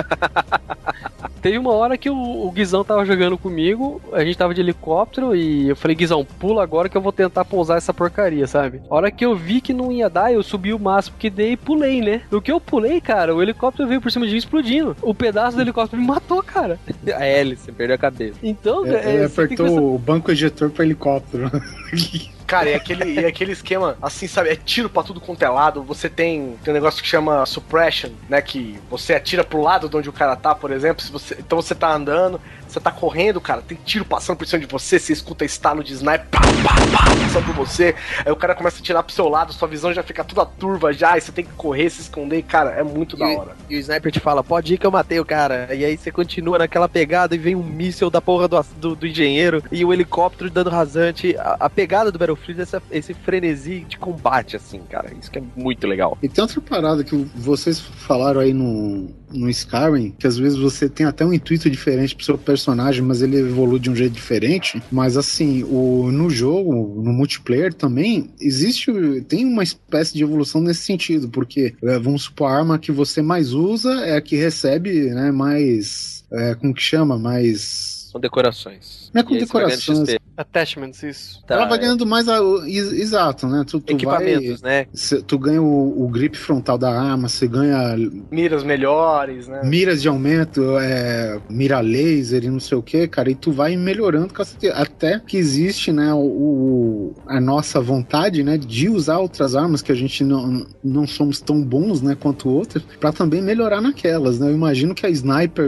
Teve uma hora que o Guizão tava jogando comigo, a gente tava de helicóptero e eu falei, Guizão, pula agora que eu vou tentar pousar essa porcaria, sabe? A hora que eu vi que não ia dar, eu subi o máximo que dei e pulei, né? No que eu pulei, cara, o helicóptero veio por cima de mim explodindo. O pedaço do helicóptero me matou, cara. A hélice, perdeu a cabeça. Então, apertou o banco ejetor pro helicóptero. Cara, e aquele esquema, assim, sabe, é tiro pra tudo quanto é lado. Você tem um negócio que chama suppression, né, que você atira pro lado de onde o cara tá, por exemplo. Então você tá andando, você tá correndo, cara, tem tiro passando por cima de você, você escuta estalo de sniper, pá, passando por você, aí o cara começa a tirar pro seu lado, sua visão já fica toda turva já, e você tem que correr, se esconder, e, cara, é muito da hora. E o sniper te fala, pode ir que eu matei o cara, e aí você continua naquela pegada e vem um míssil da porra do engenheiro e o helicóptero dando rasante. A pegada do Battlefield é esse frenesi de combate, assim, cara, isso que é muito legal. E tem outra parada que vocês falaram aí no Skyrim, que às vezes você tem até um intuito diferente pro seu personagem, mas ele evolui de um jeito diferente. Mas assim, no jogo, no multiplayer também, tem uma espécie de evolução nesse sentido, porque vamos supor, a arma que você mais usa é a que recebe, né, mais... como que chama? Mais... São decorações. Não é com decorações. Attachments, isso. Ela vai ganhando mais exato, né? Tu equipamentos, né? Tu ganha o grip frontal da arma, você ganha miras melhores, né? Miras de aumento, mira laser e não sei o que, cara, e tu vai melhorando até que existe, né, a nossa vontade, né, de usar outras armas que a gente não somos tão bons, né, quanto outras, pra também melhorar naquelas, né? Eu imagino que a sniper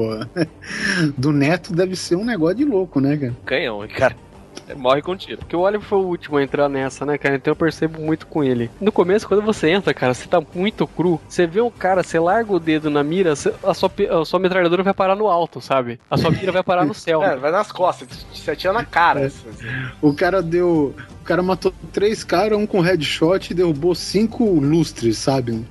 do Neto deve ser um negócio de louco, né, cara? Canhão, cara. Morre com tiro. Porque o Oliver foi o último a entrar nessa, né, cara? Então eu percebo muito com ele. No começo, quando você entra, cara, você tá muito cru. Você vê um cara, você larga o dedo na mira, a sua metralhadora vai parar no alto, sabe? A sua mira vai parar no céu. Vai nas costas, você atira na cara. O cara matou 3 caras, um com headshot e derrubou 5 lustres, sabe?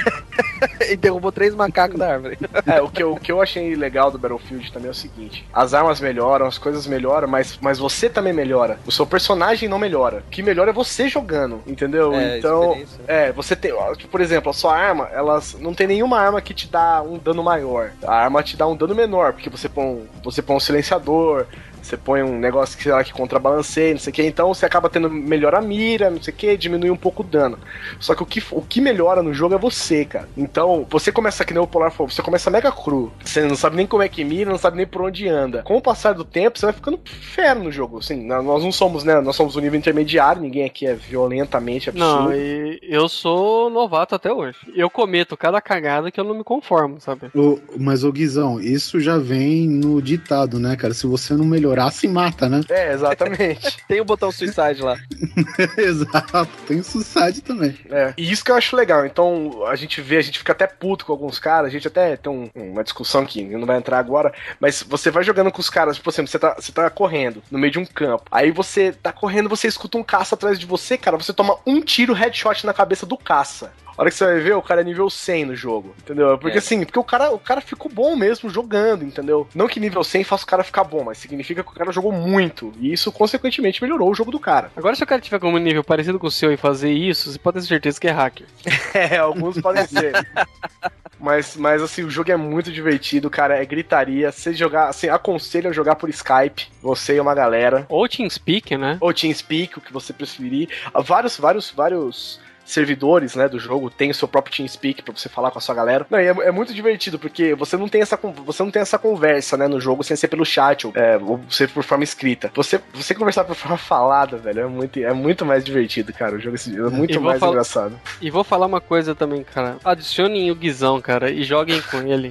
E derrubou 3 macacos da árvore. O que eu achei legal do Battlefield também é o seguinte: as armas melhoram, as coisas melhoram, mas você também melhora. O seu personagem não melhora. O que melhora é você jogando, entendeu? Então, você tem, por exemplo, a sua arma, não tem nenhuma arma que te dá um dano maior. A arma te dá um dano menor, porque você põe um silenciador, você põe um negócio que contrabalanceia, não sei o que, então você acaba tendo melhor a mira, não sei o que, diminui um pouco o dano. Só que o que melhora no jogo é você, cara. Então, você começa, que nem o Polar falou, você começa mega cru, você não sabe nem como é que mira, não sabe nem por onde anda. Com o passar do tempo, você vai ficando fera no jogo, assim, nós não somos, né, nós somos o nível intermediário, ninguém aqui é violentamente absurdo. Não, e eu sou novato até hoje. Eu cometo cada cagada que eu não me conformo, sabe? Mas, Guizão, isso já vem no ditado, né, cara? Se você não melhorar, se mata, né? Exatamente. Tem o botão suicide lá. Exato, tem o suicide também. E isso que eu acho legal. Então, a gente fica até puto com alguns caras, a gente até tem uma discussão que não vai entrar agora, mas você vai jogando com os caras, tipo assim, você tá correndo no meio de um campo, aí você tá correndo, você escuta um caça atrás de você, cara, você toma um tiro headshot na cabeça do caça. A hora que você vai ver, o cara é nível 100 no jogo, entendeu? Porque porque o cara ficou bom mesmo jogando, entendeu? Não que nível 100 faça o cara ficar bom, mas significa que o cara jogou muito, e isso, consequentemente, melhorou o jogo do cara. Agora, se o cara tiver com um nível parecido com o seu e fazer isso, você pode ter certeza que é hacker. Alguns podem ser. Mas assim, o jogo é muito divertido, cara, é gritaria. Se jogar, assim, aconselho a jogar por Skype, você e uma galera. Ou TeamSpeak, né? Ou TeamSpeak, o que você preferir. Vários servidores, né, do jogo tem o seu próprio TeamSpeak pra você falar com a sua galera. Não, e é muito divertido, porque você não tem essa conversa, né, no jogo sem ser pelo chat, ou ser por forma escrita. Você conversar por forma falada, velho, é muito mais divertido, cara. O jogo é muito mais engraçado. E vou falar uma coisa também, cara. Adicionem o Guizão, cara, e joguem com ele.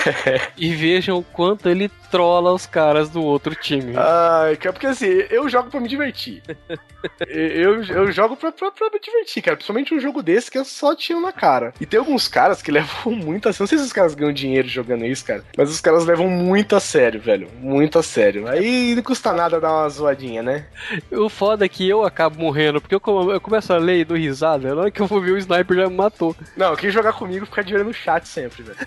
E vejam o quanto ele trola os caras do outro time. Porque assim, eu jogo pra me divertir. eu jogo pra me divertir, cara. Principalmente um jogo desse que é só tiro na cara. E tem alguns caras que levam muito a sério. Não sei se os caras ganham dinheiro jogando isso, cara, mas os caras levam muito a sério, velho. Muito a sério. Aí não custa nada dar uma zoadinha, né? O foda é que eu acabo morrendo, porque eu começo a ler e dou risada. Na hora que eu vou ver o sniper já me matou. Não, quem jogar comigo fica de olho no chat sempre, velho.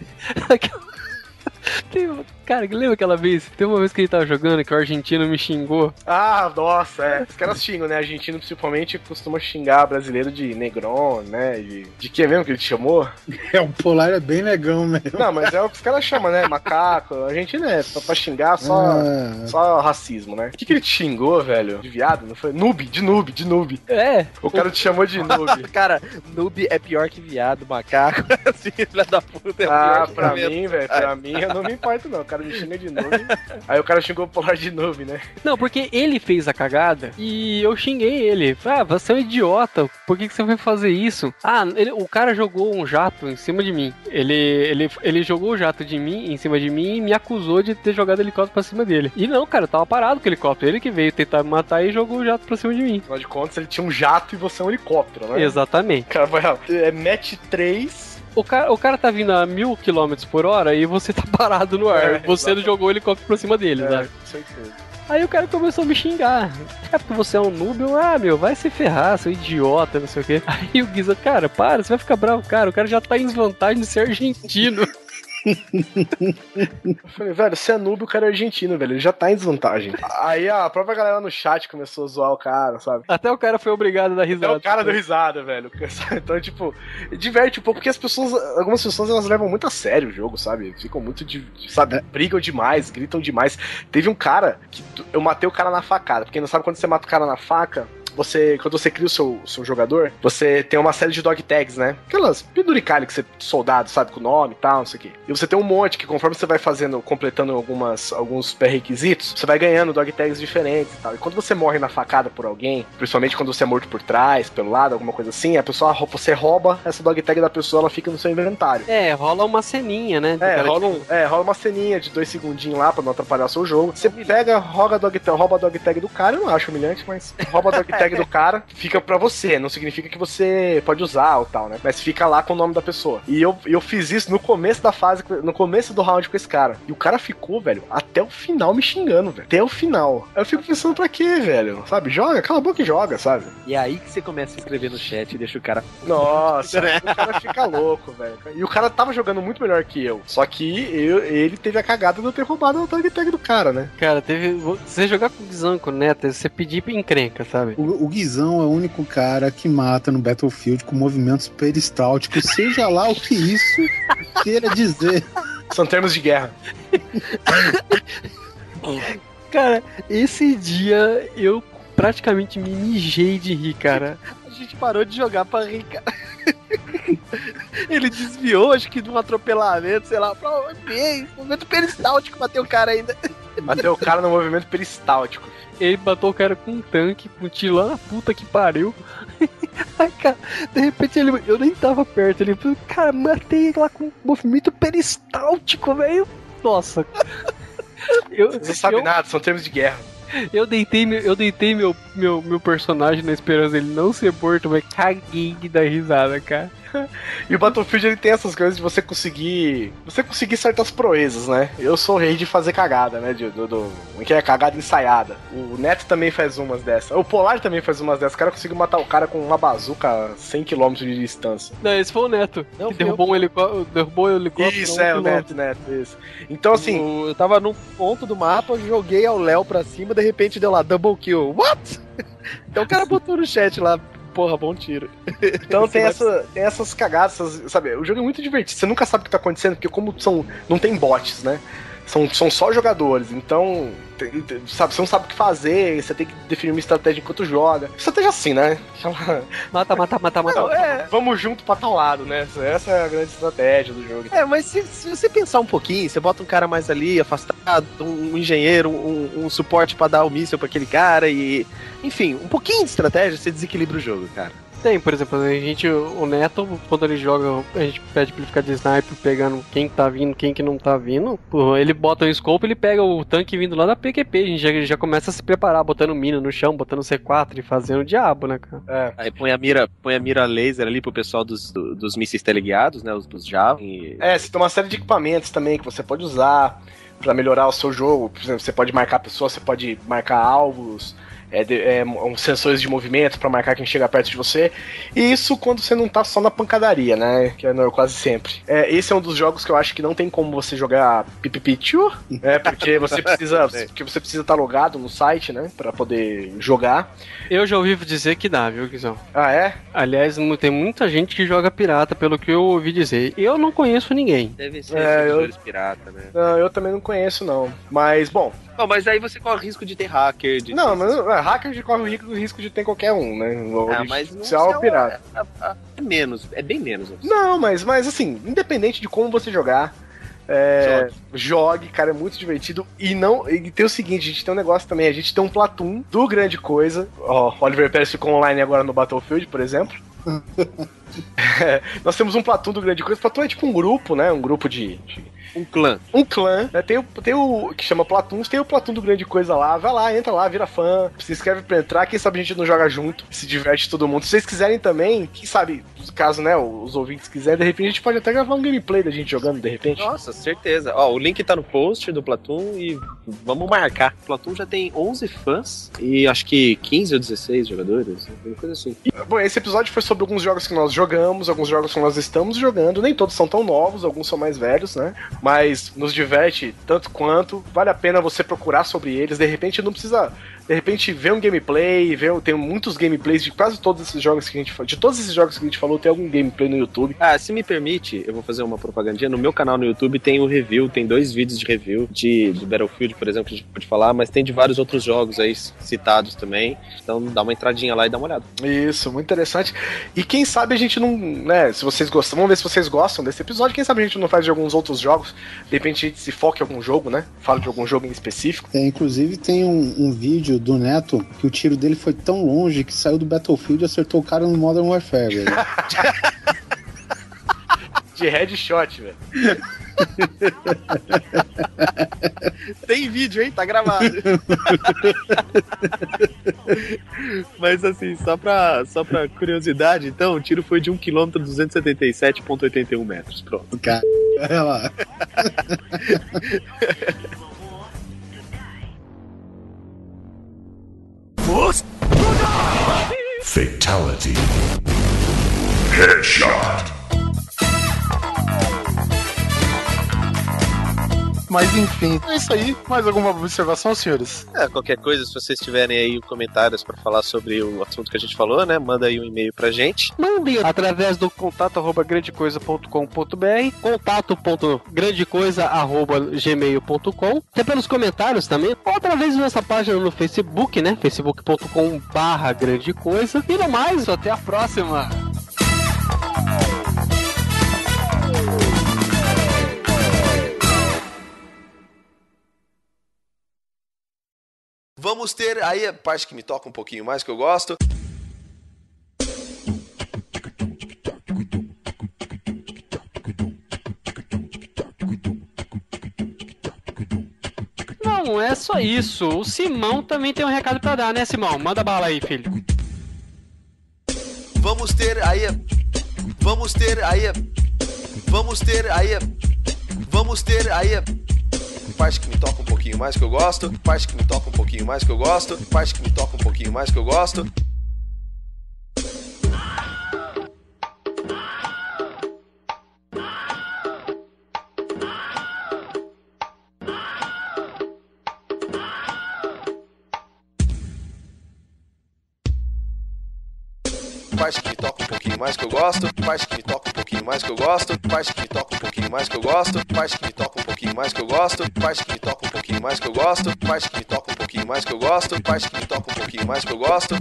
Cara, lembra aquela vez? Tem uma vez que ele tava jogando que o argentino me xingou. Nossa, Os caras xingam, né? Argentino principalmente costuma xingar brasileiro de negron, né? De que mesmo que ele te chamou? O Polar é bem negão mesmo. Não, mas é o que os caras chamam, né? Macaco. A gente, né? Pra xingar só racismo, né? O que ele te xingou, velho? De viado? Não foi? De noob. O cara te chamou de noob. Cara, noob é pior que viado, macaco. Assim, filha da puta. É pior que pra mim, velho. Pra mim, eu não me importo, não. O cara me xinga de novo. Aí o cara xingou o Polar de novo, né? Não, porque ele fez a cagada e eu xinguei ele. Ah, você é um idiota, por que você foi fazer isso? Ah, o cara jogou um jato em cima de mim. Ele jogou o jato de mim, em cima de mim, e me acusou de ter jogado helicóptero pra cima dele. E não, cara, eu tava parado com o helicóptero. Ele que veio tentar me matar e jogou o jato pra cima de mim. Afinal de contas, ele tinha um jato e você é um helicóptero, né? Exatamente. Cara, vai, match 3... O cara tá vindo a 1000 km por hora e você tá parado no ar. Você não jogou o helicóptero pra cima dele, né? Certeza. Aí o cara começou a me xingar. É porque você é um noob? Eu, vai se ferrar, seu idiota, não sei o quê. Aí o Guizão, cara, para, você vai ficar bravo, cara. O cara já tá em desvantagem de ser argentino. Eu falei, velho, você é noob, o cara é argentino, velho. Ele já tá em desvantagem. Aí a própria galera no chat começou a zoar o cara, sabe? Até o cara foi obrigado a dar risada. Até o cara deu risada, velho. Então, tipo, diverte um pouco, porque algumas pessoas, elas levam muito a sério o jogo, sabe? Ficam muito, sabe, brigam demais, gritam demais. Teve um cara que eu matei o cara na facada. Porque não sabe quando você mata o cara na faca, quando você cria o seu jogador, você tem uma série de dog tags, né? Aquelas penduricalhas que você, soldado, sabe, com o nome e tal, não sei o quê. E você tem um monte que conforme você vai completando alguns pré-requisitos, você vai ganhando dog tags diferentes e tal. E quando você morre na facada por alguém, principalmente quando você é morto por trás, pelo lado, alguma coisa assim, você rouba essa dog tag da pessoa, ela fica no seu inventário. Rola uma ceninha, né? Rola uma ceninha de 2 segundinhos lá pra não atrapalhar o seu jogo. Você pega, rouba a dog tag do cara, eu não acho humilhante, mas rouba a dog tag do cara, fica pra você, não significa que você pode usar ou tal, né? Mas fica lá com o nome da pessoa. E eu fiz isso no começo da fase, no começo do round com esse cara. E o cara ficou, velho, até o final me xingando, velho. Até o final. Eu fico pensando pra quê, velho? Sabe? Joga, cala a boca e joga, sabe? E é aí que você começa a escrever no chat e deixa o cara... Nossa, o cara fica louco, velho. E o cara tava jogando muito melhor que eu. Só que ele teve a cagada de eu ter roubado a dog tag do cara, né? Cara, você jogar com o Guizão, com o Neto, você pedir encrenca, sabe? O Guizão é o único cara que mata no Battlefield com movimentos peristálticos, seja lá o que isso queira dizer. São termos de guerra. Cara, esse dia eu praticamente me mijei de rir, cara. A gente parou de jogar pra rir, cara. Ele desviou, acho que de um atropelamento, sei lá, movimento peristáltico, bateu o cara ainda. Bateu o cara no movimento peristáltico. Ele matou o cara com um tanque, com um tiro lá na puta que pariu. Aí, cara, de repente eu nem tava perto. Ele falou, cara, matei lá com um movimento peristáltico, velho. Nossa. Você não sabe nada, são termos de guerra. Eu deitei meu personagem na esperança dele não ser morto, mas caguei de dar risada, cara. E o Battlefield, ele tem essas coisas de você conseguir certas proezas, né? Eu sou o rei de fazer cagada, né? Que é cagada ensaiada. O Neto também faz umas dessas. O Polar também faz umas dessas. O cara conseguiu matar o cara com uma bazuca a 100 km de distância. Não, esse foi o Neto. Não, que derrubou o helicóptero. Isso, o Neto, isso. Então, assim... Eu tava num ponto do mapa, joguei ao Léo pra cima, de repente deu lá, double kill. What? Então o cara botou no chat lá, porra, bom tiro. Então tem essas cagadas, sabe? O jogo é muito divertido. Você nunca sabe o que tá acontecendo, porque como não tem bots, né? São só jogadores, então sabe, você não sabe o que fazer, você tem que definir uma estratégia enquanto joga. Estratégia assim, né? Mata. Não, vamos junto pra tal lado, né? Essa é a grande estratégia do jogo. Mas se você pensar um pouquinho, você bota um cara mais ali, afastado, um engenheiro, um suporte pra dar o míssil pra aquele cara e... Enfim, um pouquinho de estratégia, você desequilibra o jogo, cara. Tem, por exemplo, o Neto, quando ele joga, a gente pede pra ele ficar de sniper pegando quem tá vindo, quem que não tá vindo. Ele bota o scope, ele pega o tanque vindo lá da PQP. A gente já começa a se preparar, botando mina no chão, botando C4 e fazendo o diabo, né, cara? Aí põe a mira laser ali pro pessoal dos mísseis teleguiados, né, os Javelin. Você tem uma série de equipamentos também que você pode usar pra melhorar o seu jogo. Por exemplo, você pode marcar pessoas, você pode marcar alvos... sensores de movimento pra marcar quem chega perto de você. E isso quando você não tá só na pancadaria, né? Que é quase sempre. Esse é um dos jogos que eu acho que não tem como você jogar pipipichu, porque você precisa estar logado no site, né? Pra poder jogar. Eu já ouvi dizer que dá, viu, Guizão? Ah, é? Aliás, tem muita gente que joga pirata, pelo que eu ouvi dizer. Eu não conheço ninguém. Deve ser servidores pirata, né? Não, eu também não conheço, não. Mas, bom... Não, mas aí você corre o risco de ter hacker. Hacker corre o risco de ter qualquer um, né? Mas não é pirata. É menos, é bem menos. Não, mas assim, independente de como você jogar, Jogue, cara, é muito divertido. E tem o seguinte, a gente tem um negócio também, a gente tem um Platoon do Grande Coisa. Ó, Oliver Pérez ficou online agora no Battlefield, por exemplo. Nós temos um Platoon do Grande Coisa. Platoon é tipo um grupo, né? Um grupo de... Um clã. Um clã, né? Tem o que chama Platoons, tem o Platoon do Grande Coisa lá. Vai lá, entra lá, vira fã, se inscreve pra entrar. Quem sabe a gente não joga junto, se diverte todo mundo. Se vocês quiserem também, quem sabe, caso, né, os ouvintes quiserem, de repente a gente pode até gravar um gameplay da gente jogando, de repente. Nossa, certeza. Ó, o link tá no post do Platoon e vamos marcar. O Platoon já tem 11 fãs e acho que 15 ou 16 jogadores, uma coisa assim. Bom, esse episódio foi sobre alguns jogos que nós jogamos, alguns jogos que nós estamos jogando. Nem todos são tão novos, alguns são mais velhos, né? Mas nos diverte tanto quanto. Vale a pena você procurar sobre eles. De repente não precisa... De repente ver um gameplay, tem muitos gameplays de quase todos esses jogos que a gente falou. De todos esses jogos que a gente falou, tem algum gameplay no YouTube. Ah, se me permite, eu vou fazer uma propagandinha. No meu canal no YouTube tem o review, tem 2 vídeos de review do Battlefield, por exemplo, que a gente pode falar, mas tem de vários outros jogos aí citados também. Então dá uma entradinha lá e dá uma olhada. Isso, muito interessante. E quem sabe a gente não, né, se vocês gostam, vamos ver se vocês gostam desse episódio, quem sabe a gente não faz de alguns outros jogos, de repente a gente se foca em algum jogo, né? Fala de algum jogo em específico. Inclusive tem um vídeo do Neto que o tiro dele foi tão longe que saiu do Battlefield e acertou o cara no Modern Warfare, velho. De headshot, velho. Tem vídeo, hein? Tá gravado. Mas assim, só pra curiosidade, então, o tiro foi de 1 km 277,81 metros. Pronto. Cara, olha lá. Fatality. Headshot. Mas enfim, é isso aí. Mais alguma observação, senhores? Qualquer coisa, se vocês tiverem aí comentários pra falar sobre o assunto que a gente falou, né? Manda aí um e-mail pra gente. Mandem através do contato@grandecoisa.com.br, contato.grandecoisa@gmail.com, até pelos comentários também, ou através da nossa página no Facebook, né? facebook.com/grandecoisa. E no mais, até a próxima! Vamos ter aí a parte que me toca um pouquinho mais, que eu gosto. Não é só isso. O Simão também tem um recado pra dar, né, Simão? Manda bala aí, filho. Vamos ter aí parte que me toca um pouquinho mais que eu gosto, parte que me toca um pouquinho mais que eu gosto, parte que me toca um pouquinho mais que eu gosto. Parte que me toca um pouquinho mais que eu gosto, parte que me toca um pouquinho mais que eu gosto, parte que me toca um pouquinho mais que eu gosto, parte que me toca um pouquinho mais que eu gosto, parte que me toca um pouquinho mais que eu gosto, parte que me toca um pouquinho mais que eu gosto, parte que me toca um pouquinho mais que eu gosto.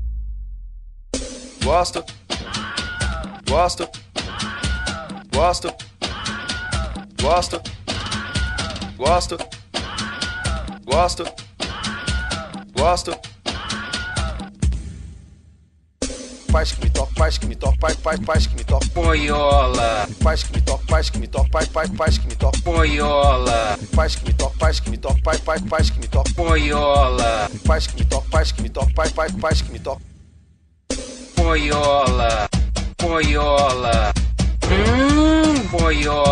Gosto. Gosto. Gosto. Gosto. Gosto. Gosto. Gosto. Parte que me toca, parte que me toca, parte que me toca. Boiola. Parte que me toca, parte que me toca, parte que me toca. Boiola. Parte que me toca, parte que me toca, parte que me toca. Boiola. Parte que me toca, parte que me toca, parte que me toca. Boiola. Boiola. Boiola.